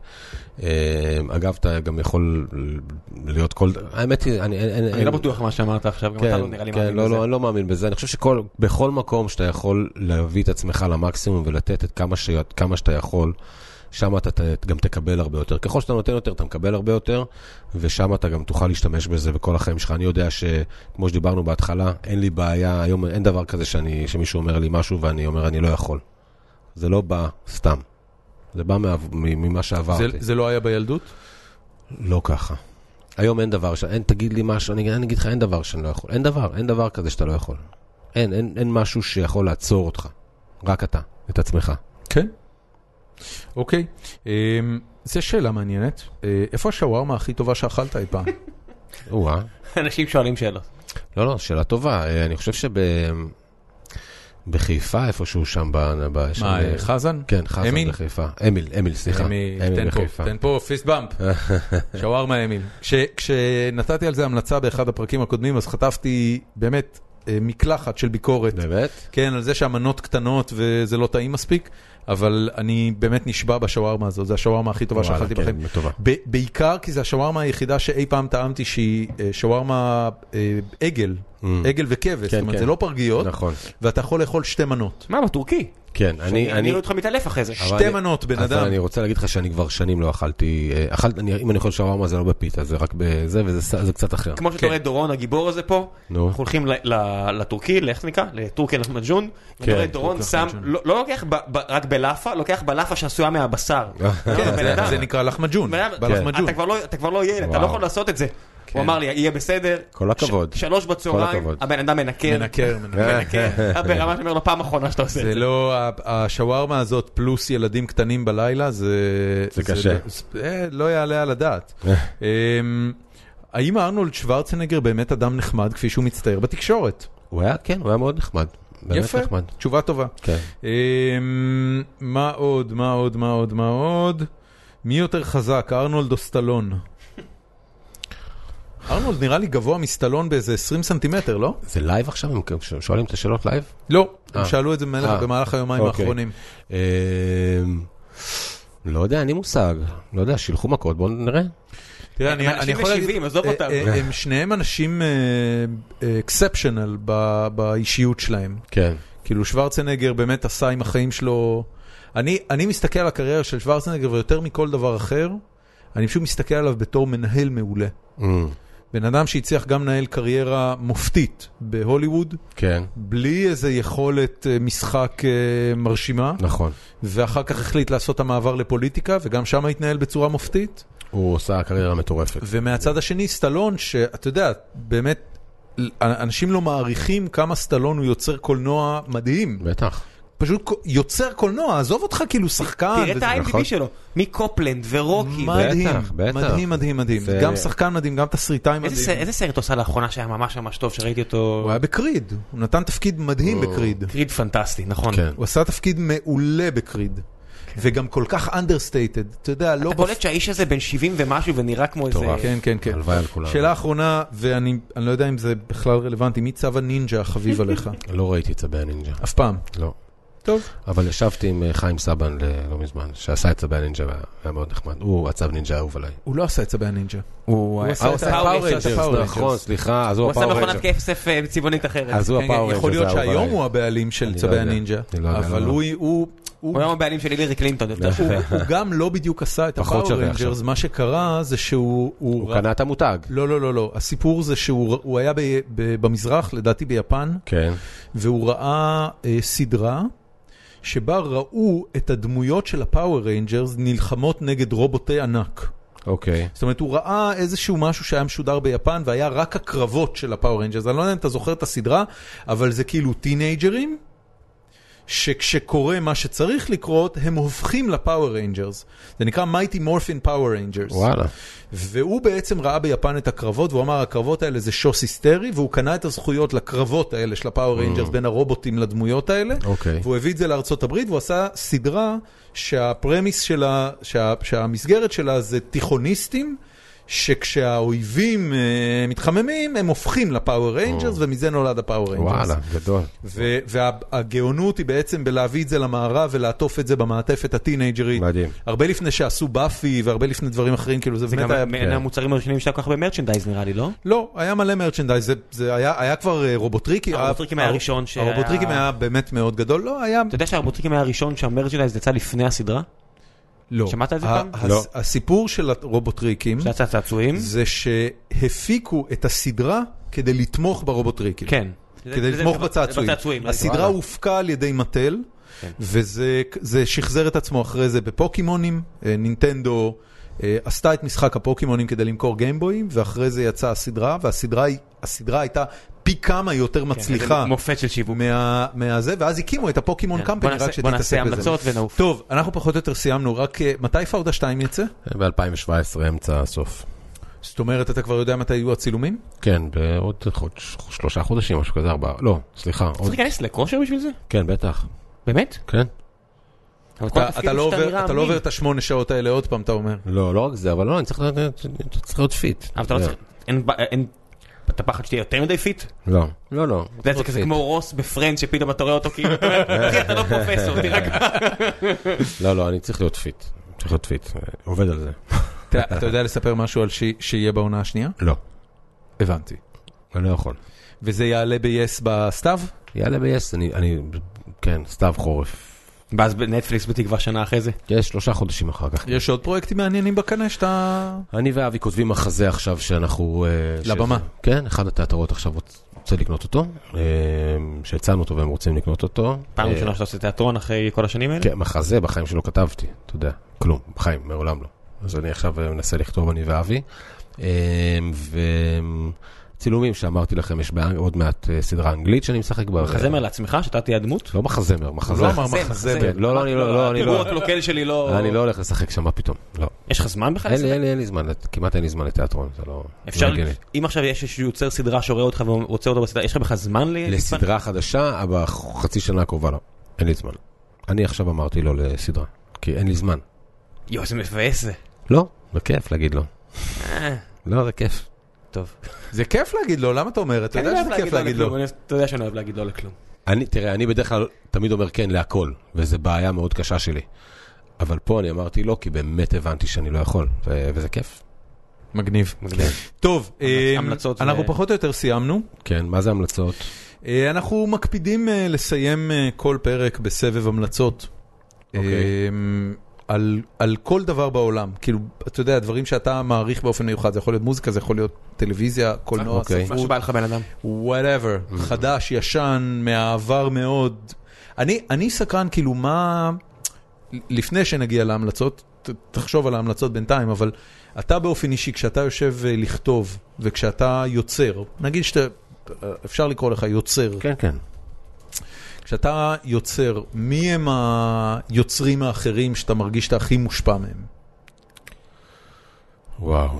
אגב, אתה גם יכול להיות כל, האמת היא, אני לא בטוח מה שאמרת עכשיו, גם אתה לא נראה לי מאמין בזה. לא, אני לא מאמין בזה, אני חושב שבכל מקום שאתה יכול להביא את עצמך למקסימום ולתת את כמה שאתה יכול, שם אתה גם תקבל הרבה יותר. ככל שאתה נותן יותר, אתה מקבל הרבה יותר, ושם אתה גם תוכל להשתמש בזה בכל החיים שלך. אני יודע שכמו שדיברנו בהתחלה, אין לי בעיה, היום אין דבר כזה שאני, שמישהו אומר לי משהו ואני אומר, אני לא יכול. זה לא בא סתם. זה בא ממה שעברתי. זה, זה לא היה בילדות? לא ככה. היום אין דבר, אין, תגיד לי משהו, אני, אני אגיד לך, אין דבר שאני לא יכול. אין דבר, אין דבר כזה שאתה לא יכול. אין, אין, אין משהו שיכול לעצור אותך. רק אתה, את עצמך. כן. אוקיי, זו שאלה מעניינת. איפה השווארמה הכי טובה שאכלת אי פעם? וואה. אנשים שואלים שאלות. לא, לא, שאלה טובה. אני חושב שבחיפה, איפשהו שם... מה, חזן? כן, חזן בחיפה. אמיל, אמיל, סליחה. אמיל בחיפה. תן פה פיסט באמפ. שווארמה אמיל. כשנתתי על זה המלצה באחד הפרקים הקודמים, אז חטפתי באמת מקלחת של ביקורת. באמת? כן, על זה שהמנות קטנות וזה לא טעים מספיק. אבל אני באמת נשבע בשווארמה הזאת, זה השווארמה הכי טובה שאכלתי בחיים. בעיקר כי זה השווארמה היחידה שאי פעם טעמתי שהיא שווארמה עגל, עגל וכבש, זאת אומרת זה לא פרגיות, ואתה יכול לאכול שתי מנות. מה, בטורקי? כן, אני... אני לא אותך מתעלף אחרי זה. שתי מנות, בן אדם. אבל אני רוצה להגיד לך שאני כבר שנים לא אכלתי, אם אני אוכל שווארמה זה לא בפיתה, זה רק בזה וזה קצת אחר. כמו שאתה רואה דורון הגיבור הזה פה, אנחנו הולכים לטורקי, לאיך זה נקרא? לטורקיה למג'ון, ואתה רואה דורון שם, לא לוקח רק בלאפה, לוקח בלאפה שעשויה מהבשר. זה נקרא לחמג'ון. אתה כבר לא ילד, אתה לא יכול לעשות את זה. הוא אמר לי, יהיה בסדר. כל הכבוד. שלוש בצהריים, הבן אדם מנקר. מנקר, מנקר. ברמה שאומר לו, פעם אחרונה שאתה עושה את זה. זה לא, השווארמה הזאת פלוס ילדים קטנים בלילה, זה... זה קשה. לא יעלה על הדעת. האם ארנולד שוורצנגר באמת אדם נחמד, כפי שהוא מצטייר בתקשורת? הוא היה, כן, הוא היה מאוד נחמד. יפה, תשובה טובה. כן. מה עוד, מה עוד, מה עוד, מה עוד? מי יותר חזק, ארנולד או סטלון? ארנולד נראה לי גבוה מסטלון באיזה עשרים סנטימטר, לא? זה לייב עכשיו? הם שואלים את השאלות לייב? לא, הם שאלו את זה במהלך היומיים האחרונים. לא יודע, אני מושג. לא יודע, שילחו מכות, בואו נראה. תראה, אני יכול להגיד, הם שניהם אנשים אקספשנל באישיות שלהם. כן. כאילו שוורצנגר באמת עשה עם החיים שלו... אני מסתכל על הקריירה של שוורצנגר ויותר מכל דבר אחר, אני פשוט מסתכל עליו בתור מנהל מעולה. Mm. בן אדם שהצליח גם לנהל קריירה מופתית בהוליווד, כן. בלי איזה יכולת משחק מרשימה. נכון. ואחר כך החליט לעשות את המעבר לפוליטיקה, וגם שם התנהל בצורה מופתית. הוא עושה קריירה מטורפת. ומהצד השני, סטלון, שאתה יודע, באמת, אנשים לא מעריכים כמה סטלון הוא יוצר קולנוע מדהים. בטח. פשוט יוצר קולנוע, עזוב אותך כאילו שחקן. תראה את ה-איי אם די בי שלו, מקופלנד ורוקי. מדהים, בטח, בטח. מדהים, מדהים, מדהים. גם שחקן מדהים, גם תסריטאי מדהים. איזה סרט עושה לאחרונה שהיה ממש ממש טוב, שראיתי אותו? הוא היה בקריד, הוא נתן תפקיד מדהים בקריד. קריד פנטסטי, נכון. הוא עשה תפקיד מעולה בקריד. וגם כל כך understated, אתה יודע, לא... אתה קולט שהאיש הזה בן שבעים ומשהו ונראה כמו איזה... כן, כן, כן. הלוואי על כולם. שאלה אחרונה, ואני לא יודע אם זה בכלל רלוונטי, מי צבע נינג'ה חביב עליך? לא ראיתי צבע הנינג'ה. אף פעם? לא. טוב. אבל ישבתי עם חיים סבן לא מזמן, שעשה את צבע הנינג'ה, והיה מאוד נחמד. הוא הצב נינג'ה אהוב עליי. הוא לא עשה את צבע הנינג'ה. הוא עשה את הפאוור. נכון, סליחה, אז הוא הוא עשה הפאוור. מכונת כסף צבעונית אחרת. אז הוא הפאוור. יכול להיות שהיום הוא הבעלים של צבע הנינג'ה, אבל הוא... הוא היום הבעלים של הילרי קלינטון. הוא גם לא בדיוק עשה את הפאוור רנג'רס, מה שקרה זה שהוא... הוא קנה את המותג. לא, לא, לא, לא. הסיפור זה שהוא היה במזרח, לדעתי ביפן, והוא ראה סדרה שבה ראו את הדמויות של הפאוור רנג'רס נלחמות נגד רובוטי ענק. אוקיי. זאת אומרת, הוא ראה איזשהו משהו שהיה משודר ביפן, והיה רק הקרבות של הפאוור רנג'רס. אני לא יודע אם אתה זוכר את הסדרה, אבל זה כאילו טינאג'רים, שכשקורה מה שצריך לקרות, הם הופכים לפאוור ריינג'רס. זה נקרא Mighty Morphin Power Rangers. וואלה. והוא בעצם ראה ביפן את הקרבות, והוא אמר, הקרבות האלה זה שוס היסטרי, והוא קנה את הזכויות לקרבות האלה של הפאוור ריינג'רס, בין הרובוטים לדמויות האלה, אוקיי. והוא הביא את זה לארצות הברית, והוא עשה סדרה שהפרמיס שלה, שה, שהמסגרת שלה זה תיכוניסטים, שכשהאויבים מתחממים, הם הופכים לפאוור ריינג'רס, ומזה נולד הפאוור ריינג'רס. וואלה, גדול. והגאונות היא בעצם בלהביא את זה למערב, ולעטוף את זה במעטפת הטינאג'רית. מדהים. הרבה לפני שעשו באפי, והרבה לפני דברים אחרים, כאילו זה באמת היה... זה גם המוצרים הראשונים שהיה כל כך במרצ'נדייז נראה לי, לא? לא, היה מלא מרצ'נדייז, זה היה כבר רובוטריקי. הרובוטריקים היה הראשון שהיה... הרובוטריקים היה באמת מאוד גדול, לא, היה... אתה יודע שהרובוטריקים היה הראשון שהמרצ'נדייז יצא לפני הסדרה? לא. שמעת את זה פעם? לא. הסיפור של הרובוטריקים זה הצעצועים? זה שהפיקו את הסדרה כדי לתמוך ברובוטריקים. כן. כדי לתמוך בצעצועים. הסדרה הופקה על ידי מטל, וזה שחזר את עצמו אחרי זה בפוקימונים. נינטנדו עשתה את משחק הפוקימונים כדי למכור גיימבויים, ואחרי זה יצאה הסדרה, והסדרה הייתה פי כמה יותר מצליחה. מופת של שיווק. מהזה, ואז הקימו את הפוקימון קמפני, רק שתתעסק בזה. בוא נעשה המלצות ונעוף. טוב, אנחנו פחות או יותר סיימנו, רק מתי פאודה שתיים יצא? ב-אלפיים שבע עשרה, אמצע הסוף. זאת אומרת, אתה כבר יודע מתי יהיו הצילומים? כן, בעוד שלושה חודשים, משהו כזה, ארבעה. לא, סליחה. צריך להיכנס לכושר בשביל זה? כן, בטח. באמת? כן. אתה לא עובר את השמונה שעות האלה עוד פעם, אתה אומר. לא, לא רק זה, אבל לא, אני צריך להיות פיט. אבל אתה לא צריך, אין... אתה פחד שתהיה יותר מדי פיט? לא, לא, לא. זה כזה כמו רוס בפרנד שפתאום אתה רואה אותו כאילו, אתה לא פרופסור, תירגע. לא, לא, אני צריך להיות פיט. צריך להיות פיט, עובד על זה. אתה יודע לספר משהו על שיהיה בעונה השנייה? לא. הבנתי. אני לא יכול. וזה יעלה ב-yes בסתיו? יעלה ב-yes, אני, כן, סתיו חורף. ואז בנטפליקס בתקווה שנה אחרי זה? יש שלושה חודשים אחר כך. יש עוד פרויקטים מעניינים בקנה שאתה... אני ואבי כותבים מחזה עכשיו שאנחנו... לבמה. כן, אחד התיאטראות עכשיו רוצה לקנות אותו, שהצענו אותו והם רוצים לקנות אותו. פעם ראשונה שאתה עושה תיאטרון אחרי כל השנים האלה? כן, מחזה בחיים שלא כתבתי, אתה יודע, כלום, בחיים, מעולם לא. אז אני עכשיו מנסה לכתוב אני ואבי. ו... צילומים שאמרתי לכם, יש עוד מעט סדרה אנגלית שאני משחק בה. מחזמר לעצמך, שאתה תהיה הדמות? לא מחזמר, מחזמר. לא אמר מחזמר. לא, לא, אני לא, אני לא. הדיבור הקלוקל שלי לא... אני לא הולך לשחק שם, מה פתאום, לא. יש לך זמן בכלל? אין לי, אין לי, אין לי זמן, כמעט אין לי זמן לתיאטרון, זה לא... אפשר, אם עכשיו יש איזשהו יוצר סדרה שרואה אותך ורוצה אותו בסדרה, יש לך בכלל זמן ל... לסדרה חדשה, אבל חצי שנה הקרובה לא. אין לי זמן. אני עכשיו אמרתי לו לסדרה, כי אין לי זמן. יו, זה מבאס זה. לא, זה כיף להגיד לו. לא, זה כיף. טוב. זה כיף להגיד לו, למה אתה אומר? אתה יודע שזה כיף להגיד לו. אתה יודע שאני אוהב להגיד לו לכלום. אני, תראה, אני בדרך כלל תמיד אומר כן להכל, וזו בעיה מאוד קשה שלי. אבל פה אני אמרתי לא, כי באמת הבנתי שאני לא יכול, וזה כיף. מגניב. מגניב. טוב, אנחנו פחות או יותר סיימנו. כן, מה זה המלצות? אנחנו מקפידים לסיים כל פרק בסבב המלצות. על, על כל דבר בעולם. כאילו, אתה יודע, דברים שאתה מעריך באופן מיוחד, זה יכול להיות מוזיקה, זה יכול להיות טלוויזיה, קולנוע, ספרות. מה שבא לך בן אדם. whatever, חדש, ישן, מהעבר מאוד. אני, אני סקרן, כאילו, מה... לפני שנגיע להמלצות, תחשוב על ההמלצות בינתיים, אבל אתה באופן אישי, כשאתה יושב לכתוב, וכשאתה יוצר, נגיד שאתה, אפשר לקרוא לך יוצר. כן, כן. כשאתה יוצר, מי הם היוצרים האחרים שאתה מרגיש שאתה הכי מושפע מהם? וואו,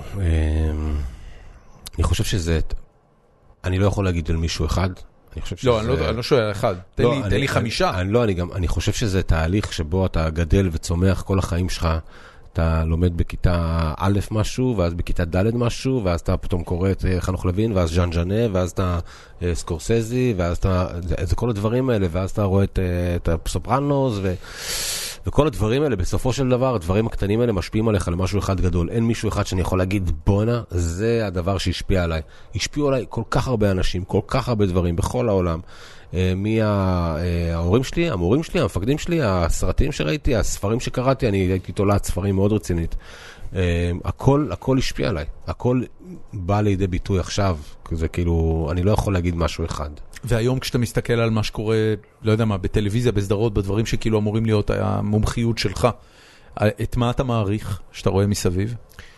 אני חושב שזה, אני לא יכול להגיד על מישהו אחד. לא, אני לא שואל על אחד, תן לי חמישה. לא, אני חושב שזה תהליך שבו אתה גדל וצומח כל החיים שלך, אתה לומד בכיתה א' משהו, ואז בכיתה ד' משהו, ואז אתה פתאום קורא את חנוך לוין, ואז ז'אן ז'אנה, ואז אתה סקורסזי, ואז אתה, זה כל הדברים האלה, ואז אתה רואה את הסופרנוס, וכל הדברים האלה, בסופו של דבר, הדברים הקטנים האלה משפיעים עליך למשהו אחד גדול. אין מישהו אחד שאני יכול להגיד, בונה, זה הדבר שהשפיע עליי. השפיעו עליי כל כך הרבה אנשים, כל כך הרבה דברים, בכל העולם. מי ההורים שלי, המורים שלי, המפקדים שלי, הסרטים שראיתי, הספרים שקראתי, אני הייתי תולעת ספרים מאוד רצינית. הכל, הכל השפיע עליי. הכל בא לידי ביטוי עכשיו. זה כאילו, אני לא יכול להגיד משהו אחד. והיום כשאתה מסתכל על מה שקורה, לא יודע מה, בטלוויזיה, בסדרות, בדברים שכאילו אמורים להיות המומחיות שלך, את מה אתה מעריך שאתה רואה מסביב?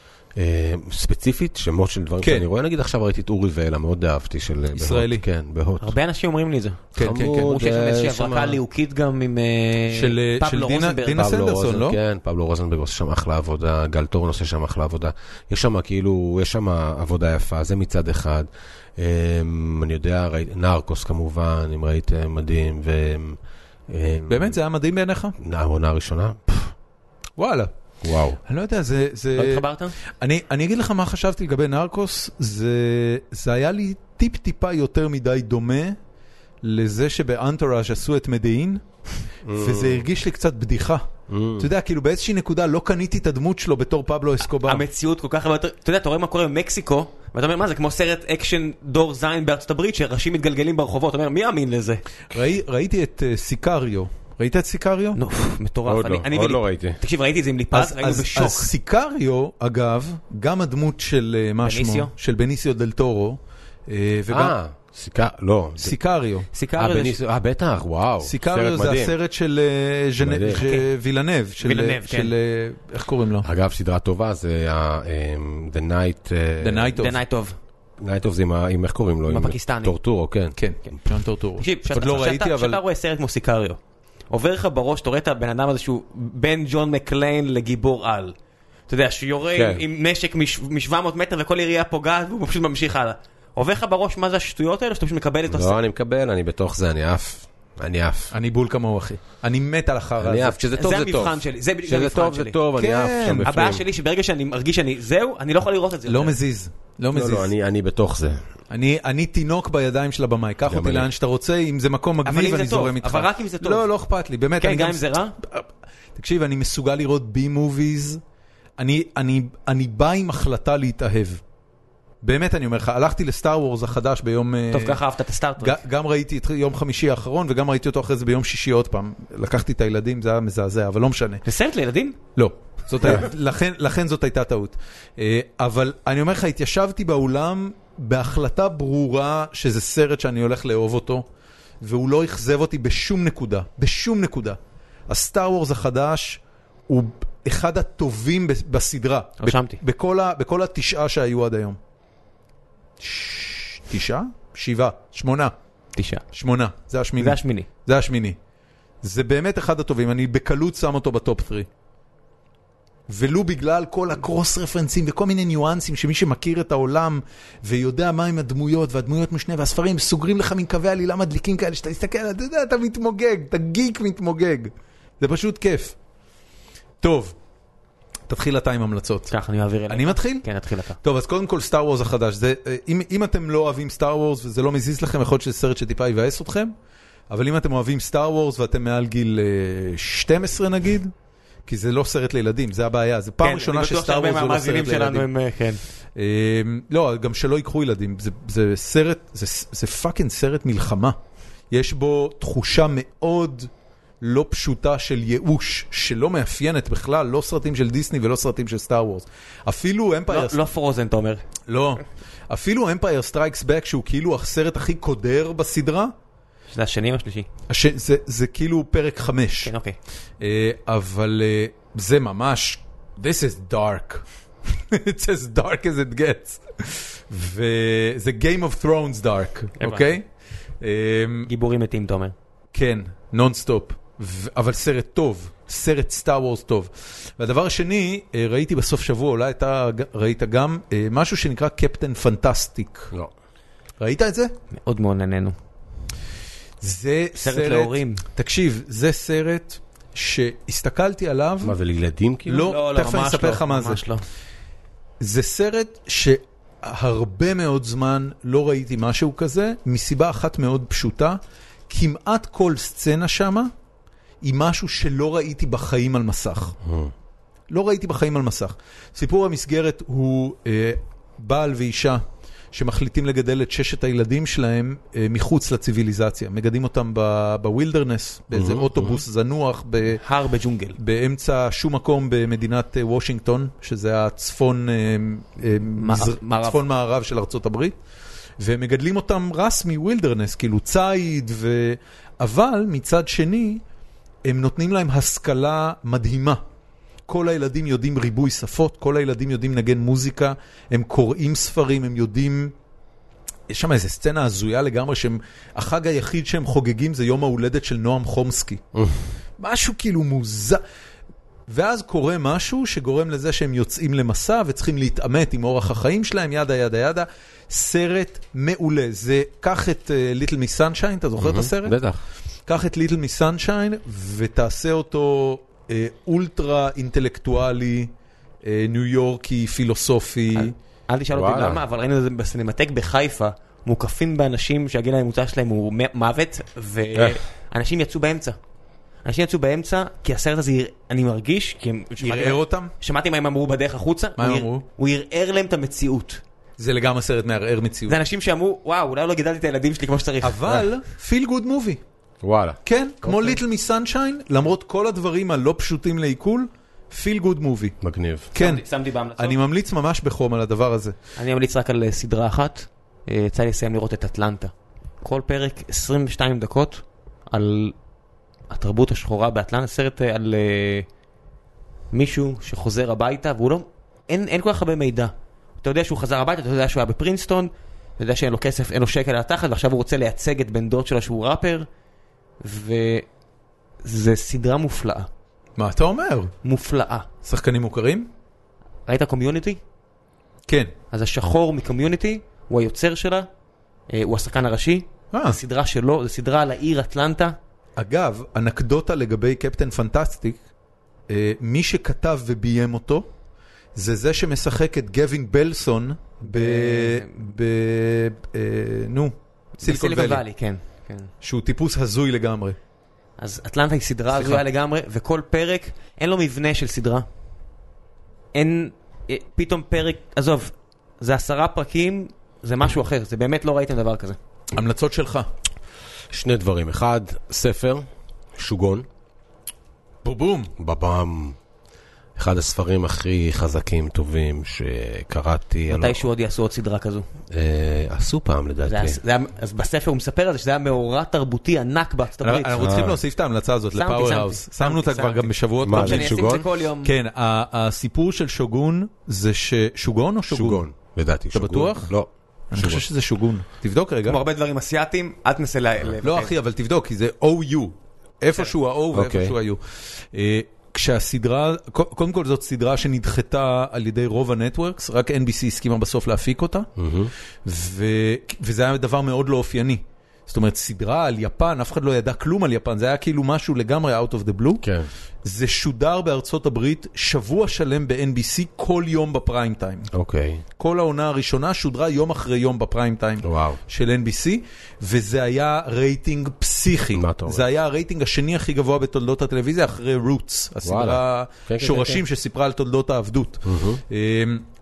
ספציפית, שמות של דברים שאני רואה, נגיד עכשיו ראיתי את אורי ואלה, מאוד אהבתי של... ישראלי. כן, בהוט. הרבה אנשים אומרים לי את זה. כן, כן, כן. אמרו שיש שם איזושהי הברקה ליהוקית גם עם פבלו רוזנברג. דינה סנדרסון, לא? כן, פבלו רוזנברג עושה שם אחלה עבודה, גל טורן עושה שם אחלה עבודה. יש שם כאילו, יש שם עבודה יפה, זה מצד אחד. אני יודע, נרקוס כמובן, אם ראית מדהים, ו... באמת, זה היה מדהים בעיניך? העונה הראשונה. וואלה. וואו. אני לא יודע, זה... לא התחברת? אני, אני אגיד לך מה חשבתי לגבי נרקוס, זה, זה היה לי טיפ טיפה יותר מדי דומה לזה שבאנטוראז' עשו את מדעין, וזה הרגיש לי קצת בדיחה. אתה יודע, כאילו באיזושהי נקודה לא קניתי את הדמות שלו בתור פבלו אסקובר. המציאות כל כך הרבה יותר... אתה יודע, אתה רואה מה קורה במקסיקו, ואתה אומר, מה זה, כמו סרט אקשן דור זין בארצות הברית, שראשים מתגלגלים ברחובות. אתה אומר, מי יאמין לזה? ראי, ראיתי את uh, סיקריו. ראית את סיקריו? נו, מטורף. עוד לא, עוד לא ראיתי. תקשיב, ראיתי את זה עם ליפז, היינו בשוק. אז סיקריו, אגב, גם הדמות של מה שמו? של בניסיו דל טורו. אה, סיקריו, לא. סיקריו. סיקריו. אה, בטח, וואו. סיקריו זה הסרט של וילנב. וילנב, כן. איך קוראים לו? אגב, סדרה טובה זה The Night... The Night of. The Night of. Night of זה עם, איך קוראים לו? עם הפקיסטני. טורטורו, כן. כן, ג'ון טורטורו. תקשיב, כשאתה רואה סרט כמו סיקריו, עובר לך בראש, אתה רואה את הבן אדם הזה שהוא בין ג'ון מקליין לגיבור על. אתה יודע, שיורה עם נשק מ-שבע מאות מטר וכל ירייה פוגעת, והוא פשוט ממשיך הלאה. עובר לך בראש מה זה השטויות האלה, שאתה פשוט מקבל את הסרט? לא, אני מקבל, אני בתוך זה, אני אף. אני אף. אני בול כמוהו, אחי. אני מת על החרא הזה. אני אף, שזה טוב, זה טוב. זה המבחן שלי. זה שזה טוב, זה טוב, אני אף שם בפנים. הבעיה שלי שברגע שאני מרגיש שאני, זהו, אני לא יכול לראות את זה. לא מזיז. לא מזיז. לא, לא, אני בתוך זה. אני, אני תינוק בידיים של הבמאי, קח אותי לאן שאתה רוצה, אם זה מקום מגניב אני זורם איתך. אבל רק אם זה טוב. לא, לא אכפת לי, באמת. כן, גם אם זה רע? תקשיב, אני מסוגל לראות בי מוביז, אני, אני, אני בא עם החלטה להתאהב. באמת אני אומר לך, הלכתי לסטאר וורס החדש ביום... טוב, ככה אהבת את הסטאר טרק. גם ראיתי את יום חמישי האחרון, וגם ראיתי אותו אחרי זה ביום שישי עוד פעם. לקחתי את הילדים, זה היה מזעזע, אבל לא משנה. זה סרט לילדים? לא. לכן, לכן זאת הייתה טעות. אבל אני אומר לך, התיישבתי באולם בהחלטה ברורה שזה סרט שאני הולך לאהוב אותו, והוא לא יחזב אותי בשום נקודה. בשום נקודה. הסטאר וורס החדש הוא אחד הטובים בסדרה. רשמתי. בכל, בכל התשעה שהיו עד היום. תשעה? שבעה, שמונה. תשעה. שמונה, זה השמיני. זה השמיני. זה השמיני. זה באמת אחד הטובים, אני בקלות שם אותו בטופ שלוש. ולו בגלל כל הקרוס רפרנסים וכל מיני ניואנסים שמי שמכיר את העולם ויודע מה עם הדמויות והדמויות משנה והספרים סוגרים לך מן קווי עלילה מדליקים כאלה שאתה תסתכל, אתה יודע, אתה מתמוגג, אתה גיק מתמוגג. זה פשוט כיף. טוב. תתחיל אתה עם המלצות. כך, אני מעביר אליך. אני מתחיל? כן, נתחיל אתה. טוב, אז קודם כל סטאר וורס החדש. זה, אם, אם אתם לא אוהבים סטאר וורס וזה לא מזיז לכם, יכול להיות שזה סרט שטיפה יבאס אתכם, אבל אם אתם אוהבים סטאר וורס ואתם מעל גיל שתים עשרה נגיד, כי זה לא סרט לילדים, זה הבעיה. זה פעם כן, ראשונה שסטאר וורס הוא לא סרט לילדים. הם, כן. לא, גם שלא ייקחו ילדים. זה, זה סרט, זה, זה פאקינג סרט מלחמה. יש בו תחושה מאוד לא פשוטה של ייאוש, שלא מאפיינת בכלל, לא סרטים של דיסני ולא סרטים של סטאר וורס. אפילו אמפייר... לא פרוזן, אתה אומר. לא. אפילו אמפייר סטרייקס בק, שהוא כאילו הסרט הכי קודר בסדרה. שזה השני או השלישי? הש... זה, זה כאילו פרק חמש. כן, אוקיי. אבל זה ממש... This is dark. It's as dark as it gets. וזה Game of Thrones dark, אוקיי? גיבורים מתים, אתה אומר. כן, נונסטופ. אבל סרט טוב, סרט סטאר וורס טוב. והדבר השני, ראיתי בסוף שבוע, אולי אתה ראית גם, משהו שנקרא קפטן פנטסטיק. לא. ראית את זה? מאוד מאוד נהנינו. זה סרט סרט... להורים. תקשיב, זה סרט שהסתכלתי עליו... מה, זה לילדים כאילו? לא, תכף אני אספר לך מה זה. ממש לא. זה סרט שהרבה מאוד זמן לא ראיתי משהו כזה, מסיבה אחת מאוד פשוטה, כמעט כל סצנה שמה היא משהו שלא ראיתי בחיים על מסך. לא ראיתי בחיים על מסך. סיפור המסגרת הוא אה, בעל ואישה שמחליטים לגדל את ששת הילדים שלהם אה, מחוץ לציביליזציה. מגדים אותם בווילדרנס, באיזה אוטובוס זנוח. ב- הר בג'ונגל. באמצע שום מקום במדינת אה, וושינגטון, שזה הצפון אה, אה, מזר... מערב. צפון מערב של ארצות הברית. והם מגדלים אותם רסמי ווילדרנס, כאילו ציד, ו... אבל מצד שני, הם נותנים להם השכלה מדהימה. כל הילדים יודעים ריבוי שפות, כל הילדים יודעים נגן מוזיקה, הם קוראים ספרים, הם יודעים... יש שם איזו סצנה הזויה לגמרי, שהם... החג היחיד שהם חוגגים זה יום ההולדת של נועם חומסקי. משהו כאילו מוזר. ואז קורה משהו שגורם לזה שהם יוצאים למסע וצריכים להתאמת עם אורח החיים שלהם, ידה ידה ידה. סרט מעולה. זה, קח את ליטל מיס סנשיין, אתה זוכר את הסרט? בטח. קח את ליטל מיס סנשיין ותעשה אותו אה, אולטרה אינטלקטואלי, אה, ניו יורקי, פילוסופי. אל, אל תשאל אותי וואלה. למה, אבל ראינו את זה בסינמטק בחיפה, מוקפים באנשים שהגיל הממוצע שלהם הוא מוות, ואנשים יצאו באמצע. אנשים יצאו באמצע, כי הסרט הזה, אני מרגיש, כי הם... יראה אותם? שמעתי מה הם אמרו בדרך החוצה. מה הם אמרו? הוא ירער להם את המציאות. זה לגמרי סרט מערער מציאות. זה אנשים שאמרו, וואו, אולי לא גידלתי את הילדים שלי כמו שצריך. אבל, פיל גוד מובי. וואלה. כן, כמו ליטל מיס סנשיין, למרות כל הדברים הלא פשוטים לעיכול, פיל גוד מובי. מגניב. כן, שמתי בהמלצות. אני ממליץ ממש בחום על הדבר הזה. אני ממליץ רק על סדרה אחת, יצא לי לסיים לראות את אטלנטה. כל פרק עשרים ושתיים דקות על התרבות השחורה באטלנטה, סרט על מישהו שחוזר הביתה, והוא לא, אין, אין כל כך הרבה מידע. אתה יודע שהוא חזר הביתה, אתה יודע שהוא היה בפרינסטון, אתה יודע שאין לו כסף, אין לו שקל על התחת, ועכשיו הוא רוצה לייצג את בן דוד שלו שהוא ראפר, וזה סדרה מופלאה. מה אתה אומר? מופלאה. שחקנים מוכרים? ראית קומיוניטי? כן. אז השחור מקומיוניטי, הוא היוצר שלה, הוא השחקן הראשי, אה. הסדרה שלו, זו סדרה על העיר אטלנטה. אגב, אנקדוטה לגבי קפטן פנטסטיק, מי שכתב וביים אותו, זה זה שמשחק את גווין בלסון ב... ב... נו, סיליקון ואלי. כן, כן. שהוא טיפוס הזוי לגמרי. אז אטלנטה היא סדרה הזויה לגמרי, וכל פרק, אין לו מבנה של סדרה. אין, פתאום פרק, עזוב, זה עשרה פרקים, זה משהו אחר, זה באמת לא ראיתם דבר כזה. המלצות שלך. שני דברים. אחד, ספר, שוגון. בובום. בבם. אחד הספרים הכי חזקים, טובים, שקראתי. מתי שהוא עוד יעשו עוד סדרה כזו? עשו פעם, לדעתי. אז בספר הוא מספר על זה, שזה היה מאורע תרבותי ענק בארצות הברית. אנחנו צריכים להוסיף את ההמלצה הזאת לפאוור האוס. שמנו אותה כבר גם בשבועות. מה, זה שוגון? כן, הסיפור של שוגון זה שוגון או שוגון? שוגון, לדעתי. אתה בטוח? לא. אני חושב שזה שוגון. תבדוק רגע. כמו הרבה דברים אסיאטיים, אל תנסה ל... לא אחי, אבל תבדוק, כי זה או-יו. איפשהו ה-O ואיפשהו ה-U. כשהסדרה, קודם כל זאת סדרה שנדחתה על ידי רוב הנטוורקס, רק אן בי סי הסכימה בסוף להפיק אותה, וזה היה דבר מאוד לא אופייני. זאת אומרת, סדרה על יפן, אף אחד לא ידע כלום על יפן, זה היה כאילו משהו לגמרי out of the blue. כן. זה שודר בארצות הברית שבוע שלם ב-אן בי סי כל יום בפריים טיים. אוקיי. כל העונה הראשונה שודרה יום אחרי יום בפריים טיים וואו. של אן בי סי, וזה היה רייטינג פסיכי. מה אתה אומר? זה היה הרייטינג השני הכי גבוה בתולדות הטלוויזיה אחרי רוטס, הסדרה כן, שורשים כן, כן. שסיפרה על תולדות העבדות.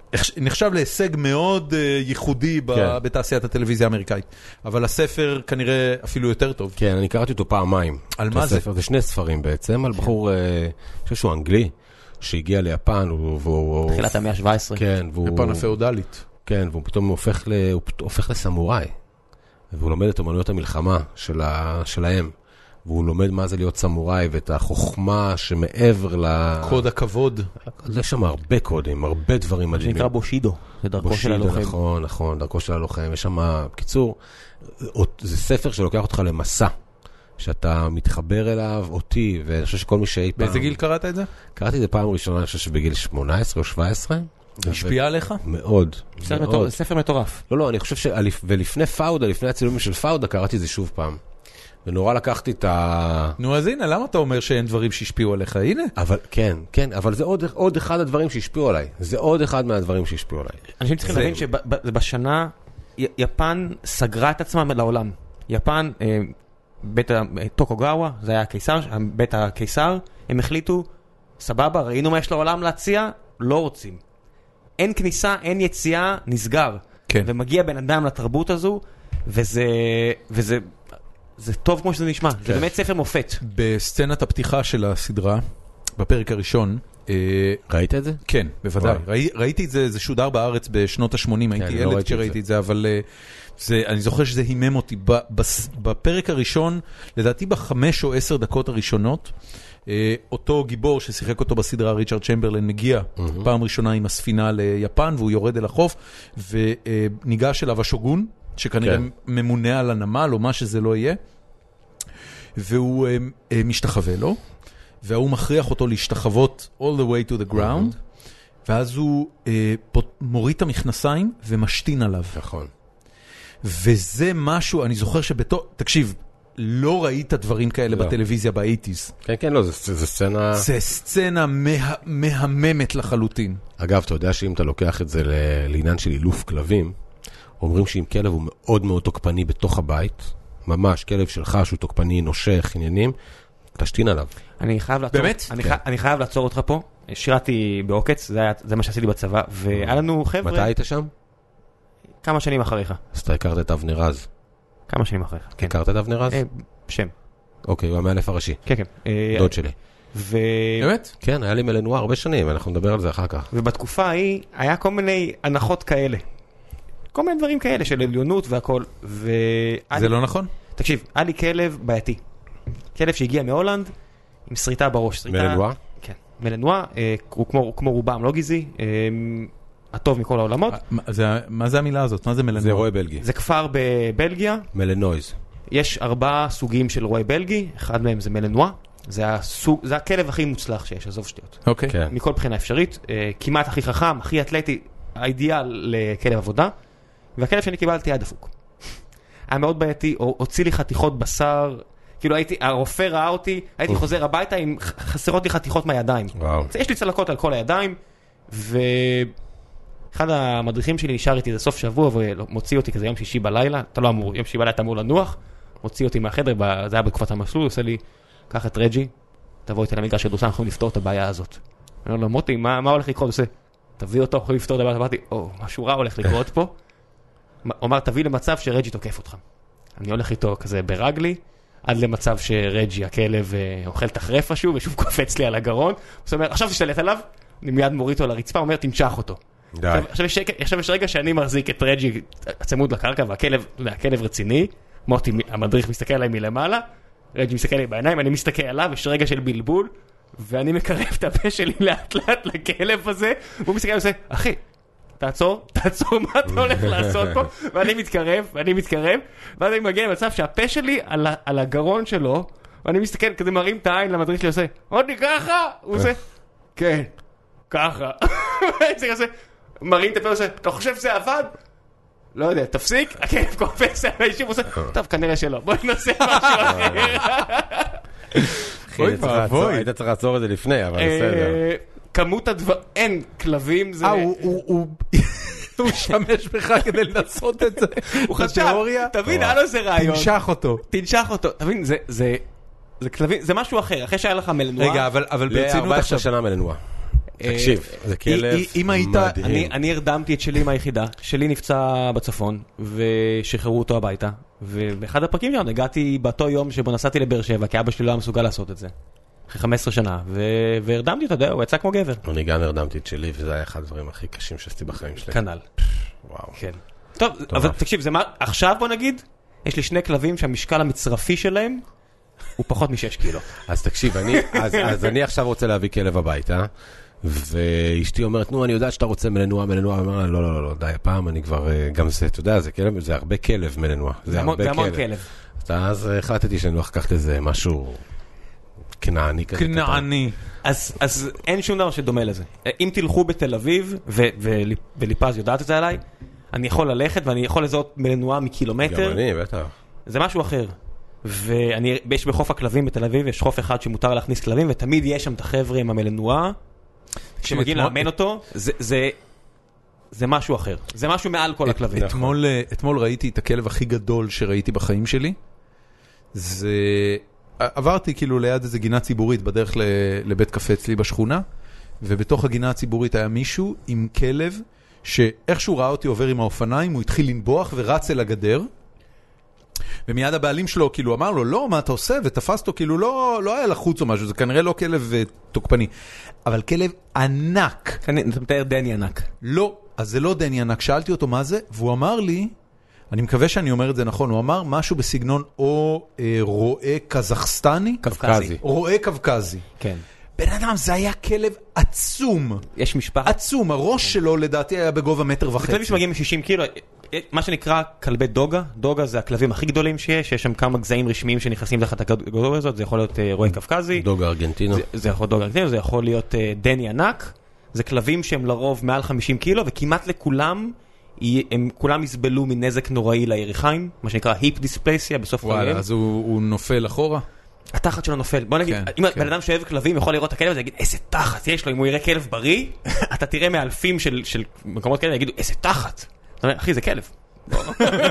נחשב להישג מאוד ייחודי בתעשיית הטלוויזיה האמריקאית. אבל הספר כנראה אפילו יותר טוב. כן, אני קראתי אותו פעמיים. על מה זה? זה שני ספרים בעצם, על בחור, אני חושב שהוא אנגלי, שהגיע ליפן, והוא... תחילת המאה ה-שבע עשרה. כן, והוא... יפן הפאודלית. כן, והוא פתאום הופך, ל... הוא הופך לסמוראי. והוא לומד את אמנויות המלחמה של ה... שלהם. והוא לומד מה זה להיות סמוראי, ואת החוכמה שמעבר ל... קוד הכבוד. יש שם הרבה קודים, הרבה דברים מדהימים. שנקרא בושידו, זה דרכו של הלוחם. בושידו, נכון, נכון, דרכו של הלוחם. יש שם, בקיצור, זה ספר שלוקח אותך למסע, שאתה מתחבר אליו, אותי, ואני חושב שכל מי שאי פעם... באיזה גיל קראת את זה? קראתי את זה פעם ראשונה, אני חושב שבגיל שמונה עשרה או שבע עשרה. השפיע עליך? מאוד. זה ספר מטורף. לא, לא, אני חושב ש... ולפני פאודה, לפני הצילומים של פאודה, קראתי את זה שוב פעם. ונורא לקחתי את ה... נו, אז הנה, למה אתה אומר שאין דברים שהשפיעו עליך? הנה. אבל, כן, כן, אבל זה עוד, עוד אחד הדברים שהשפיעו עליי. זה עוד אחד מהדברים שהשפיעו עליי. אנשים צריכים להבין שבשנה, יפן סגרה את עצמה לעולם. יפן, בית טוקוגאווה, זה היה הקיסר, בית הקיסר, הם החליטו, סבבה, ראינו מה יש לעולם להציע, לא רוצים. אין כניסה, אין יציאה, נסגר. כן. ומגיע בן אדם לתרבות הזו, וזה, וזה, זה טוב כמו שזה נשמע. זה באמת ספר מופת. בסצנת הפתיחה של הסדרה, בפרק הראשון, ראית את זה? כן, בוודאי. ראיתי את זה, זה שודר בארץ בשנות ה-שמונים, הייתי ילד כשראיתי את זה, אבל אני זוכר שזה הימם אותי. בפרק הראשון, לדעתי בחמש או עשר דקות הראשונות, אותו גיבור ששיחק אותו בסדרה, ריצ'רד צ'מברלין, מגיע פעם ראשונה עם הספינה ליפן, והוא יורד אל החוף, וניגש אליו השוגון, שכנראה ממונה על הנמל, או מה שזה לא יהיה, והוא משתחווה לו, והוא מכריח אותו להשתחוות all the way to the ground, ואז הוא מוריד את המכנסיים ומשתין עליו. נכון. וזה משהו, אני זוכר שבתור, תקשיב, לא ראית דברים כאלה בטלוויזיה ב-שמונים. כן, כן, לא, זה סצנה... זה סצנה מהממת לחלוטין. אגב, אתה יודע שאם אתה לוקח את זה לעניין של אילוף כלבים, אומרים שאם כלב הוא מאוד מאוד תוקפני בתוך הבית, ממש כלב שלך שהוא תוקפני, נושך, עניינים, תשתין עליו. אני חייב לעצור, באמת? אני, כן. אני חייב לעצור אותך פה. שירתי בעוקץ, זה, היה, זה מה שעשיתי בצבא, והיה לנו חבר'ה... מתי היית שם? כמה שנים אחריך. אז אתה הכרת את אבנר רז. כמה שנים אחריך, כן. הכרת את אבנר רז? אה, שם. אוקיי, הוא המאלף הראשי. כן, כן. דוד שלי. ו... באמת? כן, היה לי מלנוע הרבה שנים, אנחנו נדבר על זה אחר כך. ובתקופה ההיא, היה כל מיני הנחות כאלה. כל מיני דברים כאלה של עליונות והכל. ו... זה לא נכון? תקשיב, היה לי כלב בעייתי. כלב שהגיע מהולנד, עם שריטה בראש. מלנוע? כן. מלנוע, הוא כמו, כמו רובם, לא גזעי, הטוב מכל העולמות. מה זה המילה הזאת? מה זה מלנוע? זה רוי בלגי. זה כפר בבלגיה. מלנויז. יש ארבעה סוגים של רוי בלגי, אחד מהם זה מלנוע. זה הסוג, זה הכלב הכי מוצלח שיש, עזוב שטויות. אוקיי. כן. מכל בחינה אפשרית, כמעט הכי חכם, הכי אתלטי, האידיאל לכלב עבודה. והכלב שאני קיבלתי היה דפוק. היה מאוד בעייתי, הוציא לי חתיכות בשר, כאילו הייתי, הרופא ראה אותי, הייתי חוזר הביתה עם חסרות לי חתיכות מהידיים. וואו. יש לי צלקות על כל הידיים, ואחד המדריכים שלי נשאר איתי, זה סוף שבוע, ומוציא אותי כזה יום שישי בלילה, אתה לא אמור, יום שישי בלילה אתה אמור לנוח, מוציא אותי מהחדר, זה היה בתקופת המסלול, עושה לי, קח את רג'י, תבוא איתי למגרש כדורסל, אנחנו יכולים לפתור את הבעיה הזאת. אני אומר לו, מוטי, מה, מה הולך לקרות? הוא עושה, תביא אותו, יכולים לפתור את הבעיה. אמרתי, או, משהו רע הולך לקרות פה. הוא אמר, תביא למצב שרג'י תוקף אותך. אני הולך איתו כזה ברגלי, עד למצב שרג'י, הכלב, אוכל תחרף משהו, ושוב קופץ לי על הגרון. הוא אומר, עכשיו תשתלט עליו, אני מיד מוריד אותו לרצפה, הוא אומר, תנשך אותו. די. עכשיו יש רגע שאני מחזיק את רג'י צמוד לקרקע, והכלב רציני, מוטי, המדריך מסתכל עליי מלמעלה, רג'י מסתכל עליי בעיניים, אני מסתכל עליו, יש רגע של בלבול, ואני מקרב את הפה שלי לאט לאט לכלב הזה, והוא מסתכל עליי ועושה, אחי, תעצור, תעצור מה אתה הולך לעשות פה, ואני מתקרב, ואני מתקרב, ואז אני מגיע למצב שהפה שלי על, על הגרון שלו, ואני מסתכל, כזה מרים את העין למדריך שלי, עושה, עודי ככה? הוא עושה, כן, ככה. ואני עושה, מרים את הפה, עושה, אתה חושב שזה עבד? לא יודע, תפסיק, הכלב קופץ על הישוב, הוא עושה, טוב, כנראה שלא, בואי נעשה משהו אחר. אוי ואבוי. היית צריך לעצור את זה לפני, אבל בסדר. כמות הדבר, אין, כלבים זה... אה, הוא משתמש בך כדי לנסות את זה. הוא חשב, תבין, היה לו איזה רעיון. תנשך אותו. תנשך אותו, תבין, זה כלבים, זה משהו אחר, אחרי שהיה לך מלנוע. רגע, אבל ברצינות ל-ארבע עשרה שנה מלנוע. תקשיב, זה כלב מדהים. אני הרדמתי את שלי מהיחידה, שלי נפצע בצפון, ושחררו אותו הביתה, ובאחד הפרקים שם הגעתי באותו יום שבו נסעתי לבאר שבע, כי אבא שלי לא היה מסוגל לעשות את זה. אחרי חמש עשרה שנה, והרדמתי אותו, הוא יצא כמו גבר. אני גם הרדמתי את שלי, וזה היה אחד הדברים הכי קשים שעשיתי בחיים שלי. כנ"ל. וואו. כן. טוב, אבל תקשיב, עכשיו בוא נגיד, יש לי שני כלבים שהמשקל המצרפי שלהם הוא פחות משש קילו. אז תקשיב, אז אני עכשיו רוצה להביא כלב הביתה, ואשתי אומרת, נו, אני יודעת שאתה רוצה מלנוע, מלנוע, ואומר לה, לא, לא, לא, די, הפעם אני כבר, גם זה, אתה יודע, זה כלב, זה הרבה כלב מלנוע. זה המון כלב. אז החלטתי שאני לא לקחת איזה משהו כנעני כזה. כנעני. אז אין שום דבר שדומה לזה. אם תלכו בתל אביב, וליפז יודעת את זה עליי, אני יכול ללכת ואני יכול לזהות מלנוע מקילומטר. גם אני, בטח. זה משהו אחר. ואני, יש בחוף הכלבים בתל אביב, יש חוף אחד שמותר להכניס כלבים, ותמיד יש שם את החבר'ה עם המלנוע. כשמגיעים לאמן אותו, זה, זה, זה משהו אחר. זה משהו מעל כל הכלבים. אתמול, אתמול ראיתי את הכלב הכי גדול שראיתי בחיים שלי. זה, עברתי כאילו ליד איזה גינה ציבורית בדרך לבית קפה אצלי בשכונה, ובתוך הגינה הציבורית היה מישהו עם כלב, שאיכשהו ראה אותי עובר עם האופניים, הוא התחיל לנבוח ורץ אל הגדר, ומיד הבעלים שלו כאילו אמר לו, לא, מה אתה עושה? ותפס אותו, כאילו לא, לא היה לחוץ או משהו, זה כנראה לא כלב תוקפני, אבל כלב ענק. אתה מתאר דני ענק. לא, אז זה לא דני ענק, שאלתי אותו מה זה, והוא אמר לי, אני מקווה שאני אומר את זה נכון, הוא אמר משהו בסגנון או אה, רואה קזחסטני, קווקזי. רואה קווקזי. כן. בן אדם, זה היה כלב עצום. יש משפחה. עצום, הראש שלו לדעתי היה בגובה מטר וחצי. זה כלבים שמגיעים מ-שישים קילו, מה שנקרא כלבי דוגה. דוגה זה הכלבים הכי גדולים שיש, יש שם כמה גזעים רשמיים שנכנסים תחת הגדולה הזאת, זה יכול להיות רועה קווקזי. דוגה ארגנטינו. זה, זה יכול להיות דוגה ארגנטינו, זה יכול להיות דני ענק. זה כלבים שהם לרוב מעל חמישים קילו, וכמעט לכולם, הם כולם יסבלו מנזק נוראי לירכיים, מה שנקרא היפ דיספלסיה בסוף חייהם. וואלה, אז הוא, הוא נופל אחורה? התחת שלו נופל. בוא נגיד, אם בן אדם שאוהב כלבים יכול לראות את הכלב הזה, יגיד, איזה תחת יש לו, אם הוא יראה כלב בריא, אתה תראה מאלפים של מקומות כאלה, יגידו, איזה תחת. אתה אומר, אחי, זה כלב. בוא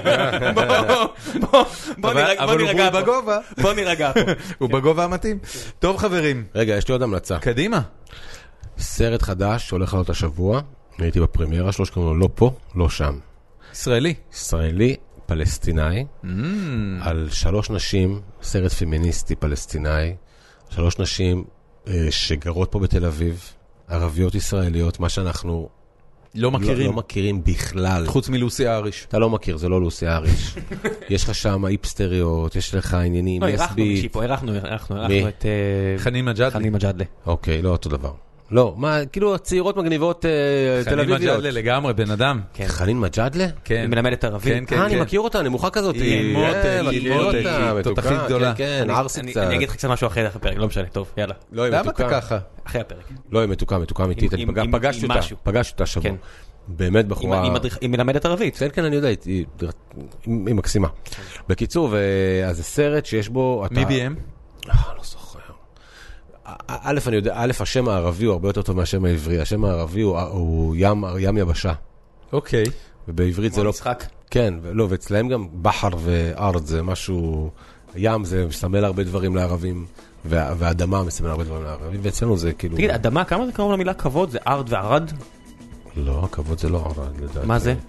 נירגע פה. בוא נירגע פה. הוא בגובה המתאים. טוב חברים. רגע, יש לי עוד המלצה. קדימה. סרט חדש שהולך לעלות השבוע, הייתי בפרמיירה שלו, שקוראים לו לא פה, לא שם. ישראלי. ישראלי. פלסטיני, על שלוש נשים, סרט פמיניסטי פלסטיני, שלוש נשים שגרות פה בתל אביב, ערביות ישראליות, מה שאנחנו לא מכירים, לא מכירים בכלל. חוץ מלוסי אריש. אתה לא מכיר, זה לא לוסי אריש. יש לך שם היפסטריות, יש לך עניינים, לסבית. אירחנו, אירחנו, אירחנו את חנין מג'אדלה. חנין מג'אדלה. אוקיי, לא אותו דבר. לא, מה, כאילו הצעירות מגניבות תל אביביות. חנין מג'אדלה לגמרי, בן אדם. חנין מג'אדלה? כן. היא מלמדת ערבית. אה, אני מכיר אותה, נמוכה כזאת. היא מותק, תותחית גדולה. כן, ערסי קצת. אני אגיד לך קצת משהו אחרי הפרק, לא משנה, טוב, יאללה. למה אתה ככה? אחרי הפרק. לא, היא מתוקה, מתוקה אמיתית. פגשתי אותה, פגשתי אותה שבוע. באמת בחורה... היא מלמדת ערבית. כן, כן, אני יודע, היא מקסימה. בקיצור, אז זה סרט שיש בו... מי ביים? לא זוכר. א', אני יודע, א', השם הערבי הוא הרבה יותר טוב מהשם העברי. השם הערבי הוא ים יבשה. אוקיי. ובעברית זה לא... משחק. כן, לא, ואצלהם גם בחר וארד זה משהו... ים זה מסמל הרבה דברים לערבים, והאדמה מסמל הרבה דברים לערבים, ואצלנו זה כאילו... תגיד, אדמה, כמה זה קרוב למילה כבוד? זה ארד וערד? לא, הכבוד זה לא ערד, לדעתי. מה זה?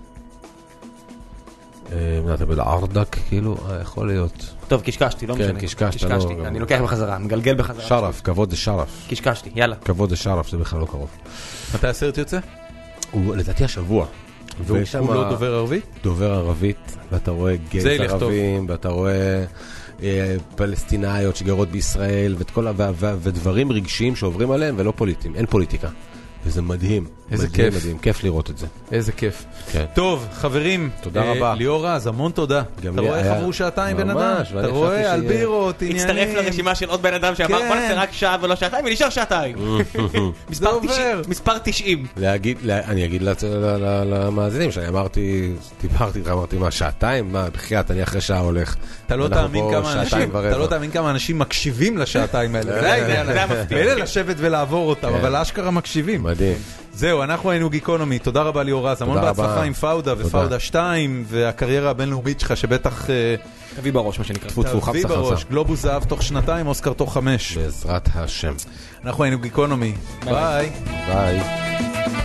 אתה בדע ארדק, כאילו, יכול להיות. טוב, קשקשתי, לא משנה. כן, קשקשת, לא. אני לוקח בחזרה, מגלגל בחזרה. שרף, כבוד זה שרף. קשקשתי, יאללה. כבוד זה שרף, זה בכלל לא קרוב. מתי הסרט יוצא? הוא לדעתי השבוע. והוא לא דובר ערבית? דובר ערבית, ואתה רואה גייז ערבים, ואתה רואה פלסטינאיות שגרות בישראל, ודברים רגשיים שעוברים עליהם, ולא פוליטיים, אין פוליטיקה. וזה מדהים. איזה מדהים, כיף. מדהים, כיף לראות את זה. איזה כיף. כן. טוב, חברים. תודה אה, רבה. ליאור רז, המון תודה. אתה רואה איך עברו שעתיים בן אדם? אתה רואה על בירות, עניינים. הצטרף לרשימה של עוד בן אדם שאמר, בוא נעשה רק שעה ולא שעתיים, ונשאר שעתיים. מספר תשעים. אני אגיד למאזינים שאני אמרתי, דיברתי, אמרתי מה, שעתיים? מה, בחייאת, אני אחרי שעה הולך. אתה לא תאמין כמה אנשים מקשיבים לשעתיים האלה. זה המפתיע. אלה לשבת ולעבור אותם, אבל אשכרה מקשיבים. מדהים. זהו, אנחנו היינו גיקונומי, תודה רבה ליאור רז, המון בהצלחה עם פאודה ופאודה שתיים, והקריירה הבינלאומית שלך שבטח... תביא בראש, מה שנקרא. תביא בראש, גלובוס זהב תוך שנתיים, אוסקר תוך חמש. בעזרת השם. אנחנו היינו גיקונומי, ביי. ביי.